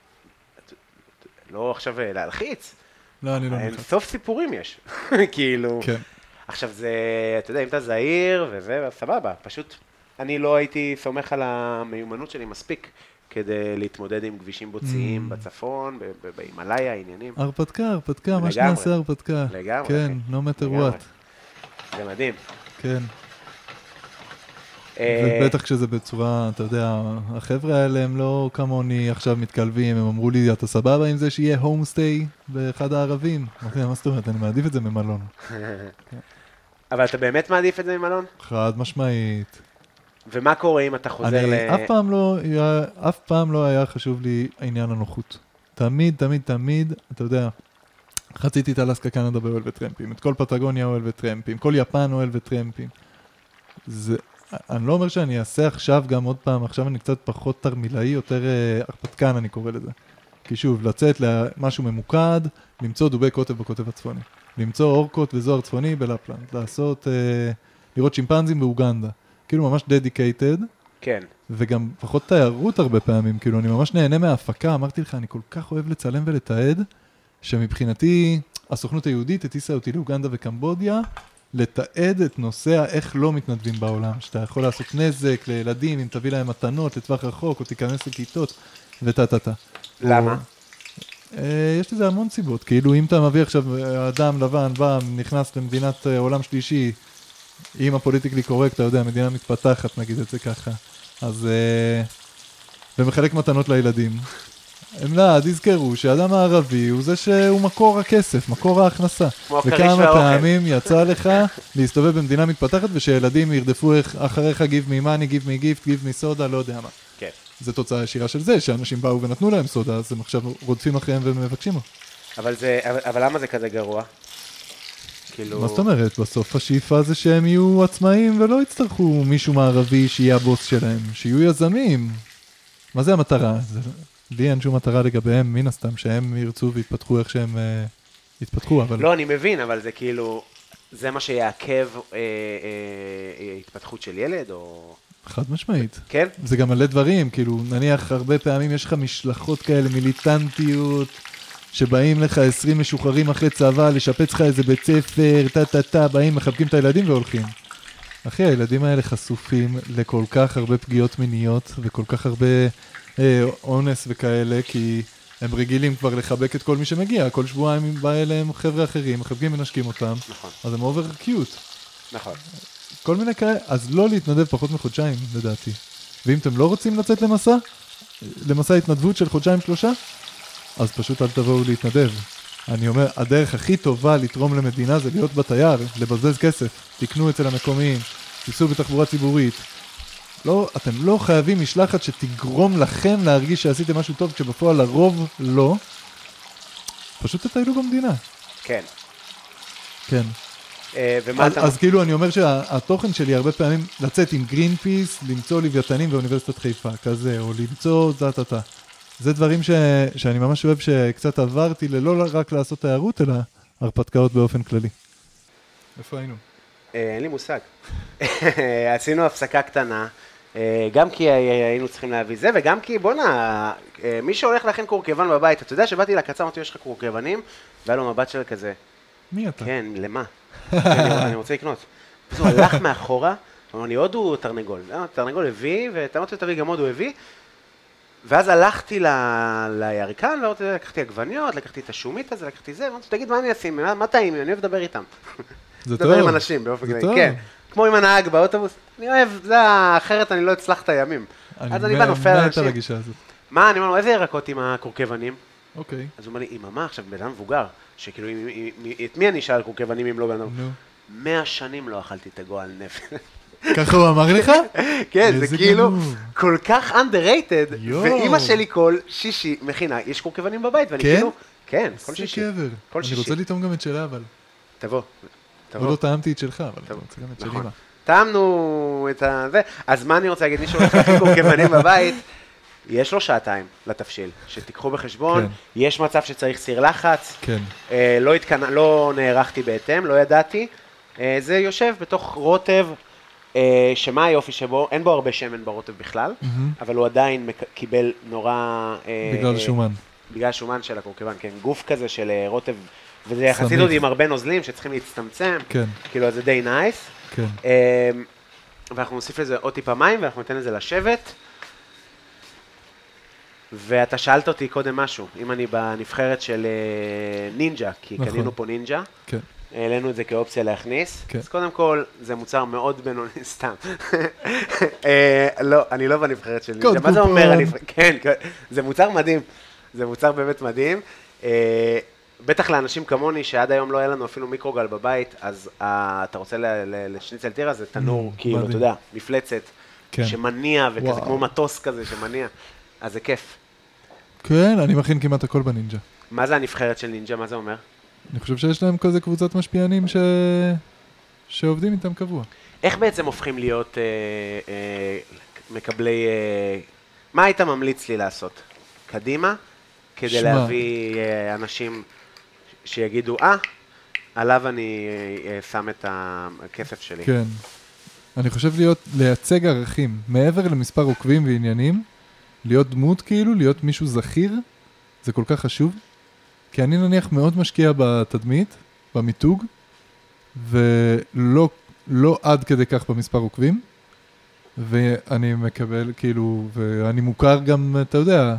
לא עכשיו אה, להלחיץ. לא, אני לא אין נלחץ. סוף סיפורים יש. כאילו, כן. עכשיו זה, אתה יודע, אם אתה זהיר וזה, סבבה. פשוט, אני לא הייתי סומך על המיומנות שלי מספיק כדי להתמודד עם כבישים בוציים בצפון, ב- ב- בהימאליה, העניינים. הרפתקה, הרפתקה, מה לגמרי. שנעשה הרפתקה. לגמרי, כן, אחי. no matter לגמרי. what. זה מדהים. כן. אה, ובטח כשזה בצורה, אתה יודע, החבר'ה האלה הם לא כמוני עכשיו מתקלבים, הם אמרו לי, אתה סבבה עם זה שיהיה הומסטי באחד הערבים? אמרתי, מה זאת אומרת, אני מעדיף את זה ממלון. אבל אתה באמת מעדיף את זה ממלון? חד משמעית. ומה קורה אם אתה חוזר ל... אני אף פעם לא, היה- אף פעם לא היה חשוב לי העניין הנוחות. תמיד, תמיד, תמיד, אתה יודע, חציתי את אלסקה קנדה באוהל וטרמפים, את כל פטגוניה אוהל וטרמפים, כל יפן אוהל וטרמפים. זה, אני לא אומר שאני אעשה עכשיו גם עוד פעם, עכשיו אני קצת פחות תרמילאי, יותר אה, הרפתקן אני קורא לזה. כי שוב, לצאת למשהו ממוקד, למצוא דובי קוטב בקוטב הצפוני, למצוא אורקות וזוהר צפוני בלפלנד, לעשות, אה, לראות שימפנזים באוגנדה, כאילו ממש dedicated, כן. וגם פחות תיירות הרבה פעמים, כאילו אני ממש נהנה מההפקה, אמרתי לך, אני כל כך אוהב לצלם ולתעד, שמבחינתי הסוכנות היהודית הטיסה אותי לאוגנדה וקמבודיה, לתעד את נושא איך לא מתנדבים בעולם, שאתה יכול לעשות נזק לילדים, אם תביא להם מתנות לטווח רחוק, או תיכנס לכיתות, וטה-טה-טה. למה? אה, יש לזה המון סיבות, כאילו אם אתה מביא עכשיו אדם לבן, בא, נכנס למדינת אה, עולם שלישי, עם הפוליטיקלי קורקט, אתה יודע, מדינה מתפתחת, נגיד את זה ככה, אז... אה, ומחלק מתנות לילדים. הם לא, תזכרו שהאדם הערבי הוא זה שהוא מקור הכסף, מקור ההכנסה. כמו הכריש וכמה והאוכל. פעמים יצא לך להסתובב במדינה מתפתחת, ושילדים ירדפו אחריך give me money, give me gift, give me soda, לא יודע מה. כן. זו תוצאה ישירה של זה, שאנשים באו ונתנו להם סודה, אז הם עכשיו רודפים אחריהם ומבקשים לו. אבל זה, אבל, אבל למה זה כזה גרוע? כאילו... מה זאת אומרת? בסוף השאיפה זה שהם יהיו עצמאים ולא יצטרכו מישהו מערבי שיהיה הבוס שלהם, שיהיו יזמים. מה זה המטרה? זה... לי אין שום מטרה לגביהם, מן הסתם, שהם ירצו ויתפתחו איך שהם אה, יתפתחו, אבל... לא, אני מבין, אבל זה כאילו... זה מה שיעכב אה, אה, אה, התפתחות של ילד, או... חד משמעית. כן? זה גם מלא דברים, כאילו, נניח הרבה פעמים יש לך משלחות כאלה, מיליטנטיות, שבאים לך עשרים משוחררים אחרי צבא, לשפץ לך איזה בית ספר, טה-טה-טה, באים, מחבקים את הילדים והולכים. אחי, הילדים האלה חשופים לכל כך הרבה פגיעות מיניות, וכל כך הרבה אה, אונס וכאלה, כי הם רגילים כבר לחבק את כל מי שמגיע, כל שבועיים בא אליהם חבר'ה אחרים, מחבקים ונשקים אותם, נכון, אז הם אובר קיוט. נכון. כל מיני כאלה, אז לא להתנדב פחות מחודשיים, לדעתי. ואם אתם לא רוצים לצאת למסע, למסע התנדבות של חודשיים שלושה, אז פשוט אל תבואו להתנדב. אני אומר, הדרך הכי טובה לתרום למדינה זה להיות בתייר, לבזבז כסף, תקנו אצל המקומיים, תיסעו בתחבורה ציבורית. לא, אתם לא חייבים משלחת שתגרום לכם להרגיש שעשיתם משהו טוב, כשבפועל לרוב לא. פשוט תטיילו במדינה. כן. כן. אה, ומה אז, אתה... אז כאילו אני אומר שהתוכן שלי הרבה פעמים לצאת עם גרין פיס, למצוא לוויתנים באוניברסיטת חיפה, כזה, או למצוא זאטאטה. זה דברים ש... שאני ממש אוהב שקצת עברתי ללא רק לעשות תיירות, אלא הרפתקאות באופן כללי. איפה היינו? אין לי מושג. עשינו הפסקה קטנה, גם כי היינו צריכים להביא זה, וגם כי בוא'נה, מי שהולך להכין קורקבן בבית, אתה יודע שבאתי לקצר, אמרתי, יש לך קורקבנים, והיה לו מבט של כזה. מי אתה? כן, למה? אני רוצה לקנות. אז הוא הלך מאחורה, אמר לי, עוד הוא תרנגול. תרנגול הביא, ואמרתי, תביא גם עוד הוא הביא, ואז הלכתי לירקן, לקחתי עגבניות, לקחתי את השומית הזה, לקחתי זה, אמרתי, תגיד, מה אני אשים? מה טעים? אני אוהב לדבר איתם. זה טוב. לדבר עם אנשים באופן כללי. כן, כמו עם הנהג באוטובוס. אני אוהב, זה אחרת אני לא אצלח את הימים. אז אני בא נופל על אנשים. מה, אני אומר לו, איזה ירקות עם הקורקבנים? אוקיי. אז הוא אומר לי, אמא, עכשיו בן אדם מבוגר, שכאילו, את מי אני אשאל קורקבנים אם לא בן אדם? מאה שנים לא אכלתי את הגועל נפש. ככה הוא אמר לך? כן, זה כאילו כל כך underrated, ואמא שלי כל שישי מכינה, יש קורקבנים בבית, ואני כאילו, כן, כל שישי. זה קבר. אני רוצה לטעום גם את שלה, אבל. תבוא, תבוא. עוד לא טעמתי את שלך, אבל אני רוצה גם את של אמא. טעמנו את זה, אז מה אני רוצה להגיד, מישהו הולך להכין קורקבנים בבית, יש לו שעתיים לתפשיל, שתיקחו בחשבון, יש מצב שצריך סיר לחץ, לא נערכתי בהתאם, לא ידעתי, זה יושב בתוך רוטב, שמה היופי שבו, אין בו הרבה שמן ברוטב בכלל, אבל הוא עדיין קיבל נורא... בגלל שומן. בגלל שומן של הקורקבן, כן, גוף כזה של רוטב, וזה יחסית עוד עם הרבה נוזלים שצריכים להצטמצם, כאילו זה די נייס, ואנחנו נוסיף לזה עוד טיפה מים, ואנחנו ניתן לזה לשבת, ואתה שאלת אותי קודם משהו, אם אני בנבחרת של נינג'ה, כי קנינו פה נינג'ה, העלינו את זה כאופציה להכניס, אז קודם כל, זה מוצר מאוד בינוני, סתם. לא, אני לא בנבחרת של נינג'ה, מה זה אומר? כן, זה מוצר מדהים, זה מוצר באמת מדהים. בטח לאנשים כמוני, שעד היום לא היה לנו אפילו מיקרוגל בבית, אז אתה רוצה לשניצל טירה, זה תנור, כאילו, אתה יודע, מפלצת, שמניע, וכזה כמו מטוס כזה שמניע, אז זה כיף. כן, אני מכין כמעט הכל בנינג'ה. מה זה הנבחרת של נינג'ה? מה זה אומר? אני חושב שיש להם כזה קבוצת משפיענים ש... שעובדים איתם קבוע. איך בעצם הופכים להיות אה, אה, מקבלי... אה, מה היית ממליץ לי לעשות? קדימה? כדי שמה. להביא אה, אנשים שיגידו, אה, עליו אני אה, שם את הכסף שלי. כן. אני חושב להיות, לייצג ערכים. מעבר למספר עוקבים ועניינים, להיות דמות כאילו, להיות מישהו זכיר, זה כל כך חשוב. כי אני נניח מאוד משקיע בתדמית, במיתוג, ולא לא עד כדי כך במספר עוקבים, ואני מקבל, כאילו, ואני מוכר גם, אתה יודע,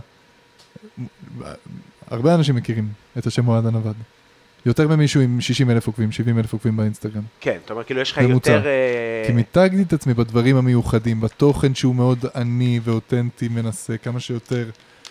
הרבה אנשים מכירים את השם אוהד הנווד. יותר ממישהו עם שישים אלף עוקבים, שבעים אלף עוקבים באינסטגרם. כן, אתה אומר, כאילו, יש לך יותר... כי מיתגתי את עצמי בדברים המיוחדים, בתוכן שהוא מאוד עני ואותנטי, מנסה כמה שיותר...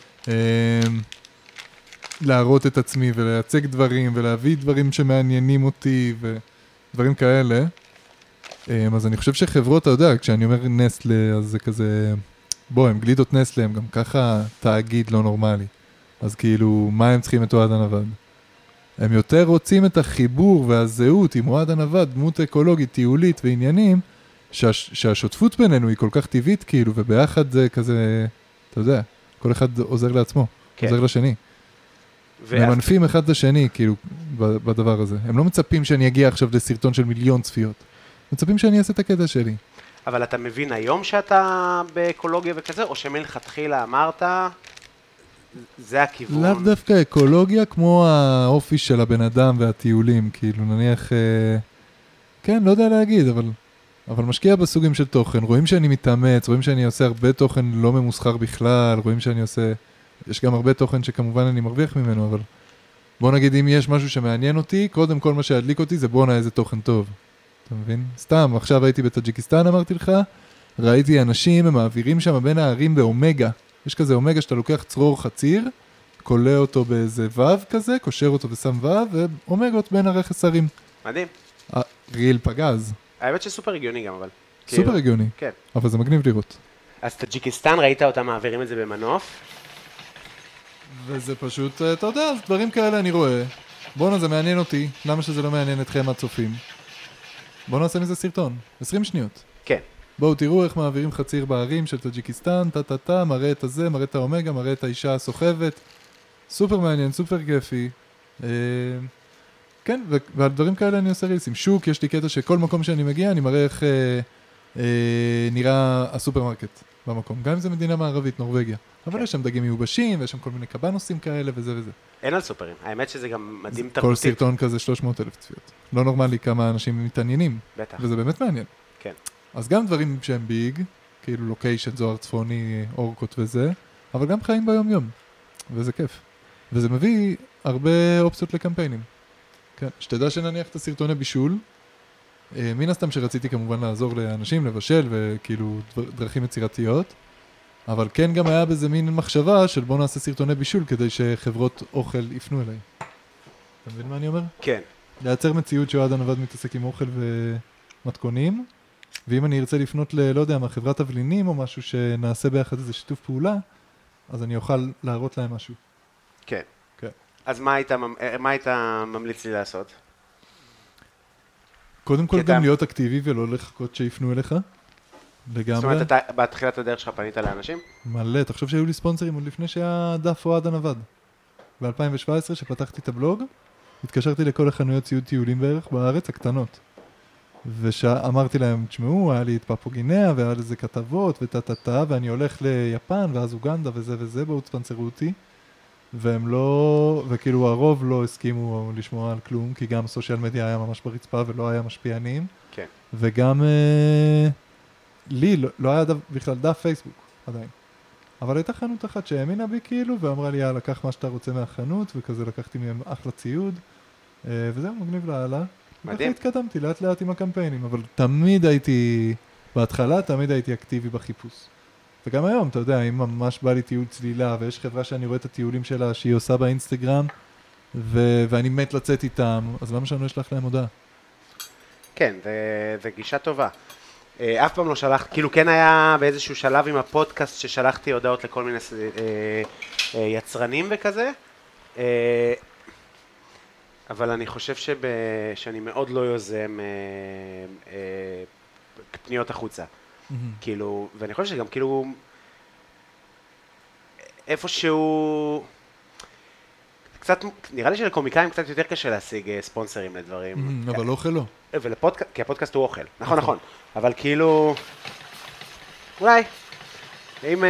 להראות את עצמי ולייצג דברים ולהביא דברים שמעניינים אותי ודברים כאלה. אז אני חושב שחברות, אתה יודע, כשאני אומר נסלה, אז זה כזה, בוא, הם גלידות נסלה, הם גם ככה תאגיד לא נורמלי. אז כאילו, מה הם צריכים את אוהד הנווד? הם יותר רוצים את החיבור והזהות עם אוהד הנווד, דמות אקולוגית, טיולית ועניינים, שהש, שהשותפות בינינו היא כל כך טבעית, כאילו, וביחד זה כזה, אתה יודע, כל אחד עוזר לעצמו, כן. עוזר לשני. הם מנפים אחד את השני, כאילו, בדבר הזה. הם לא מצפים שאני אגיע עכשיו לסרטון של מיליון צפיות. מצפים שאני אעשה את הקטע שלי. אבל אתה מבין היום שאתה באקולוגיה וכזה, או שמלכתחילה אמרת, זה הכיוון? לאו דווקא אקולוגיה, כמו האופי של הבן אדם והטיולים, כאילו, נניח, כן, לא יודע להגיד, אבל, אבל משקיע בסוגים של תוכן. רואים שאני מתאמץ, רואים שאני עושה הרבה תוכן לא ממוסחר בכלל, רואים שאני עושה... יש גם הרבה תוכן שכמובן אני מרוויח ממנו, אבל בוא נגיד אם יש משהו שמעניין אותי, קודם כל מה שידליק אותי זה בוא נע איזה תוכן טוב. אתה מבין? סתם, עכשיו הייתי בטאג'יקיסטן, אמרתי לך, ראיתי אנשים, הם מעבירים שם בין הערים באומגה. יש כזה אומגה שאתה לוקח צרור חציר, קולה אותו באיזה וו כזה, קושר אותו ושם וו, ואומגות בין הרכס ערים. מדהים. ריל פגז. האמת שסופר הגיוני גם, אבל. סופר הגיוני. כן. אבל זה מגניב לראות. אז טאג'יקיסטן, ראית אותם מעבירים את זה במנוף? וזה פשוט, אתה יודע, דברים כאלה אני רואה. בואו, זה מעניין אותי. למה שזה לא מעניין אתכם הצופים? בואו נעשה מזה סרטון. עשרים שניות. כן. בואו תראו איך מעבירים חציר בערים של טאג'יקיסטן, טה-טה-טה, מראה את הזה, מראה את האומגה, מראה את האישה הסוחבת. סופר מעניין, סופר כיפי. אה, כן, ו- ועל דברים כאלה אני עושה רילסים. שוק, יש לי קטע שכל מקום שאני מגיע, אני מראה איך אה, אה, נראה הסופרמרקט במקום. גם אם זה מדינה מערבית, נורווגיה. אבל כן. יש שם דגים מיובשים, ויש שם כל מיני קבנוסים כאלה, וזה וזה. אין על סופרים. האמת שזה גם מדהים כל תרבותית. סרטון כזה שלוש מאות אלף צפיות. לא נורמלי כמה אנשים מתעניינים. בטח. וזה באמת מעניין. כן. אז גם דברים שהם ביג, כאילו לוקיישן, זוהר צפוני, אורקות וזה, אבל גם חיים ביום יום. וזה כיף. וזה מביא הרבה אופציות לקמפיינים. כן. שתדע שנניח את הסרטוני בישול, אה, מן הסתם שרציתי כמובן לעזור לאנשים לבשל וכאילו דבר, דרכים יצירתיות, אבל כן גם היה בזה מין מחשבה של בוא נעשה סרטוני בישול כדי שחברות אוכל יפנו אליי. אתה מבין מה אני אומר? כן. לייצר מציאות שאוהד הנווד מתעסק עם אוכל ומתכונים, ואם אני ארצה לפנות ל, לא יודע מה, חברת תבלינים או משהו שנעשה ביחד איזה שיתוף פעולה, אז אני אוכל להראות להם משהו. כן. כן. אז מה היית, מה היית ממליץ לי לעשות? קודם כל אתה- גם להיות אקטיבי ולא לחכות שיפנו אליך. לגמרי. זאת אומרת, אתה בתחילת הדרך שלך פנית לאנשים? מלא, תחשוב שהיו לי ספונסרים עוד לפני שהיה דף אוהד הנווד. ב-אלפיים שבע עשרה שפתחתי את הבלוג, התקשרתי לכל החנויות ציוד טיולים בערך בארץ, הקטנות. ואמרתי להם, תשמעו, היה לי את פפוגיניה, והיה לזה כתבות, וטה-טה-טה, ואני הולך ליפן, ואז אוגנדה, וזה וזה, בואו תספנסרו אותי. והם לא, וכאילו הרוב לא הסכימו לשמוע על כלום, כי גם סושיאל מדיה היה ממש ברצפה, ולא היה משפיענים. כן. וגם אה, לי לא, לא היה דף, בכלל דף פייסבוק עדיין. אבל הייתה חנות אחת שהאמינה בי כאילו, ואמרה לי, יאללה, קח מה שאתה רוצה מהחנות, וכזה לקחתי מהם אחלה ציוד, אה, וזהו, מגניב לאללה. מדהים. וככה התקדמתי לאט לאט עם הקמפיינים, אבל תמיד הייתי, בהתחלה תמיד הייתי אקטיבי בחיפוש. וגם היום, אתה יודע, אם ממש בא לי טיול צלילה, ויש חברה שאני רואה את הטיולים שלה שהיא עושה באינסטגרם, ו- ואני מת לצאת איתם, אז למה שאני לא אשלח להם הודעה? כן, זה, זה גישה טובה. אה, אף פעם לא שלחתי, כאילו כן היה באיזשהו שלב עם הפודקאסט ששלחתי הודעות לכל מיני אה, אה, יצרנים וכזה, אה, אבל אני חושב שב, שאני מאוד לא יוזם אה, אה, פניות החוצה. כאילו, ואני חושב שגם כאילו, איפשהו, קצת, נראה לי שלקומיקאים קצת יותר קשה להשיג אה, ספונסרים לדברים. אבל אוכל לא. ולפודקאסט, כי הפודקאסט הוא אוכל, נכון, נכון, אבל כאילו, אולי, אם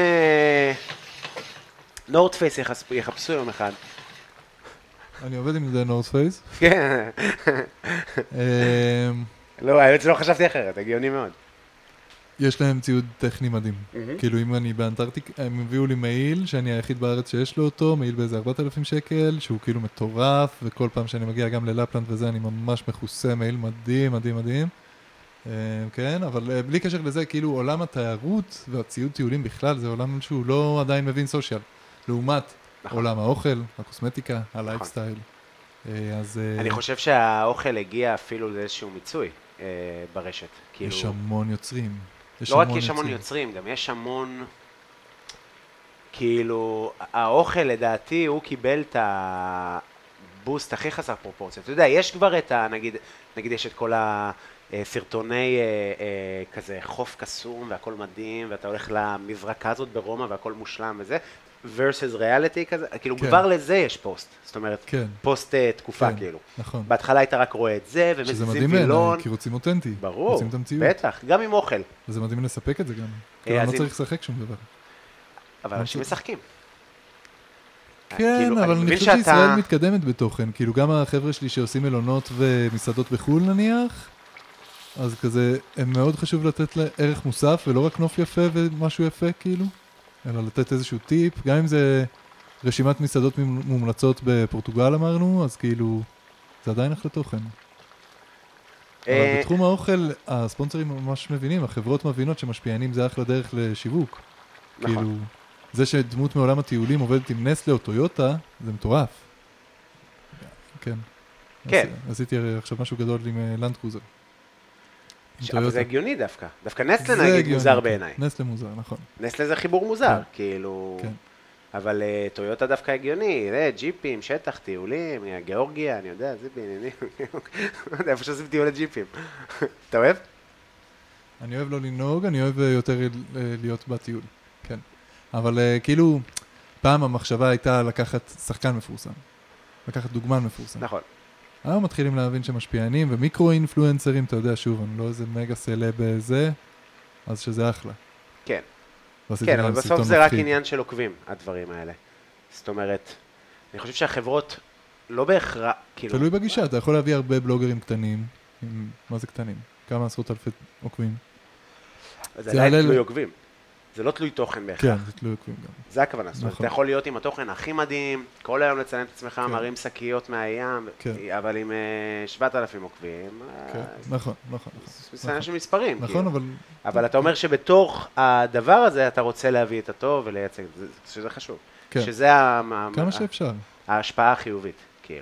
נורד פייס יחפשו יום אחד. אני עובד עם זה נורד פייס. כן, לא, האמת שלא חשבתי אחרת, הגיוני מאוד. יש להם ציוד טכני מדהים. כאילו אם אני באנטארקטיקה, הם הביאו לי מעיל שאני היחיד בארץ שיש לו אותו, מעיל באיזה ארבעת אלפים שקל, שהוא כאילו מטורף, וכל פעם שאני מגיע גם ללפלנד וזה, אני ממש מכוסה, מעיל מדהים, מדהים, מדהים. כן, אבל בלי קשר לזה, כאילו עולם התיירות והציוד טיולים בכלל, זה עולם שהוא לא עדיין מבין סושיאל, לעומת עולם האוכל, הקוסמטיקה, הלייפסטייל. אז... אני חושב שהאוכל הגיע אפילו לאיזשהו מיצוי ברשת. יש המון יוצרים. לא רק יש המון יוצרים, גם יש המון, כאילו, האוכל לדעתי הוא קיבל את הבוסט הכי חסר פרופורציה. אתה יודע, יש כבר את ה, נגיד, נגיד יש את כל הסרטוני כזה חוף קסום והכל מדהים, ואתה הולך למזרקה הזאת ברומא והכל מושלם וזה, versus reality כזה, כאילו כבר לזה יש פוסט, זאת אומרת, פוסט תקופה כאילו. נכון. בהתחלה היית רק רואה את זה, ומזיזים וילון. שזה מדהים בעיניי, כי רוצים אותנטי. ברור, בטח, גם עם אוכל. וזה מדהים לספק את זה גם. כאילו לא צריך לשחק שום דבר. אבל אנשים משחקים. כן, אבל אני חושב שישראל מתקדמת בתוכן, כאילו גם החבר'ה שלי שעושים מלונות ומסעדות בחול נניח, אז כזה, הם מאוד חשוב לתת לערך מוסף, ולא רק נוף יפה ומשהו יפה כאילו, אלא לתת איזשהו טיפ, גם אם זה רשימת מסעדות מומלצות בפורטוגל אמרנו, אז כאילו, זה עדיין אחלה תוכן. אבל בתחום האוכל, הספונסרים ממש מבינים, החברות מבינות שמשפיענים זה אחלה דרך לשיווק. נכון. כאילו, זה שדמות מעולם הטיולים עובדת עם נסלה או טויוטה, זה מטורף. כן. כן. עשיתי עכשיו משהו גדול עם לנד קרוזר. אבל זה הגיוני דווקא. דווקא נסלה נגיד מוזר בעיניי. נסלה מוזר, נכון. נסלה זה חיבור מוזר, כאילו... כן. אבל טויוטה דווקא הגיוני, זה ג'יפים, שטח, טיולים, גיאורגיה, אני יודע, זה בעניינים. לא יודע, איפה שעושים טיול לג'יפים. אתה אוהב? אני אוהב לא לנהוג, אני אוהב יותר להיות בטיול, כן. אבל כאילו, פעם המחשבה הייתה לקחת שחקן מפורסם, לקחת דוגמן מפורסם. נכון. היום מתחילים להבין שמשפיענים ומיקרו-אינפלואנסרים, אתה יודע, שוב, אני לא איזה מגה סלב בזה, אז שזה אחלה. כן. כן, אבל בסוף זה רק עניין של עוקבים, הדברים האלה. זאת אומרת, אני חושב שהחברות לא בהכרח, כאילו... תלוי בגישה, אתה יכול להביא הרבה בלוגרים קטנים, מה זה קטנים? כמה עשרות אלפי עוקבים? זה עדיין תלוי עוקבים. זה לא תלוי תוכן בהכרח. כן, זה תלוי עוקבים גם. זה הכוונה. זאת אומרת, אתה יכול להיות עם התוכן הכי מדהים, כל היום לצלם את עצמך, מרים שקיות מהים, אבל עם שבעת אלפים עוקבים. כן, נכון, נכון. זה עניין של מספרים. נכון, אבל... אבל אתה אומר שבתוך הדבר הזה אתה רוצה להביא את הטוב ולייצג, שזה חשוב. כן. שזה כמה שאפשר. ההשפעה החיובית, כאילו.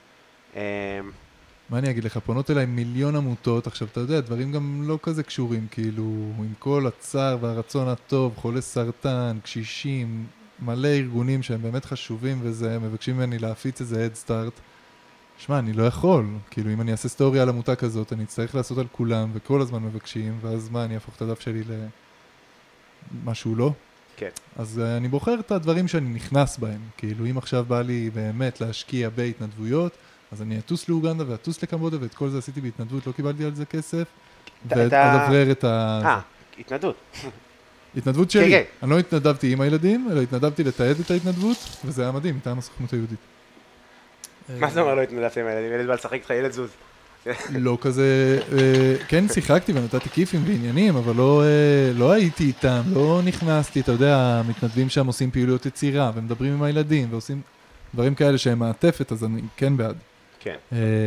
מה אני אגיד לך, פונות אליי מיליון עמותות, עכשיו אתה יודע, דברים גם לא כזה קשורים, כאילו, עם כל הצער והרצון הטוב, חולי סרטן, קשישים, מלא ארגונים שהם באמת חשובים וזה, מבקשים ממני להפיץ איזה Head Start. שמע, אני לא יכול, כאילו, אם אני אעשה סטוריה על עמותה כזאת, אני אצטרך לעשות על כולם, וכל הזמן מבקשים, ואז מה, אני אהפוך את הדף שלי למשהו לא? כן. אז uh, אני בוחר את הדברים שאני נכנס בהם, כאילו, אם עכשיו בא לי באמת להשקיע בהתנדבויות, אז אני אטוס לאוגנדה ואטוס לקמבודה, ואת כל זה עשיתי בהתנדבות, לא קיבלתי על זה כסף, ואדברר את ה... אה, התנדבות. התנדבות שלי. אני לא התנדבתי עם הילדים, אלא התנדבתי לתעד את ההתנדבות, וזה היה מדהים, מטעם הסוכנות היהודית. מה זה אומר לא התנדבתי עם הילדים? ילד בא לשחק איתך, ילד זוז. לא כזה, כן שיחקתי ונתתי כיפים ועניינים, אבל לא הייתי איתם, לא נכנסתי, אתה יודע, המתנדבים שם עושים פעילויות יצירה, ומדברים עם הילדים, ועושים דברים כאלה שהם מעטפת, אז אני כן בעד. כן.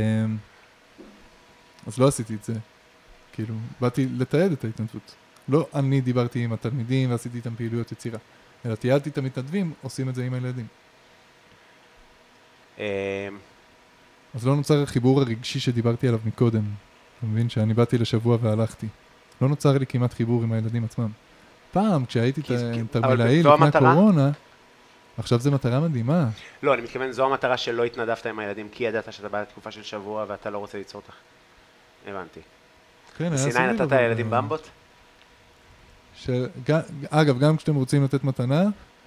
אז לא עשיתי את זה. כאילו, באתי לתעד את ההתנדבות. לא אני דיברתי עם התלמידים ועשיתי איתם פעילויות יצירה, אלא תיעדתי את המתנדבים, עושים את זה עם הילדים. אז לא נוצר החיבור הרגשי שדיברתי עליו מקודם. אתה מבין שאני באתי לשבוע והלכתי. לא נוצר לי כמעט חיבור עם הילדים עצמם. פעם, כשהייתי תרמילאי לפני הקורונה, עכשיו זו מטרה מדהימה. לא, אני מתכוון, זו המטרה שלא התנדבת עם הילדים, כי ידעת שאתה בא לתקופה של שבוע ואתה לא רוצה ליצור אותך. הבנתי. כן, בסיני נתת לילדים במבות? אגב, גם כשאתם רוצים לתת מתנה,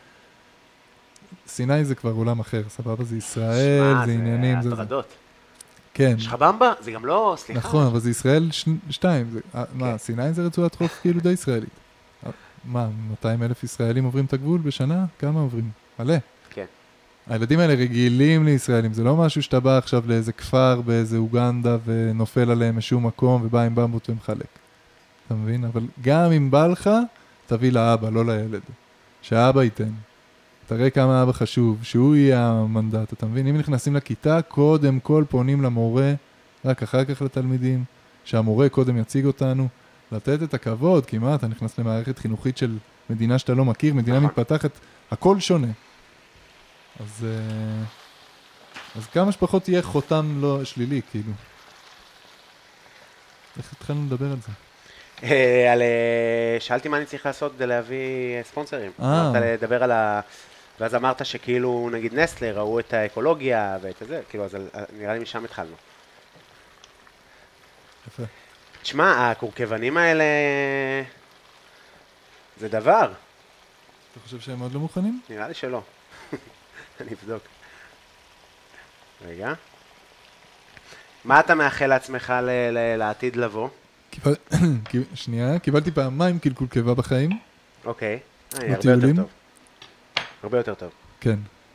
סיני זה כבר עולם אחר, סבבה, זה ישראל, זה עניינים. זה הטרדות. כן. יש לך במבה? זה גם לא, סליחה. נכון, אבל זה ישראל שתיים. מה, סיני זה רצועת חוף כאילו די ישראלית. מה, מאתיים אלף ישראלים עוברים את הגבול בשנה? כמה עוברים? מלא. כן. הילדים האלה רגילים לישראלים, זה לא משהו שאתה בא עכשיו לאיזה כפר באיזה אוגנדה ונופל עליהם משום מקום ובא עם במבות ומחלק. אתה מבין? אבל גם אם בא לך, תביא לאבא, לא לילד. שהאבא ייתן. תראה כמה אבא חשוב, שהוא יהיה המנדט, אתה מבין? אם נכנסים לכיתה, קודם כל פונים למורה, רק אחר כך לתלמידים, שהמורה קודם יציג אותנו, לתת את הכבוד, כי מה, אתה נכנס למערכת חינוכית של מדינה שאתה לא מכיר, מדינה מתפתחת, הכל שונה. אז, אז כמה שפחות תהיה חותם לא שלילי, כאילו. איך התחלנו לדבר על זה? על, שאלתי מה אני צריך לעשות כדי להביא ספונסרים. אמרת לדבר על ה... ואז אמרת שכאילו, נגיד נסטלה, ראו את האקולוגיה ואת זה, כאילו, אז נראה לי משם התחלנו. יפה. תשמע, הקורקבנים האלה, זה דבר. אתה חושב שהם עוד לא מוכנים? נראה לי שלא. אני אבדוק. רגע. מה אתה מאחל לעצמך לעתיד לבוא? שנייה, קיבלתי פעמיים קלקול קיבה בחיים. אוקיי. הרבה יותר טוב. הרבה יותר טוב. כן.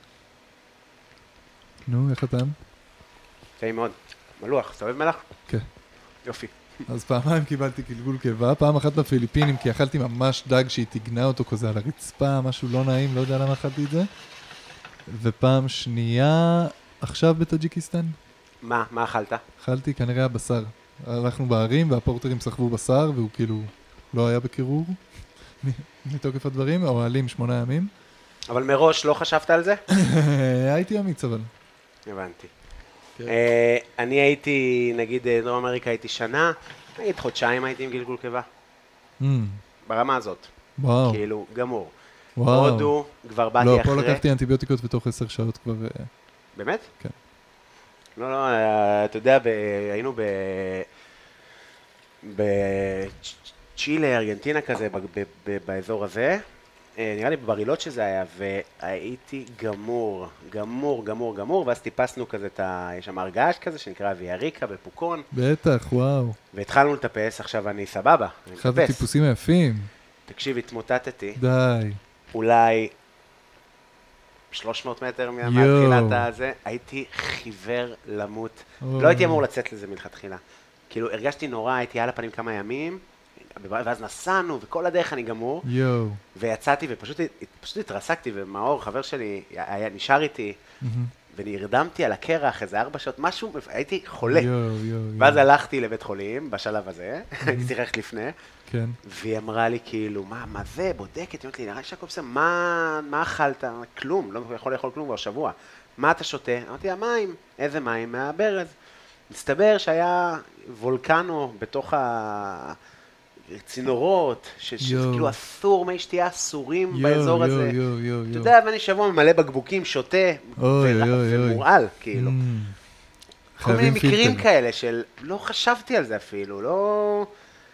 נו, איך אתה? טעים מאוד. מלוח, אתה אוהב מלח? כן. יופי. אז פעמיים קיבלתי קלקול קיבה, פעם אחת בפיליפינים, כי אכלתי ממש דג שהיא תגנה אותו כזה על הרצפה, משהו לא נעים, לא יודע למה אכלתי את זה. ופעם שנייה, עכשיו בטאג'יקיסטן. מה? מה אכלת? אכלתי כנראה הבשר. הלכנו בערים והפורטרים סחבו בשר, והוא כאילו לא היה בקירור מתוקף הדברים, אוהלים שמונה ימים. אבל מראש לא חשבת על זה? הייתי אמיץ אבל. הבנתי. אני הייתי, נגיד דרום אמריקה הייתי שנה, נגיד חודשיים הייתי עם גלגול קיבה. ברמה הזאת. וואו. כאילו, גמור. הודו, כבר באתי אחרי. לא, פה לקחתי אנטיביוטיקות בתוך עשר שעות כבר. באמת? כן. לא, לא, אתה יודע, היינו ב... צ'ילה, ארגנטינה כזה, באזור הזה. נראה לי בברילות שזה היה, והייתי גמור, גמור, גמור, גמור, ואז טיפסנו כזה, יש שם הרגש כזה שנקרא ויאריקה בפוקון. בטח, וואו. והתחלנו לטפס, עכשיו אני סבבה, אני מטפס. אחד הטיפוסים היפים. תקשיב, התמוטטתי. די. אולי שלוש מאות מטר מהתחילת הזה, הייתי חיוור למות. לא הייתי אמור לצאת לזה מלכתחילה. כאילו, הרגשתי נורא, הייתי על הפנים כמה ימים, ואז נסענו, וכל הדרך אני גמור. יואו. ויצאתי, ופשוט פשוט התרסקתי, ומאור, חבר שלי, היה נשאר איתי, ונרדמתי על הקרח, איזה ארבע שעות, משהו, הייתי חולה. יואו, יואו. ואז הלכתי לבית חולים, בשלב הזה, הייתי צריך ללכת לפני, כן. והיא אמרה לי כאילו, מה, מה זה, בודקת, היא אומרת לי, נראה שהכל בסדר, מה, מה אכלת? כלום, לא יכול לאכול כלום כבר שבוע. מה אתה שותה? אמרתי, המים, איזה מים? מהברז. מסתבר שהיה וולקנו בתוך הצינורות, שכאילו אסור, מי שתייה אסורים באזור הזה. יואו, יואו, אתה יודע, ואני שבוע ממלא בקבוקים, שותה, ומורעל, כאילו. כל מיני מקרים כאלה של, לא חשבתי על זה אפילו, לא...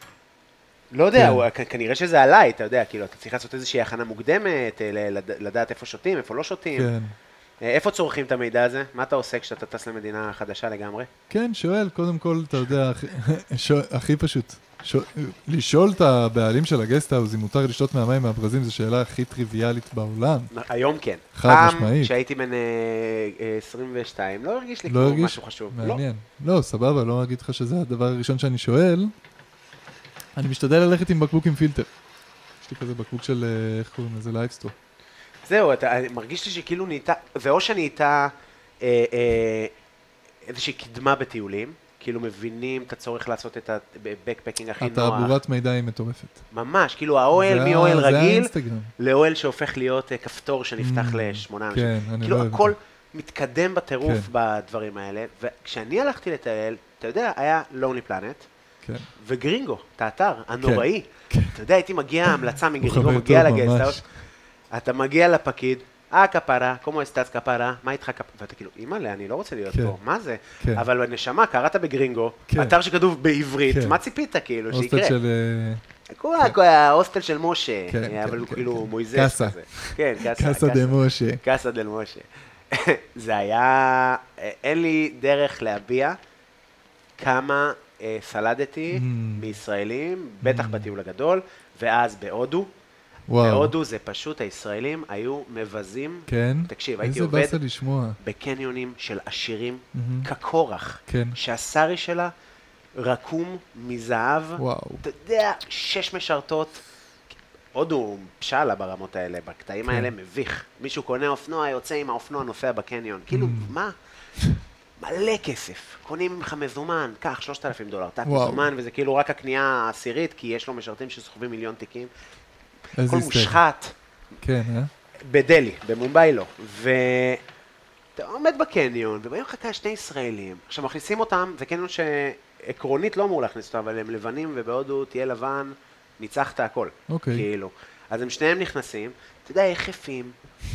לא יודע, כנראה שזה עליי, אתה יודע, כאילו, אתה צריך לעשות איזושהי הכנה מוקדמת, לדעת איפה שותים, איפה לא שותים. כן. איפה צורכים את המידע הזה? מה אתה עושה כשאתה טס למדינה חדשה לגמרי? כן, שואל, קודם כל, אתה יודע, הכי פשוט. לשאול את הבעלים של הגסטהאוז, אם מותר לשתות מהמים מהברזים, זו שאלה הכי טריוויאלית בעולם. היום כן. חד משמעית. פעם שהייתי בן עשרים ושתיים, לא הרגיש לי כמו משהו חשוב. מעניין. לא, סבבה, לא אגיד לך שזה הדבר הראשון שאני שואל. אני משתדל ללכת עם בקבוק עם פילטר. יש לי כזה בקבוק של, איך קוראים לזה, לייבסטור. זהו, אתה מרגיש לי שכאילו נהייתה, ואו שנהייתה אה, אה, איזושהי קדמה בטיולים, כאילו מבינים את הצורך לעשות את הבקפקינג הכי נוח. התעבורת מידע היא מטורפת. ממש, כאילו האוהל מאוהל רגיל, לאוהל שהופך להיות כפתור שנפתח לשמונה אנשים. כן, אני כאילו לא אוהב. הכל מתקדם בטירוף בדברים האלה, וכשאני הלכתי לטייל, אתה יודע, היה Lonely Planet, וגרינגו, את האתר, הנוראי. אתה יודע, הייתי מגיע, המלצה מגרינגו, מגיע לגסטהאוס, אתה מגיע לפקיד, אה, כפרה, כמו אסטאץ כפרה, מה איתך כפרה? ואתה כאילו, אימא'לה, אני לא רוצה להיות פה, מה זה? אבל בנשמה, קראת בגרינגו, אתר שכתוב בעברית, מה ציפית כאילו, שיקרה? הוסטל של... ההוסטל של משה, אבל הוא כאילו מויזס כזה. כן, קאסה דה משה. קאסה דה משה. זה היה, אין לי דרך להביע כמה סלדתי מישראלים, בטח בטיול הגדול, ואז בהודו. בהודו זה פשוט, הישראלים היו מבזים. כן? תקשיב, הייתי עובד איזה באסה לשמוע. בקניונים של עשירים, כקורח, שהסרי שלה רקום מזהב. וואו. אתה יודע, שש משרתות. הודו פשלה ברמות האלה, בקטעים האלה מביך. מישהו קונה אופנוע, יוצא עם האופנוע, נוסע בקניון. כאילו, מה? מלא כסף. קונים ממך מזומן, קח שלושת אלפים דולר, תק מזומן, וזה כאילו רק הקנייה העשירית, כי יש לו משרתים שסוחבים מיליון תיקים. הכל מושחת. כן, אה? בדלי, במומביי לא. ואתה עומד בקניון, ובאים לך כאלה שני ישראלים. עכשיו, מכניסים אותם, זה קניון שעקרונית לא אמור להכניס אותם, אבל הם לבנים, ובהודו תהיה לבן, ניצחת הכל. אוקיי. כאילו. אז הם שניהם נכנסים, אתה יודע, יחפים.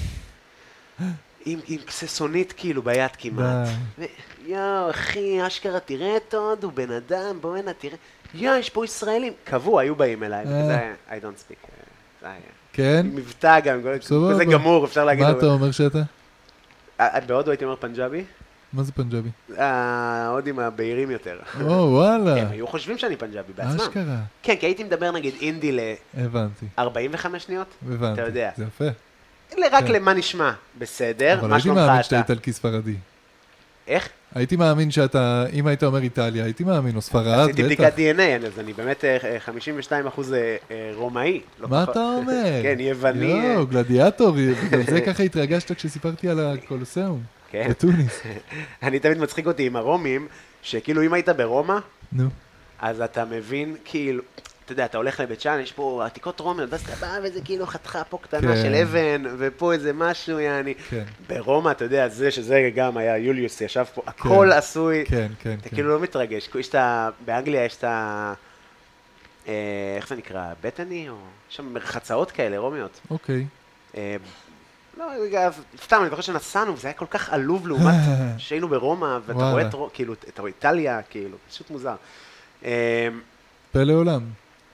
עם, עם קססונית כאילו ביד כמעט. ו... יואו, אחי, אשכרה, תראה את עוד, הוא בן אדם, בוא הנה, תראה. יואו, יש פה ישראלים. קבוע, היו באים אליי, וזה היה, I don't speak. זה היה. כן? מבטא גם, כזה גמור, אפשר להגיד. מה אתה אומר שאתה? בהודו הייתי אומר פנג'אבי. מה זה פנג'אבי? ההודים הבהירים יותר. או, וואלה. הם היו חושבים שאני פנג'אבי בעצמם. אשכרה. כן, כי הייתי מדבר נגיד אינדי ל-ארבעים וחמש שניות. הבנתי. אתה יודע. זה יפה. רק למה נשמע, בסדר, אבל מה הייתי שלומך אתה? מאמין שאתה איטלקי ספרדי. איך? הייתי מאמין שאתה, אם היית אומר איטליה, הייתי מאמין, או ספרד, בטח. עשיתי בדיקת די אן איי, אז אני באמת חמישים ושתיים אחוז רומאי. מה אתה אומר? כן, יווני. יואו, גלדיאטור, זה ככה התרגשת כשסיפרתי על הקולוסיאום, בטוניס. אני תמיד מצחיק אותי עם הרומים, שכאילו אם היית ברומא, נו. אז אתה מבין כאילו, אתה יודע, אתה הולך לבית שאן, יש פה עתיקות רומיות, ואז אתה בא וזה כאילו חתיכה פה קטנה של אבן, ופה איזה משהו, יעני. ברומא, אתה יודע, זה שזה גם היה, יוליוס ישב פה, הכל עשוי. כן, כן, אתה כאילו לא מתרגש. יש את ה... באנגליה יש את ה... איך זה נקרא? בטני? או... יש שם מרחצאות כאלה, רומיות. אוקיי. לא, סתם, אני זוכר שנסענו, וזה היה כל כך עלוב לעומת שהיינו ברומא, ואתה רואה את איטליה, כאילו, פשוט מוזר. פלא עולם.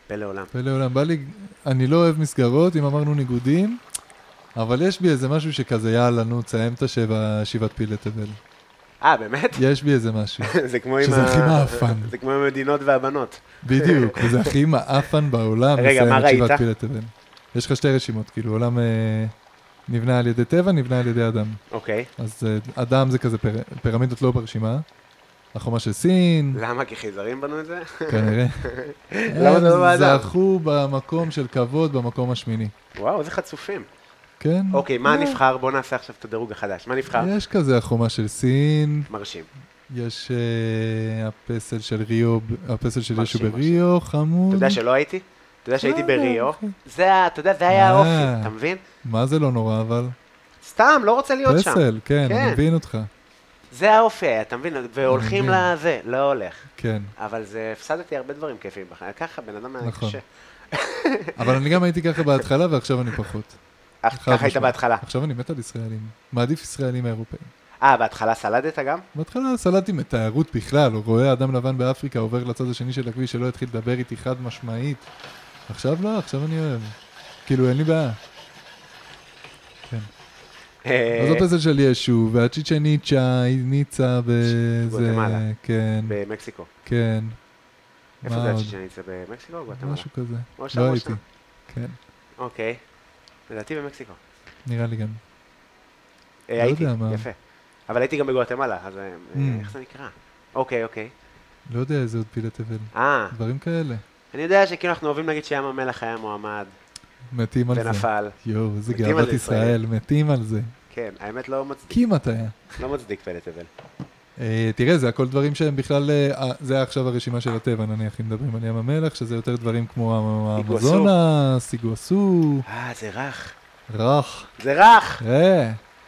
פלא עולם. פלא עולם. בא לי, אני לא אוהב מסגרות, אם אמרנו ניגודים, אבל יש בי איזה משהו שכזה, יאללה, נו, תסיים את השבע, שבעת פילי תבל. אה, באמת? יש בי איזה משהו. זה כמו עם שזה הכי מאפן. זה כמו עם המדינות והבנות. בדיוק, וזה הכי מאפן בעולם. רגע, מה ראית? שבעת פילי תבל. יש לך שתי רשימות, כאילו, עולם אה, נבנה על ידי טבע, נבנה על ידי אדם. אוקיי. אז אה, אדם זה כזה פר, פירמידות לא ברשימה. החומה של סין. למה? כי חיזרים בנו את זה? כנראה. למה זה לא באדם? זכו במקום של כבוד, במקום השמיני. וואו, איזה חצופים. כן. אוקיי, מה נבחר? בוא נעשה עכשיו את הדירוג החדש. מה נבחר? יש כזה החומה של סין, מרשים. יש uh, הפסל של ריו, הפסל של ישו מרשים, בריו, חמוד. אתה יודע שלא הייתי? אתה יודע שהייתי אה, בריו? אוקיי. זה, ה- אתה יודע, זה היה אה. האופי, אתה מבין? מה זה לא נורא, אבל? סתם, לא רוצה להיות שם. פסל, כן, כן. אני מבין אותך. זה האופי, אתה מבין? והולכים מבין. לזה, לא הולך. כן, אבל זה, הפסדתי הרבה דברים כיפים בחיים. ככה, בן אדם היה נכון. קשה. אבל אני גם הייתי ככה בהתחלה ועכשיו אני פחות. אך, חד ככה היית משמעית. בהתחלה. עכשיו אני מת על ישראלים. מעדיף ישראלים האירופאים. אה, בהתחלה סלדת גם? בהתחלה סלדתי מתיירות בכלל, הוא רואה אדם לבן באפריקה עובר לצד השני של הכביש שלא התחיל לדבר איתי חד משמעית. עכשיו לא, עכשיו אני אוהב. כאילו אין לי בעיה. כן. אז הפסל של ישו, והצ'יצ'ה ניצ'ה, ניצה בזה, גואטמלה. כן, במקסיקו. כן. איפה מה זה עוד? הצ'יצ'ניצה? במקסיקו או גואטמלה? משהו כזה. או שם לא או הייתי. שם. כן, אוקיי. לדעתי במקסיקו. נראה לי גם. אה, לא הייתי, יודע מה. יפה. אבל הייתי גם בגואטמלה, אז אה, Mm. איך זה נקרא? אוקיי, אוקיי. לא יודע איזה עוד פילי תבל. אה, דברים כאלה. אני יודע שכאילו אנחנו אוהבים להגיד שים המלח היה מועמד, מתים על זה. ונפל. יואו, איזה מתים על גאוות זה, ישראל, מתים על זה. כן, האמת לא מצדיק, כמעט היה. לא מצדיק פלא תבל. אה, תראה, זה הכל דברים שהם בכלל, אה, זה עכשיו הרשימה של הטבע, נניח, אם מדברים על ים המלח, שזה יותר דברים כמו איגואסו. האמזונס, איגואסו, אה, זה רך. רך. זה רך! אה,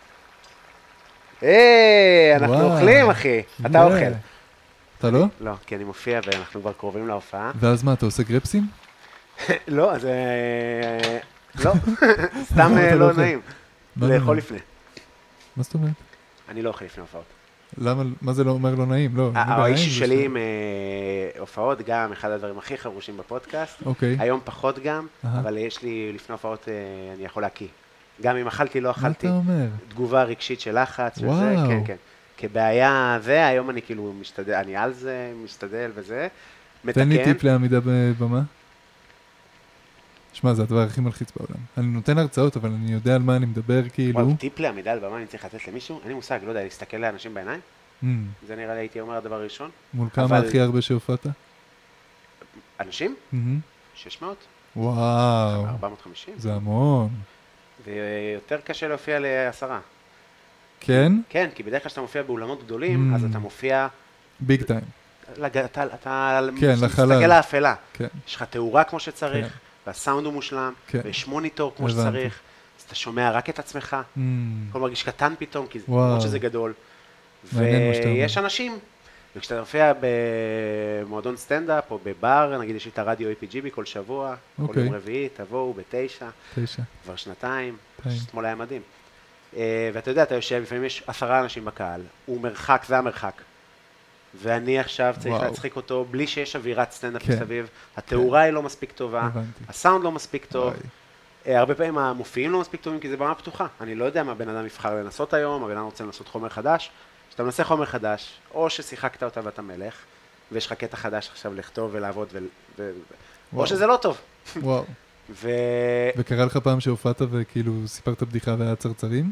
היי, אנחנו וואו. אוכלים, אחי. אתה אה. אוכל. אתה לא? לא, כי אני מופיע ואנחנו כבר קרובים להופעה. ואז מה, אתה עושה גרפסים? לא, אז... אה, לא, סתם אתה אה, לא לא אוכל? נעים. מה לאכול לא? לפני. מה זאת אומרת? אני לא אוכל לפני הופעות. למה, מה זה לא אומר לא נעים? לא, אין לי בעיה עם האיש זה שלי ש- עם אה, הופעות, גם אחד הדברים הכי חרושים בפודקאסט. אוקיי. היום פחות גם, אהה. אבל יש לי לפני הופעות, אה, אני יכול להקיא. גם אם אכלתי, לא מה אכלתי. אתה אומר? תגובה רגשית של לחץ וזה, וואו. כן, כן. כבעיה זה, היום אני כאילו משתדל, אני על זה, משתדל וזה. תן לי מתקן. טיפ לעמידה בבמה. שמע, זה הדבר הכי מלחיץ בעולם. אני נותן הרצאות, אבל אני יודע על מה אני מדבר, כאילו. וואו, טיפ לעמידה על במה אני צריך לתת למישהו? אין לי מושג, לא יודע, להסתכל לאנשים בעיניים? Mm, זה נראה לי הייתי אומר הדבר הראשון. מול כמה אבל- הכי הרבה שהופעת? אנשים? מהמם. שש מאות? וואו, ארבע מאות וחמישים? זה המון. ויותר קשה להופיע לעשרה. כן? כן, כי בדרך כלל כשאתה מופיע באולמות גדולים, Mm. אז אתה מופיע, ביג טיים. לג- אתה, אתה כן, מסתכל לחלל. לאפלה. כן. יש לך תאורה כמו שצריך, כן. והסאונד הוא מושלם, כן. ויש מוניטור כמו הבנתי. שצריך, אז אתה שומע רק את עצמך, Mm, הכל מרגיש קטן פתאום, כי זה- וואו. למרות שזה גדול. מעניין מה שאתה אומר. ויש אנשים, וכשאתה מופיע במועדון סטנדאפ או בבר, נגיד יש לי את הרדיו אי פי ג'י בי כל שבוע, כל אוקיי. יום רביעי, תבואו בתשע, תשע. כבר שנתיים, טעים. אתמול היה מדהים. אה, ואתה יודע, אתה יושב, לפעמים יש עשרה אנשים בקהל, הוא מרחק, זה המרחק. ואני עכשיו צריך וואו. להצחיק אותו בלי שיש אווירת סטנדאפ כן. מסביב, התאורה היא לא מספיק טובה, הבנתי. הסאונד לא מספיק טוב, וואי. אה, הרבה פעמים המופיעים לא מספיק טובים כי זה במה פתוחה. אני לא יודע מה בן אדם יבחר לנסות היום, הבן אדם רוצה לנסות חומר חדש. כשאתה מנסה חומר חדש, או ששיחקת אותה ואתה מלך, ויש לך קטע חדש עכשיו לכתוב ולעבוד, ו... ו... או וואו. שזה לא טוב. וואו. ופעם, וקרה לך פעם שהופעת וכאילו סיפרת בדיחה והיה צרצרים?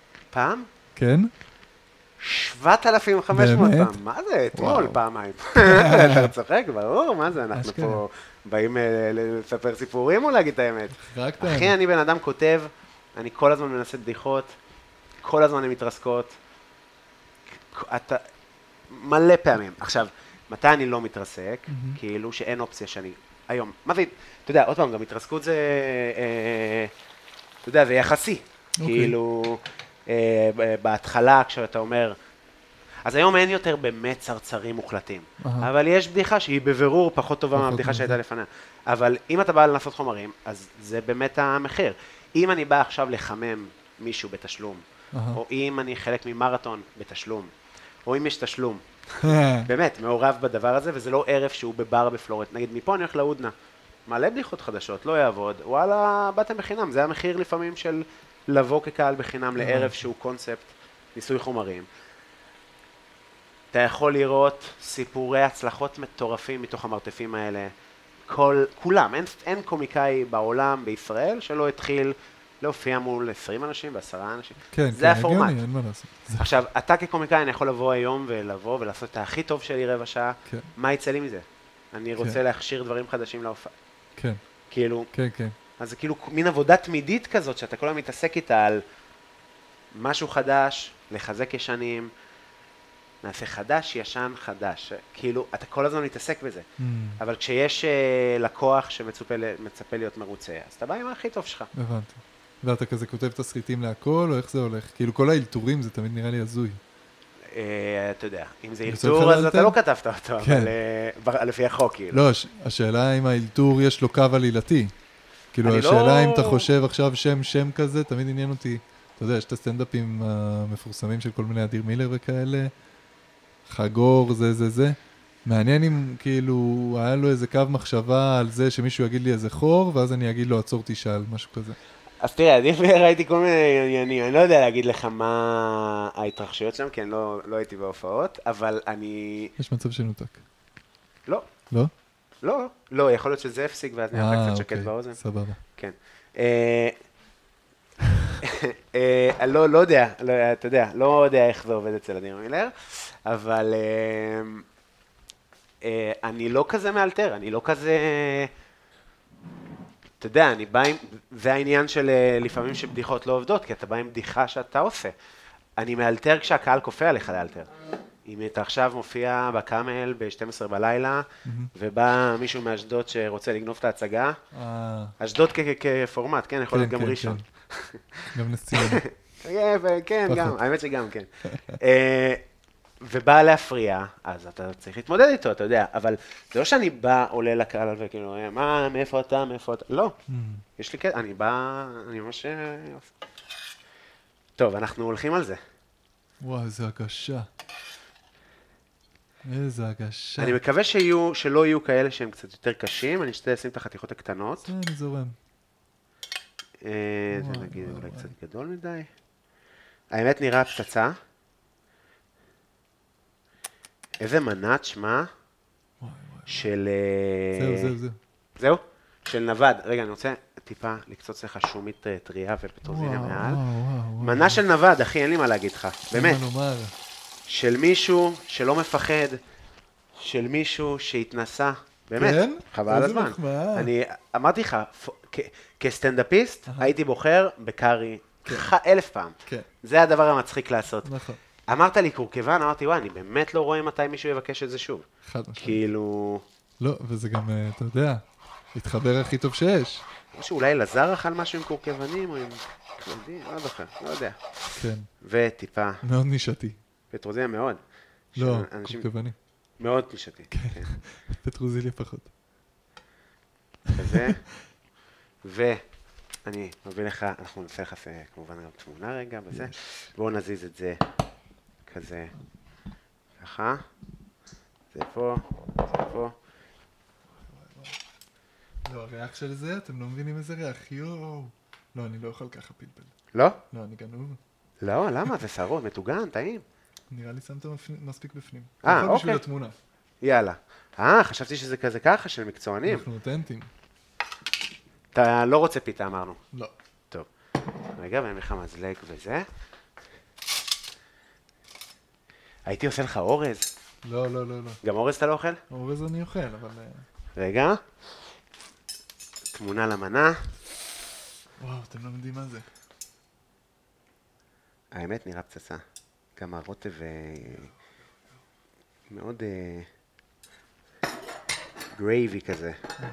כן? שבעת אלפים וחמש מאות באמת? פעם. מה זה? אתמול וואו. פעמיים. אתה צוחק, ברור, מה זה? אנחנו אשכרה. פה באים אה, לספר סיפורים או להגיד את האמת? החרגת? אחי, אני בן אדם כותב, אני כל הזמן מנסה בדיחות, כל הזמן הן מתרסקות. אתה... מלא פעמים. עכשיו, מתי אני לא מתרסק? מהמם. כאילו שאין אופציה שאני... היום, מה זה... אתה יודע, עוד פעם, גם התרסקות זה... אה, אתה יודע, זה יחסי. אוקיי. כאילו, אה, ב- בהתחלה כשאתה אומר... אז היום אין יותר באמת צרצרים מוחלטים. אהה. אבל יש בדיחה שהיא בבירור פחות טובה פחות מהבדיחה מזה. שהייתה לפניה. אבל אם אתה בא לעשות חומרים, אז זה באמת המחיר. אם אני בא עכשיו לחמם מישהו בתשלום, אהה. או אם אני חלק ממרתון בתשלום, או אם יש תשלום, באמת, מעורב בדבר הזה, וזה לא ערב שהוא בבר בפלורנטין. נגיד, מפה אני הולך להודנה. מלא בדיחות חדשות, לא יעבוד, וואלה, באתם בחינם, זה המחיר לפעמים של לבוא כקהל בחינם לערב שהוא קונספט, ניסוי חומרים. אתה יכול לראות סיפורי הצלחות מטורפים מתוך המרתפים האלה, כל, כולם, אין, אין קומיקאי בעולם, בישראל, שלא התחיל להופיע מול עשרים אנשים ועשרה אנשים. כן, זה כן, הפורמט. הגיוני, אין מה לעשות. עכשיו, אתה כקומיקאי, אני יכול לבוא היום ולבוא ולעשות את הכי טוב שלי רבע שעה, כן. מה יצא לי מזה? אני רוצה כן. להכשיר דברים חדשים להופעה. כן, כאילו, כן, כן. אז זה כאילו מין עבודה תמידית כזאת, שאתה כל הזמן מתעסק איתה על משהו חדש, לחזק ישנים, נעשה חדש, ישן, חדש. כאילו, אתה כל הזמן מתעסק בזה. Mm, אבל כשיש אה, לקוח שמצפה ל- מצפה להיות מרוצה, אז אתה בא עם הכי טוב שלך. הבנתי. ואתה כזה כותב תסריטים להכל, או איך זה הולך? כאילו כל האלתורים זה תמיד נראה לי הזוי. אה, אתה יודע, אם זה יוצא אלתור, לך אז לאלתר? אתה לא כתבת אותו, כן. אבל אה, ב- לפי החוק, כאילו. לא, הש- השאלה אם האלתור יש לו קו עלילתי. כאילו אני השאלה לא- אם אתה חושב עכשיו שם שם כזה, תמיד עניין אותי. אתה יודע, יש את הסטנדאפים המפורסמים של כל מיני אדיר מילר וכאלה, חגור, זה זה זה. מעניין אם כאילו היה לו איזה קו מחשבה על זה שמישהו יגיד לי איזה חור, ואז אני אגיד לו עצור תשאל, משהו כזה. אז תראה, אני ראיתי כל מיני עניינים, אני לא יודע להגיד לך מה ההתרחשויות שם, כי אני לא לא הייתי בהופעות, אבל אני... יש מצב שנותק. לא, לא? לא, לא, יכול להיות שזה הפסיק ואז נהיה אה, קצת שקט אוקיי, באוזן. סבבה. כן. אה, אה, לא, לא יודע, לא, אתה יודע, לא יודע איך זה עובד אצל אדיר מילר, אבל אה, אה, אני לא כזה מאלתר, אני לא כזה, אתה יודע, אני בא עם, זה העניין של אה, לפעמים שבדיחות לא עובדות, כי אתה בא עם בדיחה שאתה עושה. אני מאלתר כשהקהל כופה עליך לאלתר. אם אתה עכשיו מופיע בקאמל ב-שתים עשרה בלילה, ובא מישהו מאשדוד שרוצה לגנוב את ההצגה, אה, אשדוד כ- כ- כפורמט, כן, יכול להיות כן, גם כן, ראשון. כן. גם נס ציונה. כן, ו- כן, פחות. גם, האמת שגם, כן. אה, ובא להפריע, אז אתה צריך להתמודד איתו, אתה יודע, אבל זה לא שאני בא, עולה לקהל וכאילו, "אה, מה, מאיפה אתה, מאיפה אתה, לא. Mm, יש לי קטע, אני בא, אני ממש... אה, טוב, אנחנו הולכים על זה. וואו, איזה הגשה. איזה הגשה. אני מקווה שיהיו, שלא יהיו כאלה שהם קצת יותר קשים, אני אשתדל לשים את החתיכות הקטנות. זה אני זורם. אה, זה וואי, נגיד וואי, אולי וואי. קצת גדול מדי. האמת נראה פצצה. איזה מנת שמה וואי, וואי. של... אה, זהו, זהו, זהו. זהו? של נווד. רגע, אני רוצה טיפה לקצוץ לך שומית אה, טריה ופטרוזיליה וואו, מעל. וואו, וואו, וואו. מנה של נווד, אחי, אין לי מה להגיד לך. באמת. אין מה לומר. של מישהו שלא מפחד, של מישהו שהתנסה. באמת, כן? חבל על איזה הזמן. מחמאה. אני אמרתי לך, פ- כ- כסטנדאפיסט, אהה. הייתי בוחר בקארי ח- אלף פעם. כן, זה הדבר המצחיק לעשות. נכון. אמרת לי קורקבן, אמרתי, וואי, אני באמת לא רואה מתי מישהו יבקש את זה שוב. חד משמעית. כאילו, לא, וזה גם, אה, אתה יודע, התחבר הכי טוב שיש. משהו, אולי אלעזר אכל משהו עם קורקבנים או עם כבדים, לא זוכר, לא יודע. כן, וטיפה, מאוד נישתי. פטרוזיליה מאוד. לא, שאנשים- קורקבני. מאוד נישתי. כן. פטרוזיליה פחות. כזה. ואני מביא לך, אנחנו נעשה לך אה, כמובן גם תמונה רגע וזה. בואו נזיז את זה כזה, ככה. זה פה, זה פה. לא, הריח של זה, אתם לא מבינים איזה ריח, יואו. לא, אני לא אוכל ככה פלפל. לא? לא, אני גנוב. לא, למה? זה שערות, מטוגן, טעים. נראה לי שמת מפ- מספיק בפנים. אה, יכול בשביל אוקיי. התמונה. יאללה. אה, חשבתי שזה כזה ככה של מקצוענים. אנחנו אותנטיים. אתה לא רוצה פיתה, אמרנו. לא. טוב. רגע, ואין לך מזלג וזה. הייתי עושה לך אורז. לא, לא, לא, לא. גם אורז אתה לא אוכל? אורז אני אוכל, אבל... אה, רגע. תמונה למנה. וואו, אתם לא יודעים מה זה. האמת נראה פצצה. גם הרוטב אה, מאוד אה, גרייבי כזה.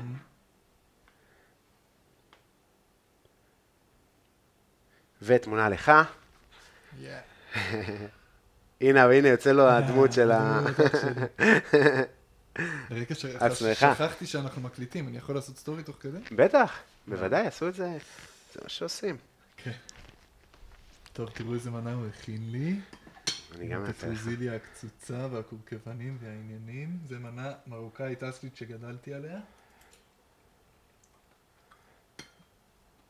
ותמונה לך. הנה, והנה יוצא לו הדמות של ה... רגע, עצמך. שכחתי שאנחנו מקליטים, אני יכול לעשות סטורי תוך כדי? בטח, בוודאי, עשו את זה. זה מה שעושים. כן. טוב, תראו איזה מנה הוא הכין לי. אני גם אעשה לך. הפטרוזיליה הקצוצה והקורקבנים והעניינים. זה מנה מרוקאית אסלית שגדלתי עליה.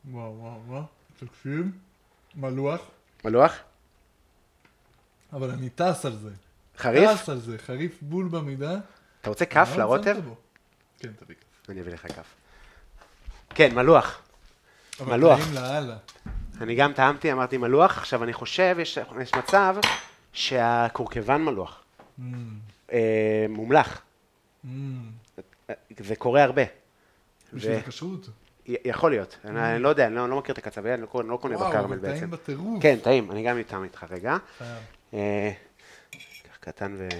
וואו, וואו, וואו. תקשיב, מלוח, מלוח? אבל אני טס על זה. חריף? טס על זה, חריף בול במידה. אתה רוצה כף מה לרוטב? שמת בו? כן, תביא כף. אני אביא לך כף. כן, מלוח. אבל מלוח. טעים לאללה. אני גם טעמתי, אמרתי מלוח, עכשיו אני חושב, יש, יש מצב שהקורקבן מלוח. Mm, אה, מומלח. mm. זה קורה הרבה. בשביל ו- הכשרות. י- יכול להיות, אני, אני לא יודע, אני לא, לא מכיר את הקצבייה, אני לא, קונה- לא קונה וואו, בכרמל אבל בעצם. טעים בטירוף. כן, טעים, אני גם איתם איתך רגע. חייב. אה, כך קטן ו...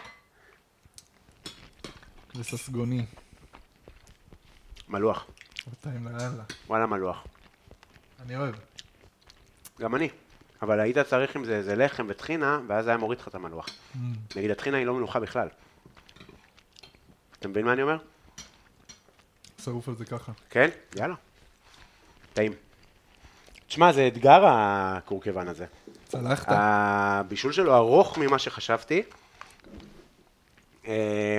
וססגוני. מלוח. אבל טעים לאללה. וואלה מלוח. אני אוהב. גם אני. אבל היית צריך עם זה איזה לחם וטחינה, ואז היה מוריד לך את המלוח. Mm. נגיד, הטחינה היא לא מלוכה בכלל. אתה מבין מה אני אומר? שרוף על זה ככה. כן? יאללה. טעים. תשמע, זה אתגר הקורקבן הזה. צלחת? הבישול שלו ארוך ממה שחשבתי. אה,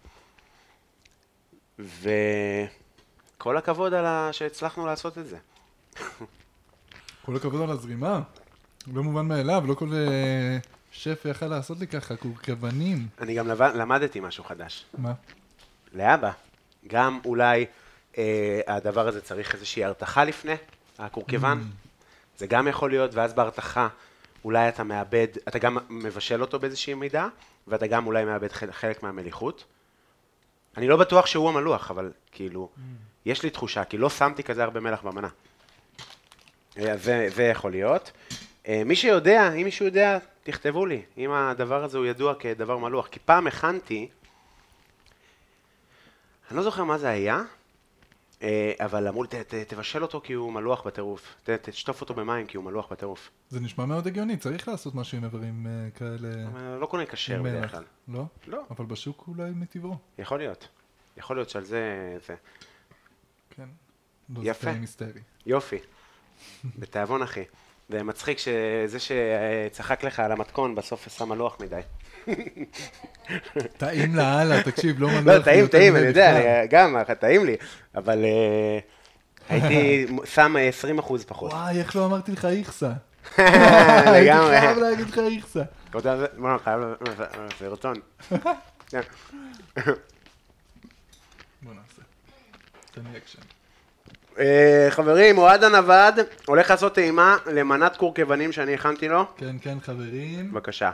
וכל הכבוד על ה... שהצלחנו לעשות את זה. כל הכבוד על הזרימה. לא מובן מאליו, לא כל אה, שף יכל לעשות לי ככה, קורקבנים. אני גם לבד, למדתי משהו חדש. מה? לאבא, גם אולי אה, הדבר הזה צריך איזושהי הרתחה לפני, הקורקבן. Mm. זה גם יכול להיות, ואז בהרתחה אולי אתה מאבד, אתה גם מבשל אותו באיזושהי מידה, ואתה גם אולי מאבד חלק, חלק מהמליחות. אני לא בטוח שהוא המלוח, אבל כאילו, mm. יש לי תחושה, כי לא שמתי כזה הרבה מלח במנה. אה, זה, זה יכול להיות. אה, מי שיודע, אם מישהו יודע, תכתבו לי, אם הדבר הזה הוא ידוע כדבר מלוח. כי פעם הכנתי, אני לא זוכר מה זה היה, אבל אמרו לי, ת, ת, תבשל אותו כי הוא מלוח בטירוף. ת, תשטוף אותו במים כי הוא מלוח בטירוף. זה נשמע מאוד הגיוני, צריך לעשות משהו עם איברים אה, כאלה... אבל לא קונה כשר עם בדרך מלח. כלל. לא? לא. אבל בשוק אולי מטבעו. יכול להיות. יכול להיות שעל זה... זה. כן. לא, יפה. זה טעים היסטרי. יופי. בתיאבון אחי. זה מצחיק שזה שצחק לך על המתכון בסוף עשה מלוח מדי. טעים לאללה, תקשיב, לא מנוח. לא, טעים, טעים, אני יודע, גם, טעים לי. אבל הייתי שם עשרים אחוז פחות. וואי, איך לא אמרתי לך איכסה? לגמרי. הייתי חייב להגיד לך איכסה. בוא, חייב לסרטון. בוא נעשה. תן לי אקשן. חברים, אוהד הנווד הולך לעשות טעימה למנת קורקבנים שאני הכנתי לו. כן, כן, חברים. בבקשה.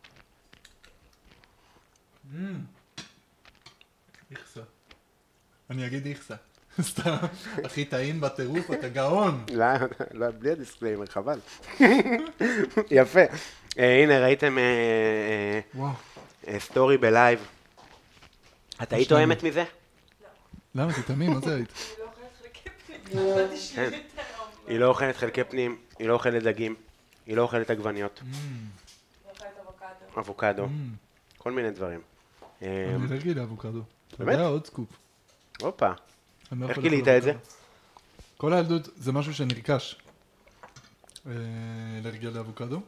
איכסה. אני אגיד איכסה. סתם, הכי טעים בטירוף, אתה גאון. לא, לא, בלי הדיסקליימר, חבל. יפה. הנה, ראיתם וואו. סטורי בלייב. את היית תואמת מזה? למה? תתאמי, מה זה היית? היא לא אוכלת חלקי פנים, היא לא אוכלת דגים, היא לא אוכלת עגבניות. אבוקדו, כל מיני דברים. אני אלרגי לאבוקדו. אתה באמת? יודע, עוד סקופ. הופה, אני לא איך יכול גילית לאכול את זה? אבוקדו. כל הילדות זה משהו שנרכש. אה, אלרגיה לאבוקדו.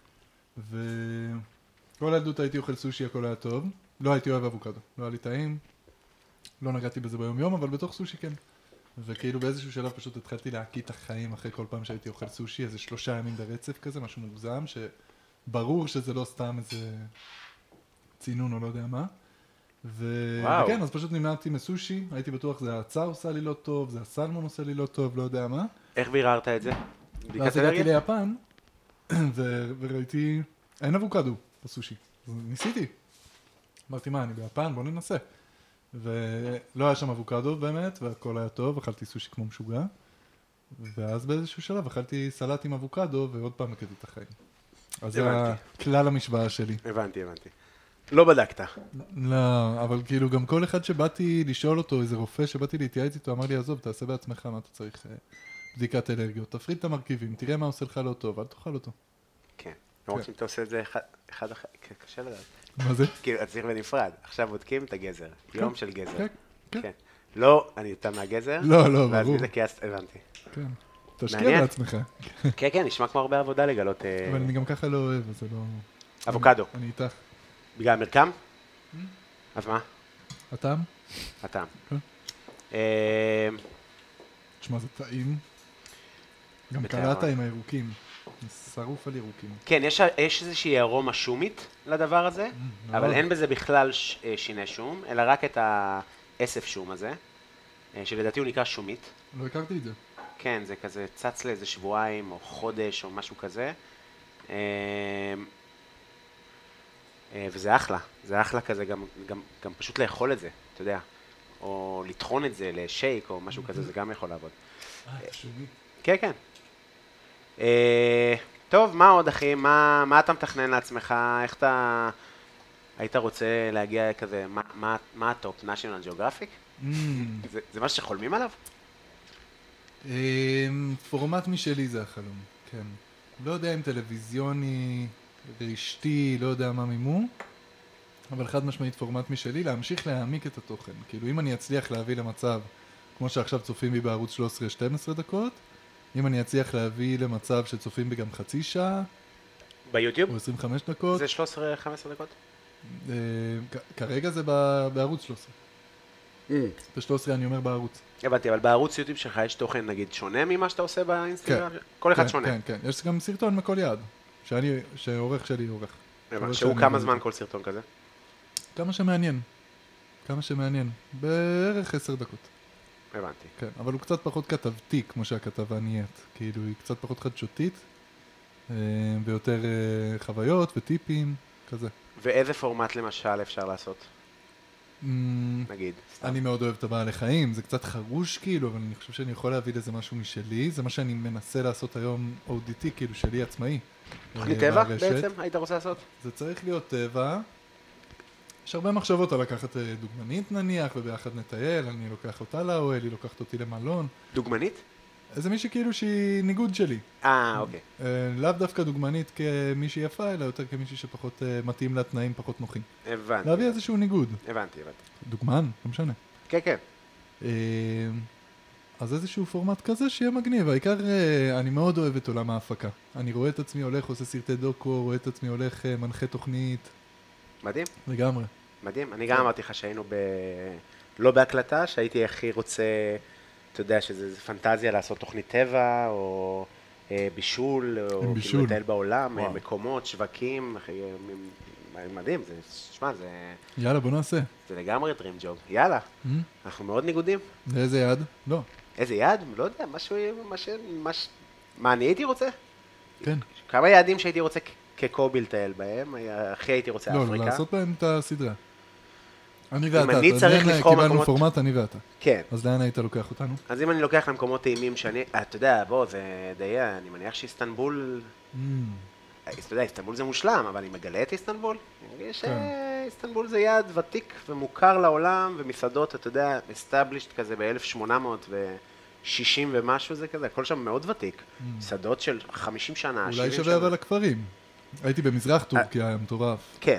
וכל הילדות הייתי אוכל סושי, הכל היה טוב. לא הייתי אוהב אבוקדו. לא היה לי טעים. לא נגעתי בזה ביום יום, אבל בתוך סושי כן. וכאילו באיזשהו שלב פשוט התחלתי להקיא את החיים אחרי כל פעם שהייתי אוכל סושי, איזה שלושה ימים ברצף כזה, משהו מוגזם, שברור שזה לא סתם איזה צינון או לא יודע מה. ו... וואו. וכן, אז פשוט נמנעתי מסושי, הייתי בטוח זה ההצעה עושה לי לא טוב, זה הסלמון עושה לי לא טוב, לא יודע מה. איך ביררת את זה? בדיקת ואז הגעתי אלרגיה? ליפן, ו... וראיתי, אין אבוקדו בסושי. אז ניסיתי. אמרתי, מה, אני ביפן, בוא ננסה. ולא היה שם אבוקדו באמת, והכל היה טוב, אכלתי סושי כמו משוגע. ואז באיזשהו שלב אכלתי סלט עם אבוקדו, ועוד פעם הקדתי את החיים. אז זה הבנתי. הכלל המשוואה שלי. הבנתי, הבנתי. לא בדקת. לא, אבל כאילו גם כל אחד שבאתי לשאול אותו, איזה רופא שבאתי להתייעץ איתו, אמר לי, עזוב, תעשה בעצמך מה אתה צריך אה, בדיקת אלרגיות, תפריד את המרכיבים, תראה מה עושה לך לא טוב, אל תאכל אותו. כן. למרות שאם אתה עושה את זה אחד, אחד אחר, קשה לדעת. מה זה? כאילו, אתה צריך בנפרד. עכשיו בודקים את הגזר. יום של גזר. כן, כן. כן. לא, אני יותר מהגזר. לא, לא, ואז ברור. מזה כעס, הבנתי. כן. תשקיע מעניין. בעצמך. כן, כן, נשמע כמו הרבה עבודה לגלות אה, אבל אני גם ככה לא אוהב, אז זה לא... אבוקדו. אני איתך. בגלל מרקם? אז מה? הטעם? הטעם. כן. אה, תשמע, זה טעים. גם בטעם. קלעת עם הירוקים. שרוף על ירוקים. כן, יש, יש איזושהי ארומה שומית לדבר הזה, Mm, אבל מאוד. אין בזה בכלל ש, אה, שיני שום, אלא רק את האסף שום הזה, אה, שלדעתי הוא נקרא שומית. לא הכרתי את זה. כן, זה כזה צץ לאיזה שבועיים או חודש או משהו כזה. אה, אה, וזה אחלה, זה אחלה כזה, גם, גם, גם פשוט לאכול את זה, אתה יודע, או לטחון את זה לשייק או משהו כזה, זה גם יכול לעבוד. אה, שומי. כן, כן. אה, טוב, מה עוד אחי? מה, מה אתה מתכנן לעצמך? איך אתה היית רוצה להגיע כזה, מה, מה, מה הטופ? national geographic? Mm, זה, זה משהו שחולמים עליו? אמ, פורמט משלי זה החלום, כן. לא יודע אם טלוויזיוני, רשתי, לא יודע מה מימו, אבל חד משמעית פורמט משלי, להמשיך להעמיק את התוכן. כאילו אם אני אצליח להביא למצב, כמו שעכשיו צופים בי בערוץ שלוש עשרה שתים עשרה דקות, אם אני אצליח להביא למצב שצופים בי גם חצי שעה, ביוטיוב? או עשרים וחמש דקות, זה שלוש עשרה חמש עשרה דקות? אה, כ- כרגע זה ב- בערוץ שלוש עשרה. ב-שלוש עשרה אני אומר בערוץ. הבנתי, אבל בערוץ יוטיוב שלך יש תוכן נגיד שונה ממה שאתה עושה באינסטגרם? כל אחד כן, שונה. כן, כן. יש גם סרטון מכל יעד, שאני, שעורך שלי עורך. הבנתי, עורך שהוא שאני כמה מביא זמן אותו. כל סרטון כזה? כמה שמעניין. כמה שמעניין. בערך עשר דקות. הבנתי. כן, אבל הוא קצת פחות כתבתי, כמו שהכתבה נהיית. כאילו, היא קצת פחות חדשותית, אה, ויותר אה, חוויות וטיפים, כזה. ואיזה פורמט למשל אפשר לעשות? אמ, נגיד, סתם. אני מאוד אוהב את הבעלי חיים, זה קצת חרוש כאילו, אבל אני חושב שאני יכול להביא לזה משהו משלי, זה מה שאני מנסה לעשות היום או די טי, כאילו שלי עצמאי. תוכנית אה, טבע ברשת. בעצם היית רוצה לעשות? זה צריך להיות טבע. יש הרבה מחשבות על לקחת אה, דוגמנית נניח, וביחד נטייל, אני לוקח אותה לאוהל, היא לוקחת אותי למלון. דוגמנית? איזה מישהי כאילו שהיא ניגוד שלי. אה, אוקיי. אה, לאו דווקא דוגמנית כמישהי יפה, אלא יותר כמישהי שפחות אה, מתאים לה תנאים פחות נוחים. הבנתי. להביא איזשהו ניגוד. הבנתי, הבנתי. דוגמן, לא משנה. כן, כן. אה, אז איזשהו פורמט כזה שיהיה מגניב. העיקר, אה, אני מאוד אוהב את עולם ההפקה. אני רואה את עצמי הולך, עושה סרטי דוקו, רואה את עצמי הולך, אה, מנחה תוכנית. מדהים. לגמרי. מדהים. אני גם אמרתי לך שהיינו ב... לא בהקלטה, שהייתי הכי רוצה, אתה יודע, שזה פנטזיה לעשות תוכנית טבע, או אה, בישול, או כאילו בישול. לטייל בעולם, וואו. מקומות, שווקים, אחי, אה, מדהים, זה, שמע, זה, יאללה, בוא נעשה. זה לגמרי Dream Job. יאללה, Hmm? אנחנו מאוד ניגודים. לאיזה יד? לא. איזה יעד? לא יודע, משהו, משהו, מש... מה אני הייתי רוצה? כן. כמה יעדים שהייתי רוצה כ- כקובי לטייל בהם, היה- הכי הייתי רוצה לא, אפריקה. לא, לעשות בהם את הסדרה. אני ואתה. אני אז צריך לאן לבחור קיבלנו מקומות- פורמט, אני ואתה. כן. אז לאן היית לוקח אותנו? אז אם אני לוקח למקומות טעימים שאני, אה, אתה יודע, בוא, זה די, אני מניח שאיסטנבול, Hmm. אה, אתה יודע, איסטנבול זה מושלם, אבל אני מגלה את איסטנבול. אני מרגיש כן. שאיסטנבול זה יעד ותיק ומוכר לעולם, ומסעדות, אתה יודע, established כזה ב-אלף שמונה מאות ושישים ומשהו זה כזה, הכל שם מאוד ותיק. מסעדות של חמישים שנה, אולי שבעים שווה שנה. אבל לכפרים. הייתי במזרח טורקיה, היה מטורף. כן.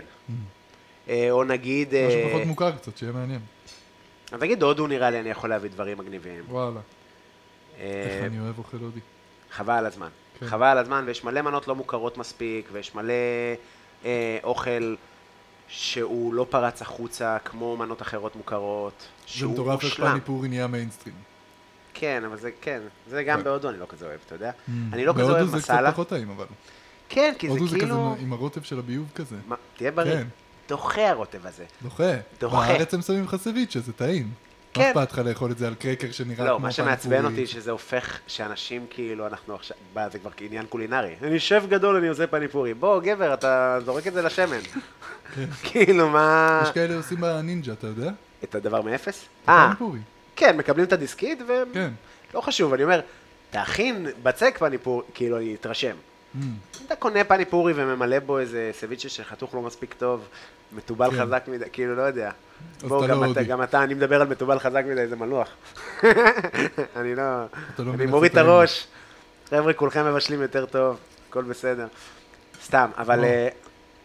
אה, או נגיד, אה, משהו פחות מוכר קצת, שיהיה מעניין. אז נגיד הודו נראה לי אני יכול להביא דברים מגניבים. וואלה, אה, איך אני אוהב אוכל הודי. חבל על הזמן. כן. חבל על הזמן, ויש מלא מנות לא מוכרות מספיק, ויש מלא אה, אוכל שהוא לא פרץ החוצה, כמו מנות אחרות מוכרות, זה שהוא מטורף איך מושלם. פניפורי נהיה מיינסטרים. כן, אבל זה כן, זה גם כן. בהודו אני לא כזה אוהב, אתה יודע? אני לא כזה אוהב בהודו זה קצת מסאלה. פחות טעים, אבל. כן, כי זה הודו זה כזה כאילו... עם הרוטב של הביוב כזה. מה, תהיה בריא. כן. דוחה הרוטב הזה. דוחה. דוחה. בארץ הם שמים לך סביץ' שזה טעים. כן. מה אכפת לך לאכול את זה על קרקר שנראה כמו לא, פניפורי? מה שמעצבן אותי שזה הופך שאנשים כאילו, אנחנו עכשיו, בא, זה כבר עניין קולינרי. אני שף גדול, אני עושה פניפורי. בוא, גבר, אתה זורק את זה לשמן. כאילו, מה... יש כאלה עושים בנינג'ה, אתה יודע? את הדבר מאפס? אה, פניפורי. כן, מקבלים את הדיסקית, ו... כן. לא חשוב, אני אומר, תכין בצק פניפורי, כאילו, אני אתרשם. Mm. אם אתה קונה פניפורי וממלא בו איזה סביצ'ה שחתוך לא מספיק טוב, מתובל כן. חזק מדי, כאילו, לא יודע. אז בוא, אתה גם לא אתה, הודי. גם אתה, אני מדבר על מתובל חזק מדי, זה מלוח. אני לא... אתה לא אני מבין מוריד את איך זה טעים. הראש. חבר'ה, כולכם מבשלים יותר טוב, הכל בסדר. סתם, אבל... לא. אה,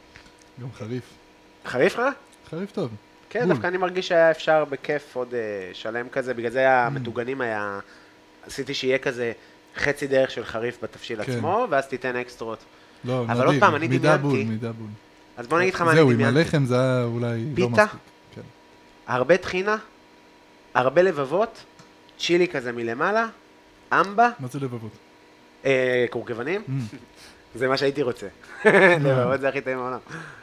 גם חריף. חריף לך? חריף טוב. כן, בול. דווקא אני מרגיש שהיה אפשר בכיף עוד אה, שלם כזה, בגלל זה המטוגנים היה... עשיתי שיהיה כזה חצי דרך של חריף בתבשיל כן. עצמו, ואז תיתן אקסטרות. לא, אבל עוד נדיר. פעם, אני מידה דמיינתי- בול, מידה בול. אז בוא נגיד לך מה אני זהו, עם דמיינתי. הלחם זה היה אולי לא פיתה? מספיק. כן. הרבה טחינה, הרבה לבבות, צ'ילי כזה מלמעלה, אמבה, מה זה לבבות? אה, קורקבנים? זה מה שהייתי רוצה. לבבות זה הכי טעים בעולם.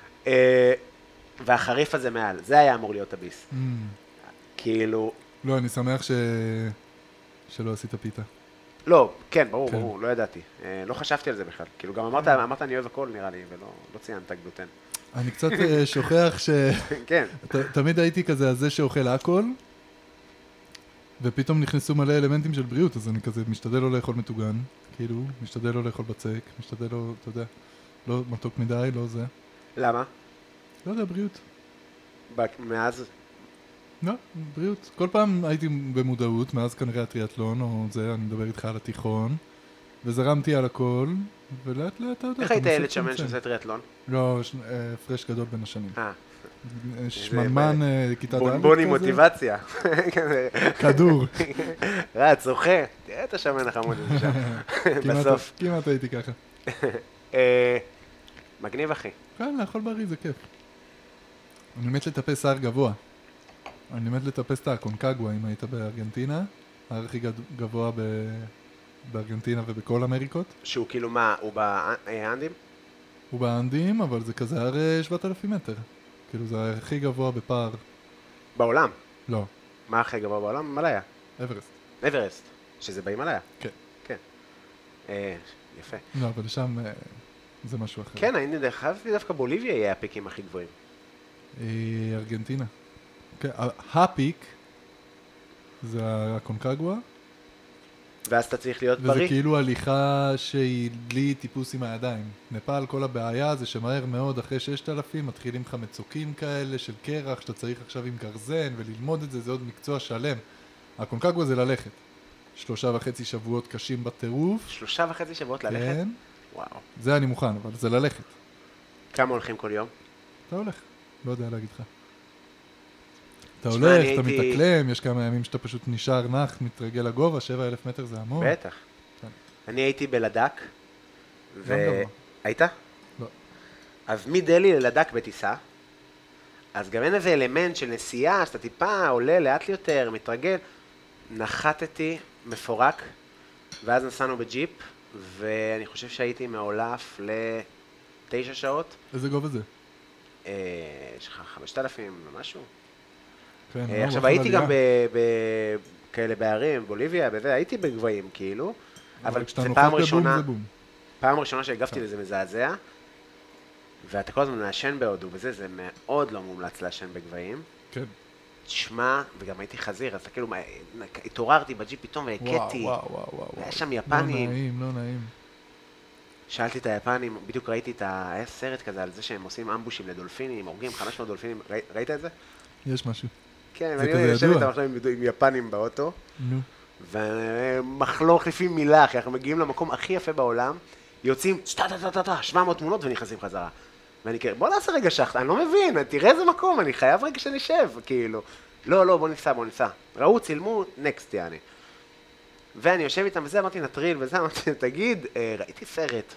והחריף הזה מעל, זה היה אמור להיות הביס. כאילו... לא, אני שמח ש... שלא עשית פיתה. לא, כן, ברור, ברור, לא ידעתי. לא חשבתי על זה בכלל. כאילו, גם אמרת, אמרת אני אוהב הכל, נראה לי, ולא ציינת גלוטן. אני קצת שוכח ש... כן. תמיד הייתי כזה הזה שאוכל הכל, ופתאום נכנסו מלא אלמנטים של בריאות, אז אני כזה משתדל לא לאכול מטוגן, כאילו, משתדל לא לאכול בצק, משתדל לא, אתה יודע, לא מתוק מדי, לא זה. למה? לא יודע, בריאות. מאז? לא, בריאות. כל פעם הייתי במודעות, מאז כנראה הטריאטלון, או זה, אני מדבר איתך על התיכון, וזרמתי על הכל, ולאט לאט אתה יודע. איך היית ילד שמן שעושה טריאטלון? לא, הפרש גדול בין השנים. אה. שמנמן, כיתה ד'. בונבוני מוטיבציה. כדור. רץ, זוכה. תראה את השמן החמוד הזה שם. בסוף. כמעט הייתי ככה. מגניב אחי. כן, לאכול בריא זה כיף. אני מת לטפס שיער גבוה. אני מת לטפס את הקונקגווה אם היית בארגנטינה. ההר הכי גבוה בארגנטינה ובכל אמריקות. שהוא כאילו מה, הוא באנדים? הוא באנדים, אבל זה כזה הר שבעת אלפים מטר. כאילו זה הכי גבוה בפער. בעולם? לא. מה הכי גבוה בעולם? הימאליה. אברסט. אברסט, שזה בהימאליה. כן. כן. אה, יפה. לא, אבל שם אה, זה משהו אחר. כן, אני חייבתי דווקא בוליביה יהיה הפיקים הכי גבוהים. אה, ארגנטינה. כן, הפיק זה הקונקגווה. ואז אתה צריך להיות וזה בריא. וזה כאילו הליכה שהיא לי טיפוס עם הידיים. נפאל, כל הבעיה זה שמהר מאוד אחרי ששת אלפים מתחילים לך מצוקים כאלה של קרח שאתה צריך עכשיו עם גרזן וללמוד את זה, זה עוד מקצוע שלם. הקונקגווה זה ללכת. שלושה וחצי שבועות קשים בטירוף. שלושה וחצי שבועות ללכת? כן. וואו. זה אני מוכן, אבל זה ללכת. כמה הולכים כל יום? אתה הולך, לא יודע להגיד לך. אתה הולך, אתה מתאקלם, יש כמה ימים שאתה פשוט נשאר נח, מתרגל לגובה, שבע אלף מטר זה המון. בטח. אני הייתי בלדק, ו... היית? לא. אז מדלי ללדק בטיסה, אז גם אין איזה אלמנט של נסיעה, שאתה טיפה עולה לאט יותר, מתרגל. נחתתי מפורק, ואז נסענו בג'יפ, ואני חושב שהייתי מעולף לתשע שעות. איזה גובה זה? יש לך חמשת אלפים ומשהו. כן, עכשיו הייתי גם בכאלה בערים, בוליביה, הייתי בגבהים כאילו, אבל זה פעם ראשונה, פעם ראשונה שהגבתי לזה מזעזע, ואתה כל הזמן מעשן בהודו, וזה, זה מאוד לא מומלץ לעשן בגבהים. כן. תשמע, וגם הייתי חזיר, אז אתה כאילו, התעוררתי בג'יפ פתאום והקטתי. וואו, וואו, וואו. היה שם יפנים. לא נעים, לא נעים. שאלתי את היפנים, בדיוק ראיתי את הסרט כזה על זה שהם עושים אמבושים לדולפינים, הורגים חמש מאות דולפינים, ראית את זה? יש משהו. כן, ואני יושב איתם עכשיו עם יפנים באוטו. נו. ואנחנו לא מחליפים מילה, אחי, אנחנו מגיעים למקום הכי יפה בעולם, יוצאים, סטה-טה-טה-טה, שבע מאות תמונות ונכנסים חזרה. ואני כאילו, בוא נעשה רגע שחט, אני לא מבין, תראה איזה מקום, אני חייב רגע שנשב, כאילו. לא, לא, בוא ניסע, בוא ניסע. ראו, צילמו, נקסט, יעני. ואני יושב איתם וזה, אמרתי, נטריל וזה, אמרתי, תגיד, ראיתי סרט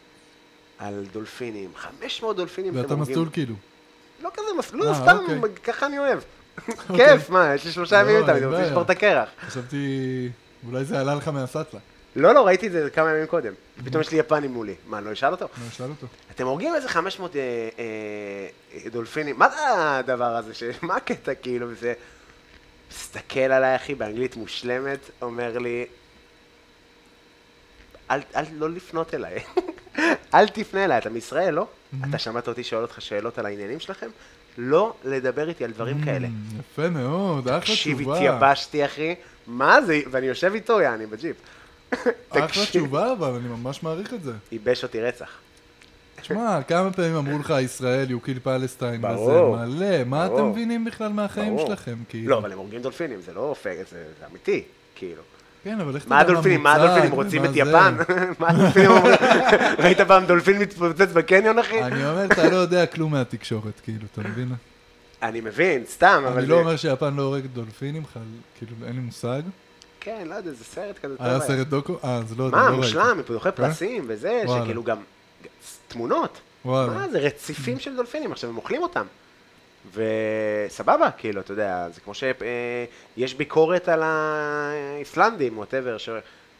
על דולפינים, חמש מאות דולפינים. ואתה מסלול כאילו? לא כזה מסלול, לא, סתם, ככה אני אוהב. כיף, מה, יש לי שלושה ימים איתם, אני רוצה לשבור את הקרח. חשבתי, אולי זה עלה לך מהסטלה. לא, לא, ראיתי את זה כמה ימים קודם. פתאום יש לי יפנים מולי. מה, אני לא אשאל אותו? לא אשאל אותו. אתם הורגים איזה חמש מאות דולפינים, מה זה הדבר הזה? מה הקטע כאילו? וזה מסתכל עליי, אחי, באנגלית מושלמת, אומר לי, אל לא לפנות אליי. אל תפנה אליי, אתה מישראל, לא? אתה שמעת אותי שואל אותך שאלות על העניינים שלכם? לא לדבר איתי על דברים כאלה. יפה מאוד, אחלה תשובה. תקשיב, התייבשתי, אחי. מה זה? ואני יושב איתו, יעני, בג'יפ. אחלה תשובה, אבל אני ממש מעריך את זה. ייבש אותי רצח. תשמע, כמה פעמים אמרו לך, ישראל, יוקיל פלסטיין, וזה מלא. מה אתם מבינים בכלל מהחיים שלכם? לא, אבל הם הורגים דולפינים, זה לא פייק, זה אמיתי, כאילו. כן, אבל איך אתה מה הדולפינים? מה הדולפינים? רוצים את יפן? מה הדולפינים אומרים? ראית פעם דולפין מתפוצץ בקניון, אחי? אני אומר, אתה לא יודע כלום מהתקשורת, כאילו, אתה מבין? אני מבין, סתם, אבל... אני לא אומר שיפן לא הורגת דולפינים, כאילו, אין לי מושג. כן, לא יודע, זה סרט כזה טוב. היה סרט דוקו? אה, זה לא יודע, לא מה, ראיתי. מושלם, מפתוחי פרסים וזה, שכאילו גם... תמונות. מה, זה רציפים של דולפינים, עכשיו הם אוכלים אותם. וסבבה, כאילו, אתה יודע, זה כמו שיש ביקורת על האיסלנדים, whatever,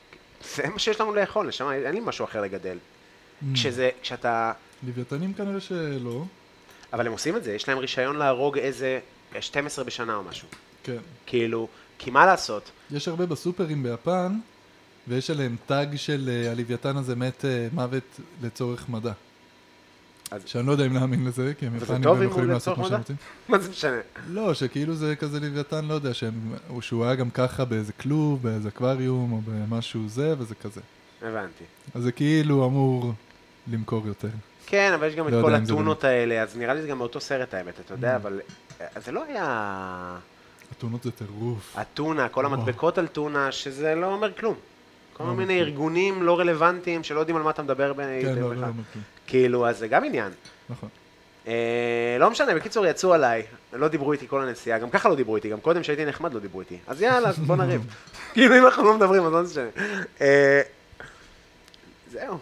זה מה שיש לנו לאכול, נשמה, אין לי משהו אחר לגדל. כשזה, כשאתה... לוויתנים כנראה שלא. אבל הם עושים את זה, יש להם רישיון להרוג איזה שתים עשרה בשנה או משהו. כן. כאילו, כי מה לעשות? יש הרבה בסופרים ביפן, ויש עליהם טאג של הלוויתן הזה מת מוות לצורך מדע. אז... שאני לא יודע אם להאמין לזה, כי הם יפנים והם יכולים לעשות מה שהם רוצים. מה זה משנה? לא, שכאילו זה כזה לוויתן, לא יודע, שהם, שהוא היה גם ככה באיזה כלוב, באיזה אקווריום, או במשהו זה, וזה כזה. הבנתי. אז זה כאילו אמור למכור יותר. כן, אבל יש גם את לא כל יודע אם זה הטונות האלה, אז נראה לי זה גם באותו סרט האמת, אתה יודע, אבל זה לא היה... הטונות זה טירוף. הטונה, כל המדבקות על טונה, שזה לא אומר כלום. כל לא מיני אומר ארגונים לא רלוונטיים, שלא יודעים על מה אתה מדבר בין... כן, לא, לא, לא אומר כלום. כאילו, אז זה גם עניין. נכון. אה, לא משנה, בקיצור יצאו עליי, לא דיברו איתי כל הנסיעה, גם ככה לא דיברו איתי, גם קודם שהייתי נחמד לא דיברו איתי. אז יאללה, אז בוא נריב. כאילו אם אנחנו לא מדברים, אז לא משנה. אה, זהו.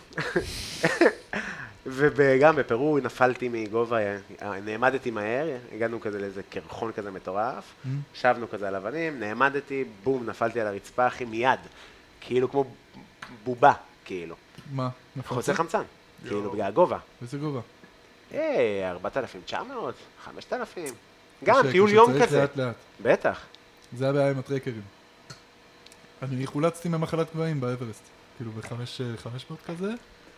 וגם בפרו נפלתי מגובה, נעמדתי מהר, הגענו כזה לאיזה קרחון כזה מטורף, שבנו כזה על אבנים, נעמדתי, בום, נפלתי על הרצפה הכי מיד, כאילו כמו בובה, כאילו. מה? נפלת? חוצה חמצן, כאילו בגלל הגובה. איזה גובה? היי, ארבעת אלפים תשע מאות, חמשת אלפים. גם, קשה, טיול יום כשצריך כזה. לאט לאט. בטח. זה הבעיה עם הטרקרים. אני חולצתי ממחלת גבהים באברסט, כאילו בחמש מאות כזה,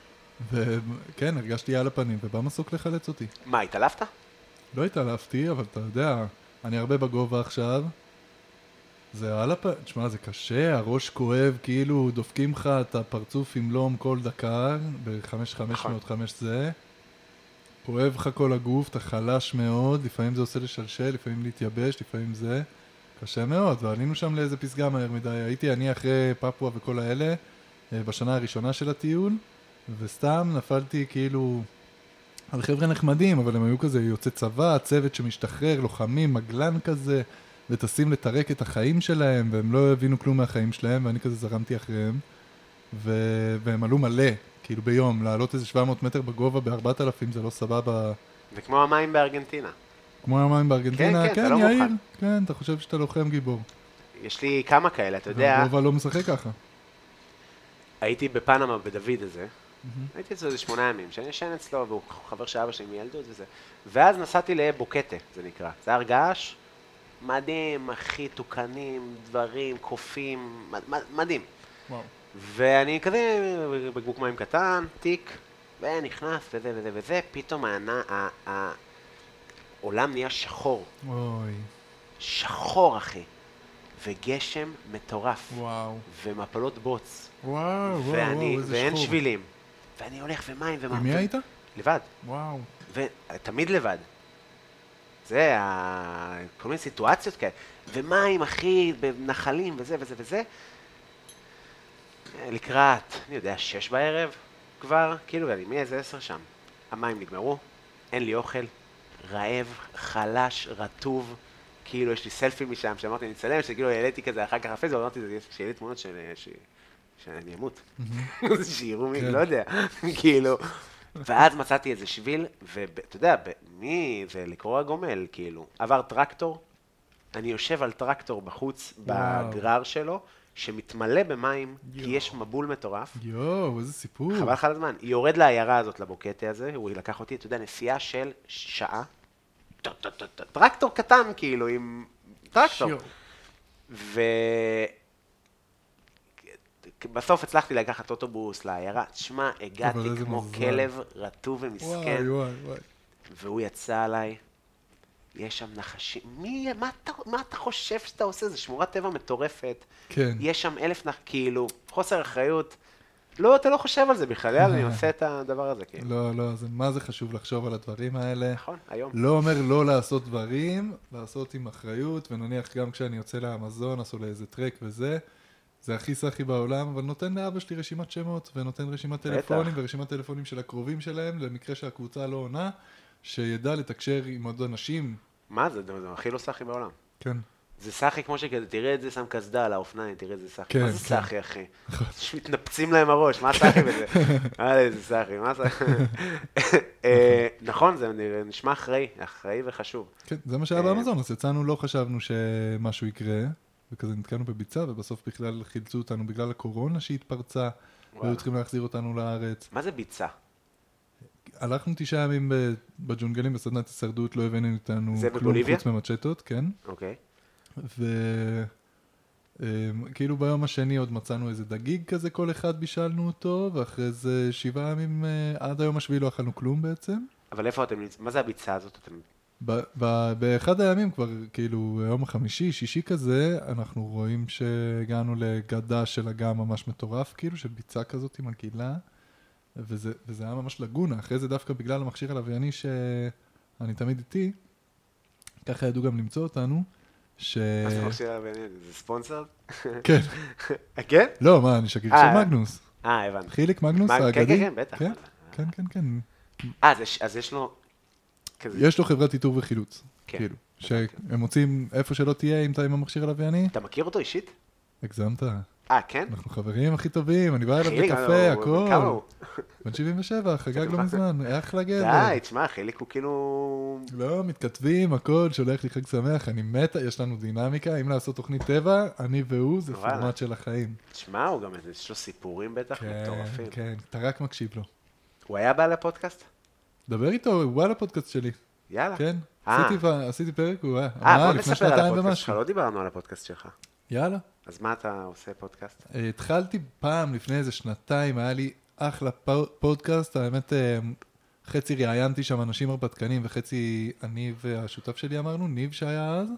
וכן, הרגשתי על הפנים, ובא מסוק לחלץ אותי. מה, התעלפת? לא התעלפתי, אבל אתה יודע, אני הרבה בגובה עכשיו, זה על הפנים, תשמע, זה קשה, הראש כואב, כאילו דופקים לך את הפרצוף עם לום כל דקה, ב-חמש אלף חמש מאות וחמש זה, כואב לך כל הגוף, אתה חלש מאוד, לפעמים זה עושה לשלשל, לפעמים להתייבש, לפעמים זה, קשה מאוד, ועלינו שם לאיזה פסגה מהר מדי, הייתי אני אחרי פפואה וכל האלה, בשנה הראשונה של הטיול, וסתם נפלתי כאילו על חבר'ה נחמדים, אבל הם היו כזה יוצא צבא, צוות שמשתחרר, לוחמים, מגלן כזה, וטסים לתרק את החיים שלהם, והם לא הבינו כלום מהחיים שלהם, ואני כזה זרמתי אחריהם, ו... והם עלו מלא, כאילו ביום, לעלות איזה שבע מאות מטר בגובה ב-ארבעת אלפים, זה לא סבבה. זה כמו המים בארגנטינה. כמו המים בארגנטינה, כן, כן, כן, אתה לא יאיר, מוכן. כן, אתה חושב שאתה לוחם גיבור. יש לי כמה כאלה, אתה יודע, הגובה לא משחק ככה. הייתי בפנמה בדוד הזה, הייתי אצלו איזה שמונה ימים, שאני ישן אצלו, והוא חבר של אבא שלי מילדות וזה. ואז נסעתי לבוקטה, זה נקרא. זה הר געש, מדהים, אחי, תוקנים, דברים, קופים, מד, מדהים. וואו. ואני כזה, בקבוק מים קטן, תיק, ונכנס וזה וזה וזה, פתאום הענה, העולם נהיה שחור. אוי. שחור, אחי. וגשם מטורף. וואו. ומפלות בוץ. וואו, וואו, ואני, וואו, איזה ואין שחור. שבילים. ואני הולך ומים ומים. עם מי היית? לבד. וואו. ותמיד לבד. זה, ה... כל מיני סיטואציות כאלה. ומים, אחי, בנחלים וזה וזה וזה. לקראת, אני יודע, שש בערב כבר, כאילו, אני מי איזה עשר שם. המים נגמרו, אין לי אוכל, רעב, חלש, רטוב. כאילו, יש לי סלפי משם, שאמרתי, אני אצלם, שכאילו העליתי כזה אחר כך הפייסבוק, אמרתי, שיהיה לי תמונות של... שאני אמות. שיראו מי, לא יודע. כאילו... ואז מצאתי איזה שביל, ואתה יודע, מי זה לקרוא הגומל, כאילו. עבר טרקטור, אני יושב על טרקטור בחוץ, בגרר שלו, שמתמלא במים, כי יש מבול מטורף. יואו, איזה סיפור. חבל לך על הזמן. היא יורד לעיירה הזאת, לבוקטה הזה, הוא לקח אותי, אתה יודע, נסיעה של שעה. טרקטור קטן, כאילו, עם טרקטור. ובסוף הצלחתי לקחת אוטובוס לעיירה. תשמע, הגעתי כמו כלב רטוב ומסכן. והוא יצא עליי. יש שם נחשים. מי, מה אתה, מה אתה חושב שאתה עושה? זה שמורת טבע מטורפת. כן. יש שם אלף נח... כאילו, חוסר אחריות. לא, אתה לא חושב על זה בכלל, יאללה, אני עושה את הדבר הזה, כאילו. לא, לא, זה מה זה חשוב לחשוב על הדברים האלה. נכון, היום. לא אומר לא לעשות דברים, לעשות עם אחריות, ונניח גם כשאני יוצא לאמזון, עשו לאיזה טרק וזה, זה הכי סחי בעולם, אבל נותן לאבא שלי רשימת שמות, ונותן רשימת טלפונים, ורשימת טלפונים של הקרובים שלהם, למקרה שהקבוצה לא עונה, שידע לתקשר עם עוד אנשים. מה זה? זה הכי לא סחי בעולם. כן. זה סחי כמו שכזה, תראה את זה שם קסדה על האופניים, תראה את זה סחי. כן, מה זה כן. סחי, אחי? שמתנפצים להם הראש, מה סחי בזה? אה, איזה סחי, מה סחי? נכון, זה נשמע אחראי, אחראי וחשוב. כן, זה מה שהיה באמזון, אז יצאנו, לא חשבנו שמשהו יקרה, וכזה נתקענו בביצה, ובסוף בכלל חילצו אותנו בגלל הקורונה שהתפרצה, והיו צריכים להחזיר אותנו לארץ. מה זה ביצה? הלכנו תשעה ימים בג'ונגלים בסדנת הישרדות, לא הבאנו איתנו כלום חוץ ממצ'טות, כן. אוקיי. וכאילו ביום השני עוד מצאנו איזה דגיג כזה, כל אחד בישלנו אותו, ואחרי זה שבעה ימים, עד היום השביעי לא אכלנו כלום בעצם. אבל איפה אתם, מה זה הביצה הזאת? אתם... באחד הימים כבר, כאילו, יום החמישי, שישי כזה, אנחנו רואים שהגענו לגדה של אגם ממש מטורף, כאילו, של ביצה כזאת מגעילה, וזה, וזה היה ממש לגונה. אחרי זה דווקא בגלל המכשיר הלווייני שאני תמיד איתי, ככה ידעו גם למצוא אותנו, ש... מה זה המכשיר הלווייני? זה ספונסר? כן. כן? לא, מה, אני שגריר של מגנוס. אה, הבנתי. חיליק מגנוס, האגדי. כן, כן, כן, בטח. כן, כן, כן, כן. אה, אז יש לו... יש לו חברת איתור וחילוץ, כאילו, שהם מוצאים איפה שלא תהיה אם אתה עם המכשיר הלווייני. אתה מכיר אותו אישית? הגזמת. אה, כן? אנחנו חברים הכי טובים, אני בא אליו בקפה, הכל. כמה הוא? בן שבעים ושבע, חגג לא מזמן, אחלה גבר. די, תשמע, חיליק הוא כאילו... לא, מתכתבים, הכל, שולח לי חג שמח, אני מתה, יש לנו דינמיקה, אם לעשות תוכנית טבע, אני והוא, זה פורמט של החיים. תשמע, הוא גם, יש לו סיפורים בטח מטורפים. כן, אתה רק מקשיב לו. הוא היה בא לפודקאסט? דבר איתו, הוא בא לפודקאסט שלי. יאללה. כן, עשיתי פרק, הוא היה. אה, בוא נספר על הפודקאסט שלך, לא דיברנו על הפודקאסט שלך. יאללה. אז מה אתה עושה פודקאסט? התחלתי פעם, לפני איזה שנתיים, היה לי אחלה פודקאסט, האמת, חצי ראיינתי שם אנשים הרפתקנים, וחצי אני והשותף שלי אמרנו, ניב שהיה אז.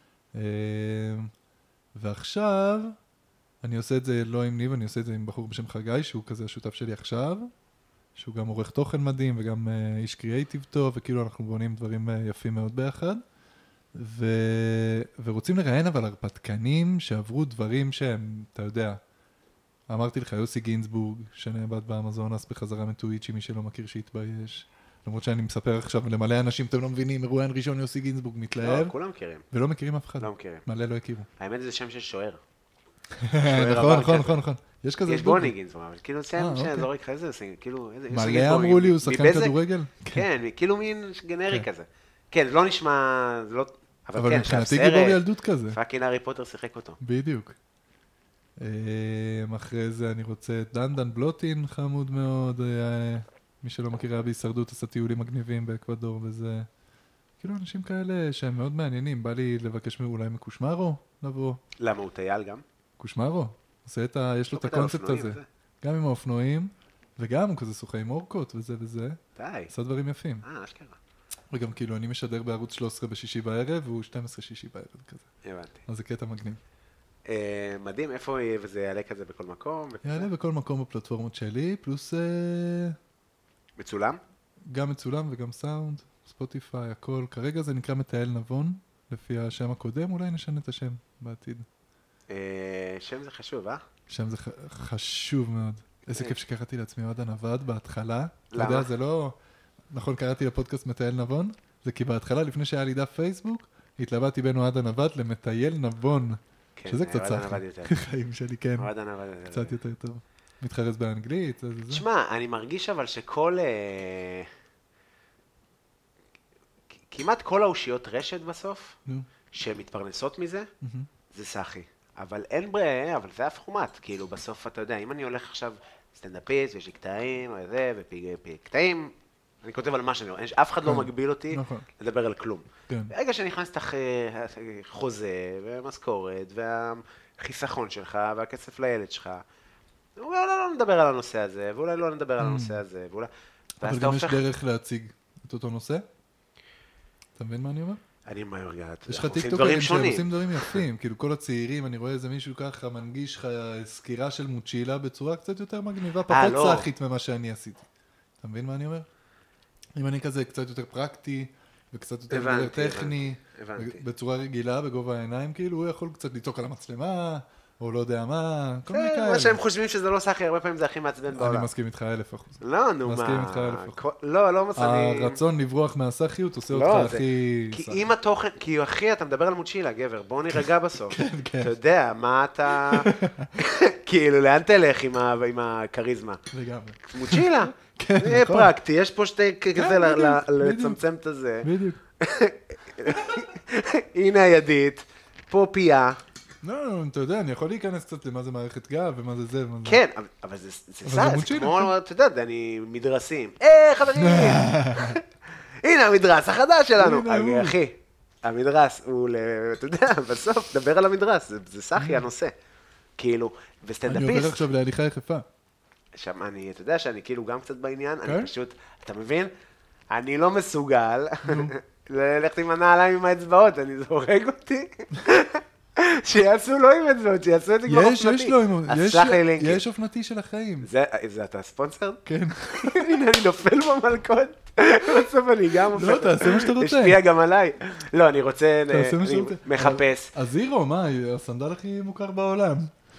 ועכשיו, אני עושה את זה לא עם ניב, אני עושה את זה עם בחור בשם חגי, שהוא כזה השותף שלי עכשיו. שהוא גם עורך תוכן מדהים וגם uh, איש קריאייטיב טוב, וכאילו אנחנו בונים דברים uh, יפים מאוד ביחד. ו... ורוצים לראיין אבל הרפתקנים שעברו דברים שהם, אתה יודע, אמרתי לך, יוסי גינזבורג, שנאבד באמזונס בחזרה מטוויצ'י, מי שלא מכיר שהתבייש. למרות שאני מספר עכשיו למלא אנשים, אתם לא מבינים, מרואיין ראשון יוסי גינזבורג מתלהב. לא, כולם מכירים. ולא מכירים אף אחד. לא מכירים. מלא לא הכירו. האמת זה שם של שוער. נכון, נכון, נכון, נכון. יש כזה... יש בוני גינזבורג, אבל כאילו שם שזורק לך איזה, כאילו... מלא אמרו לי, הוא שחקן כדורגל? כן, כאילו מין גנרי כזה. כן, זה לא נשמע... אבל מבחינתי גיבור ילדות כזה. פאקינג הארי פוטר שיחק אותו. בדיוק. אחרי זה אני רוצה את דנדן בלוטין, חמוד מאוד. מי שלא מכיר היה בהישרדות, עשה טיולים מגניבים באקוודור וזה. כאילו אנשים כאלה שהם מאוד מעניינים. בא לי לבקש אולי מקושמרו לבוא. למה הוא טייל גם? קושמרו. עושה את ה... יש לו את הקונספט הזה. גם עם האופנועים, וגם הוא כזה שוחה עם אורקות וזה וזה. די. עשה דברים יפים. אה, אשכרה. וגם כאילו אני משדר בערוץ שלוש עשרה בשישי בערב, והוא שתים עשרה שישי בערב כזה. הבנתי. אז זה קטע מגניב. מדהים, איפה יהיה וזה יעלה כזה בכל מקום? יעלה בכל מקום בפלטפורמות שלי, פלוס... מצולם? גם מצולם וגם סאונד, ספוטיפיי, הכל. כרגע זה נקרא מטייל נבון, לפי השם הקודם, אולי נשנה את השם בעתיד. שם זה חשוב, אה? שם זה חשוב מאוד. איזה כיף שקראתי לעצמי עוד הנווד בהתחלה. למה? אתה יודע, זה לא... נכון, קראתי לפודקאסט מטייל נבון, זה כי בהתחלה, לפני שהיה לי דף פייסבוק, התלבטתי בין אוהד הנווד למטייל נבון. שזה קצת צחי. חיים שלי, כן. אוהד הנווד. קצת יותר טוב. מתחרז באנגלית, זה זה. תשמע, אני מרגיש אבל שכל... כמעט כל האושיות רשת בסוף, שמתפרנסות מזה, זה סחי. אבל אין בריאה, אבל זה אף חומת. כאילו, בסוף, אתה יודע, אם אני הולך עכשיו סטנדאפיסט, ויש לי קטעים, וזה, וקטעים, אני כותב על מה שאני אומר, אף אחד לא מגביל אותי לדבר על כלום. ברגע שאני נכנס את החוזה, והמשכורת, והחיסכון שלך, והכסף לילד שלך, אולי לא נדבר על הנושא הזה, ואולי לא נדבר על הנושא הזה, ואולי... אבל גם יש דרך להציג את אותו נושא? אתה מבין מה אני אומר? אני מה הרגעת, יש לך טיקטוקרים שהם עושים דברים יפים, כאילו כל הצעירים, אני רואה איזה מישהו ככה מנגיש לך סקירה של מוצ'ילה בצורה קצת יותר מגניבה, פחות צחית ממה שאני עשיתי. אתה מבין מה אני אומר? אם אני כזה קצת יותר פרקטי, וקצת יותר טכני, בצורה רגילה, בגובה העיניים, כאילו הוא יכול קצת לצעוק על המצלמה, או לא יודע מה, כל מיני כאלה. מה שהם חושבים שזה לא סחי, הרבה פעמים זה הכי מעצבן בעולם. אני מסכים איתך אלף אחוז. לא, נו מה. מסכים איתך אלף אחוז. לא, לא מסכים. הרצון לברוח מהסחיות עושה אותך הכי... כי אם התוכן, כי אחי, אתה מדבר על מוצ'ילה, גבר, בואו נרגע בסוף. אתה יודע, מה אתה... כאילו, לאן תלך עם הקריזמה? לגמרי. מוצ'ילה. זה פרקטי, יש פה שתי כזה לצמצם את הזה. בדיוק. הנה הידית, פה פייה. לא, לא, אתה יודע, אני יכול להיכנס קצת למה זה מערכת גב ומה זה זה ומה זה. כן, אבל- אבל זה זה זה זז, מוצ'ילה, כמו, אתה יודע, אני מדרסים. אה, חברים! הנה המדרס החדש שלנו. הנה הוא. אחי, המדרס הוא, ל- אתה יודע, בסוף, דבר על המדרס, זה- זה סחי הנושא. כאילו, אני עובר וסטנדאפיסט, עכשיו להליכה יחפה. שם אני, אתה יודע שאני כאילו גם קצת בעניין, כן? אני פשוט, אתה מבין? אני לא מסוגל ללכת עם הנעליים עם האצבעות, אני זורק אותי. שיעשו לא עם אצבעות, שיעשו את זה כבר יש, אופנתי. יש לו, עם- אז יש- שלח לי לינקים. יש אופנתי של החיים. זה, זה אתה ספונסר? כן. הנה, אני נופל במלכות. בסוף אני גם... לא, תעשה מה שאתה רוצה. השפיע גם עליי. לא, אני רוצה... תעשה מה שאתה אני רוצה. מחפש. הזירו, מה, הסנדל הכי מוכר בעולם.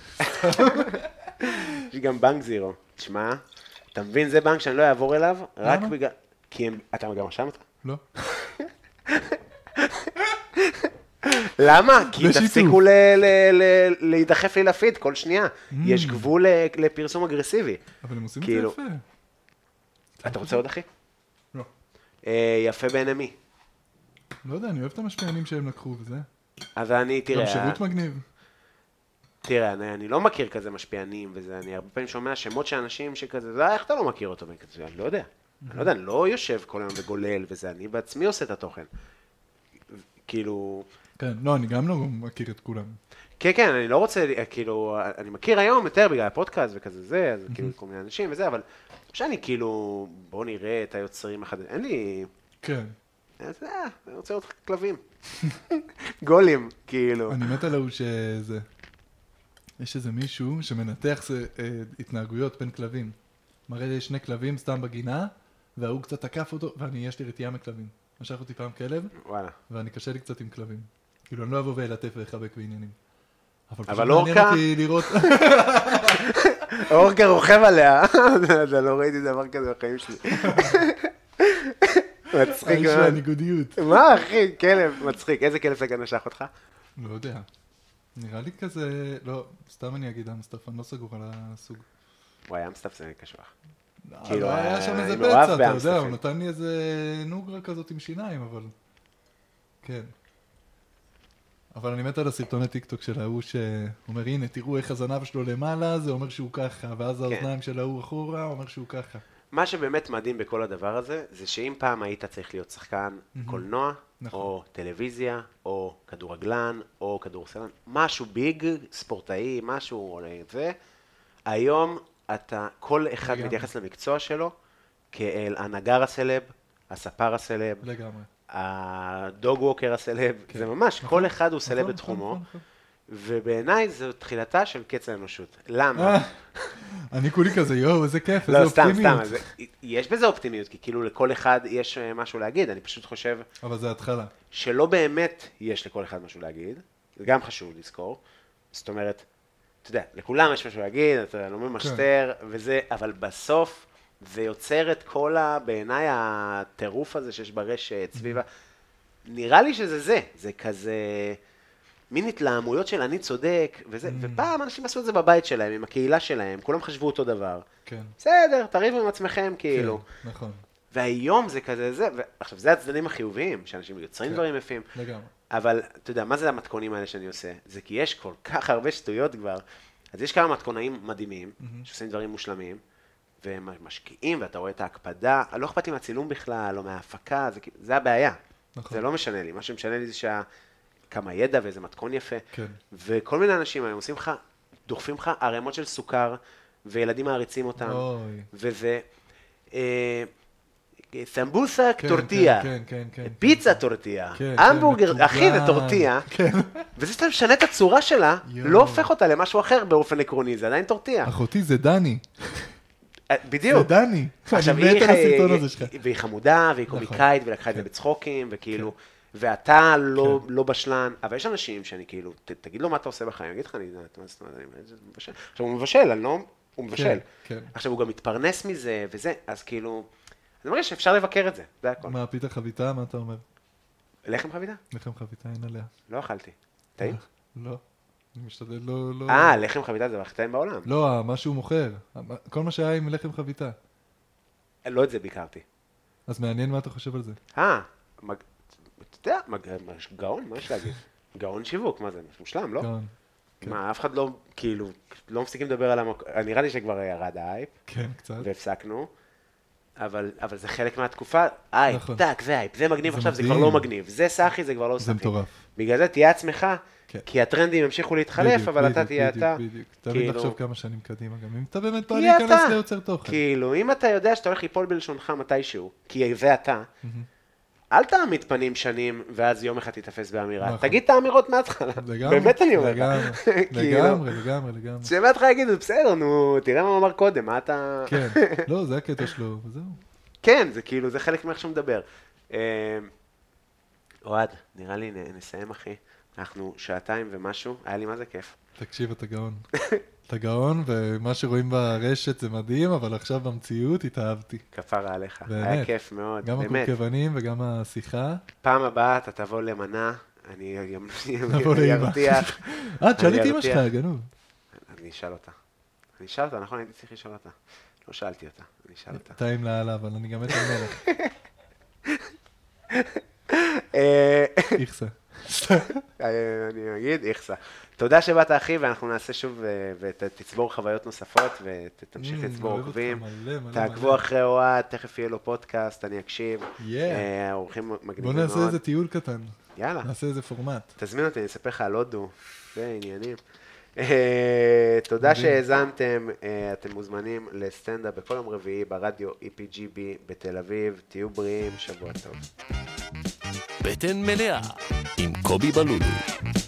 יש גם בנק זירו. תשמע, אתה מבין, זה בנק שאני לא אעבור אליו, רק למה? בגלל... כי הם... אתה גם רשם אותך? לא. למה? כי בשיתוף. תפסיקו ל- ל- ל- להידחף לי לפיד כל שנייה. יש גבול ל- לפרסום אגרסיבי. אבל הם עושים כאילו- את זה יפה. אתה רוצה עוד אחי? לא. אה, יפה בעיני מי? לא יודע, אני אוהב את המשפיענים שהם לקחו וזה. אז אני, גם תראה, שירות מגניב. תראה, אני, אני לא מכיר כזה משפיענים וזה, אני הרבה פעמים שומע שמות של אנשים שכזה, זה, איך אתה לא מכיר אותו? וכזה, אני לא יודע. אני לא יודע, אני לא יושב כל היום וגולל וזה, אני בעצמי עושה את התוכן. כאילו, כן, לא, אני גם לא מכיר את כולם. כן, כן, אני לא רוצה, כאילו, אני מכיר היום יותר בגלל הפודקאסט וכזה זה, אז כאילו כל מיני אנשים וזה, אבל שאני כאילו, בוא נראה את היוצרים אחד, אין לי, כן. אז, אה, אני רוצה לראות כלבים. גולים, כאילו. אני מת על ההוא שזה... יש איזה מישהו שמנתח זה, אה, התנהגויות בין כלבים. מראה לי שני כלבים סתם בגינה, וההוא קצת תקף אותו, ואני, יש לי רתיעה מכלבים. משך אותי פעם כלב, וואלה. ואני קשה לי קצת עם כלבים. כאילו, אני לא אבוא ואלטף ואחבק בעניינים. אבל פשוט אבל מעניין אורקה? אותי לראות... אורקה רוכב עליה, אתה לא ראיתי דבר כזה בחיים שלי. מצחיק האיש מאוד. והניגודיות. מה אחי, כלב, מצחיק. איזה כלב סגן נשך אותך? לא יודע. נראה לי כזה... לא, סתם אני אגיד אמסטף, אני לא סגור על הסוג. וואי, אמסטף זה קשוח. לא, כאילו, לא היה שם אני איזה מאוהב בצע, אתה יודע, באמסטפים. הוא נתן לי איזה נוגרה כזאת עם שיניים, אבל... כן. אבל אני מת על הסרטוני טיקטוק של ההוא שאומר, הנה, תראו איך הזנב שלו למעלה, זה אומר שהוא ככה, ואז האוזניים של ההוא אחורה, אומר שהוא ככה. מה שבאמת מדהים בכל הדבר הזה, זה שאם פעם היית צריך להיות שחקן קולנוע, נכון. או טלוויזיה, או כדורגלן, או כדורסלן, משהו ביג, ספורטאי, משהו, או זה, היום אתה, כל אחד לגמרי. מתייחס למקצוע שלו, כאל הנגר הסלב, הספר הסלב, לגמרי. הדוג ווקר הסלב, כן. זה ממש, נכון, כל אחד הוא סלב נכון, בתחומו, נכון, נכון. ובעיניי זו תחילתה של קץ האנושות. למה? אה, אני כולי כזה, יואו, איזה כיף, איזה לא, סתם, אופטימיות. סתם, אז יש בזה אופטימיות, כי כאילו לכל אחד יש אה, משהו להגיד, אני פשוט חושב אבל זה התחלה. שלא באמת יש לכל אחד משהו להגיד, זה גם חשוב לזכור, זאת אומרת, אתה יודע, לכולם יש משהו להגיד, אתה לא ממשטר וזה, אבל בסוף זה יוצר את כל ה... בעיניי הטירוף הזה שיש ברשת, סביבה, נראה לי שזה זה, זה כזה מין התלהמויות של אני צודק, וזה, ופעם אנשים עשו את זה בבית שלהם, עם הקהילה שלהם, כולם חשבו אותו דבר. כן. בסדר, תריבו עם עצמכם, כאילו. כן, נכון. והיום זה כזה זה, ועכשיו זה הצדדים החיוביים, שאנשים יוצרים כן. דברים יפים, לגמרי. אבל אתה יודע, מה זה המתכונים האלה שאני עושה? זה כי יש כל כך הרבה שטויות כבר, אז יש כמה מתכונאים מדהימים, שעושים דברים מושלמים, והם משקיעים, ואתה רואה את ההקפדה, לא אכפת לי מהצילום בכלל, או מההפקה, זה, זה הבעיה. נכון. זה לא משנה לי, מה שמשנה לי זה שה... כמה ידע ואיזה מתכון יפה, כן. וכל מיני אנשים היום עושים לך, דוחפים לך ערימות של סוכר, וילדים מעריצים אותם, אוי. וזה אה, סמבוסה כן, טורטיה, כן, כן, כן, פיצה כן. טורטיה, כן, המבורגר, כן, אחי זה מצוין. טורטיה, כן. וזה שאתה משנה את הצורה שלה, יואו. לא הופך אותה למשהו אחר באופן עקרוני, זה עדיין טורטיה. אחותי זה דני. אה, בדיוק. זה דני. עכשיו, אני מת היא- על הסרטון הזה שלך. והיא חמודה, והיא נכון. קומיקאית, ולקחה את זה כן. בצחוקים, וכאילו, ואתה לא כן. לא בשלן, אבל יש אנשים שאני כאילו, ת- תגיד לו מה אתה עושה בחיים, אני אגיד לך, אני יודע, מה זאת אומרת, אני מבשל. עכשיו, הוא מבשל, אני לא, הוא מבשל. כן, כן. עכשיו, הוא גם מתפרנס מזה, וזה, אז כאילו, אני אומר שאפשר לבקר את זה, זה הכל. מה, פיתה חביתה? מה אתה אומר? לחם חביתה? לחם חביתה, אין עליה. לא אכלתי. טעים? לא. אני משתדל לא... לא- אה, לחם חביתה זה הכי טעים בעולם. לא, מה שהוא מוכר. כל מה שהיה עם לחם חביתה. לא את זה ביקרתי. אז מעניין מה אתה חושב על זה. אה, מג- אתה יודע, מג- גאון, מה יש להגיד? גאון שיווק, מה זה, מושלם, לא? גאון. מה, אף אחד לא, כאילו, לא מפסיקים לדבר על המקום, נראה לי שכבר ירד האייפ, כן, קצת. והפסקנו, אבל, אבל זה חלק מהתקופה, אייפ, נכון. טק, זה אייפ, זה מגניב, זה עכשיו זה מדהים. כבר לא מגניב, זה סאחי, זה כבר לא זה סאחי. מטורף. בגלל זה תהיה עצמך, כן. כי הטרנדים ימשיכו להתחלף, בדיוק, אבל אתה בדיוק, תהיה בדיוק, אתה. בדיוק. תמיד כאילו- לחשוב כמה שנים קדימה גם. אם אתה באמת בא תהיה להיכנס אתה. ליוצר תוכן. כאילו, אם אתה יודע שאתה הולך ליפול בלשונך מתישהו, כי זה אתה, אל תעמיד פנים שנים, ואז יום אחד תתאפס באמירה. נכון. תגיד את האמירות מההתחלה. לגמרי, באמת אני אומר לך. לגמרי, כאילו, לגמרי, לגמרי, לגמרי. שבאתך יגידו, בסדר, נו, תראה מה הוא אמר קודם, מה אתה... כן, לא, זה הקטע שלו, וזהו. כן, זה כאילו, זה חלק מאיך שהוא מדבר. אה, אוהד, נראה לי נ- נסיים, אחי. אנחנו שעתיים ומשהו, היה לי מה זה כיף. תקשיב, אתה גאון. אתה גאון, ומה שרואים ברשת זה מדהים, אבל עכשיו במציאות התאהבתי. כפרה עליך. באמת. היה כיף מאוד, גם באמת. הקורקבנים וגם השיחה. פעם הבאה אתה תבוא למנה, אני נבוא לאמא. ארתיח. אה, תשאל את אני אמא שלך, ארתיח. גנוב. אני אשאל אותה. אני אשאל אותה, נכון? הייתי צריך לשאול אותה. לא שאלתי אותה, אני אשאל אותה. טעים לאללה, אבל אני גם מת על מלך. אה, איכסה. אני אגיד, איכסה. תודה שבאת, אחי, ואנחנו נעשה שוב, אה, ותצבור חוויות נוספות, ותמשיך Mm, לצבור אוהב אותך עוקבים. מלא, מלא, תעקבו מלא. אחרי אוהד, תכף יהיה לו פודקאסט, אני אקשיב. Yeah. אה, האורחים מגניבים בוא מאוד. נעשה איזה טיול קטן. יאללה, נעשה איזה פורמט. תזמין אותי, אני אספר לך על הודו, זה עניינים. אה, תודה מדהים. שהאזנתם, אה, אתם מוזמנים לסטנדאפ בכל יום רביעי ברדיו אי פי ג'י בי בתל אביב, תהיו בריאים, שבוע טוב. בטן מלאה עם קובי בלולו.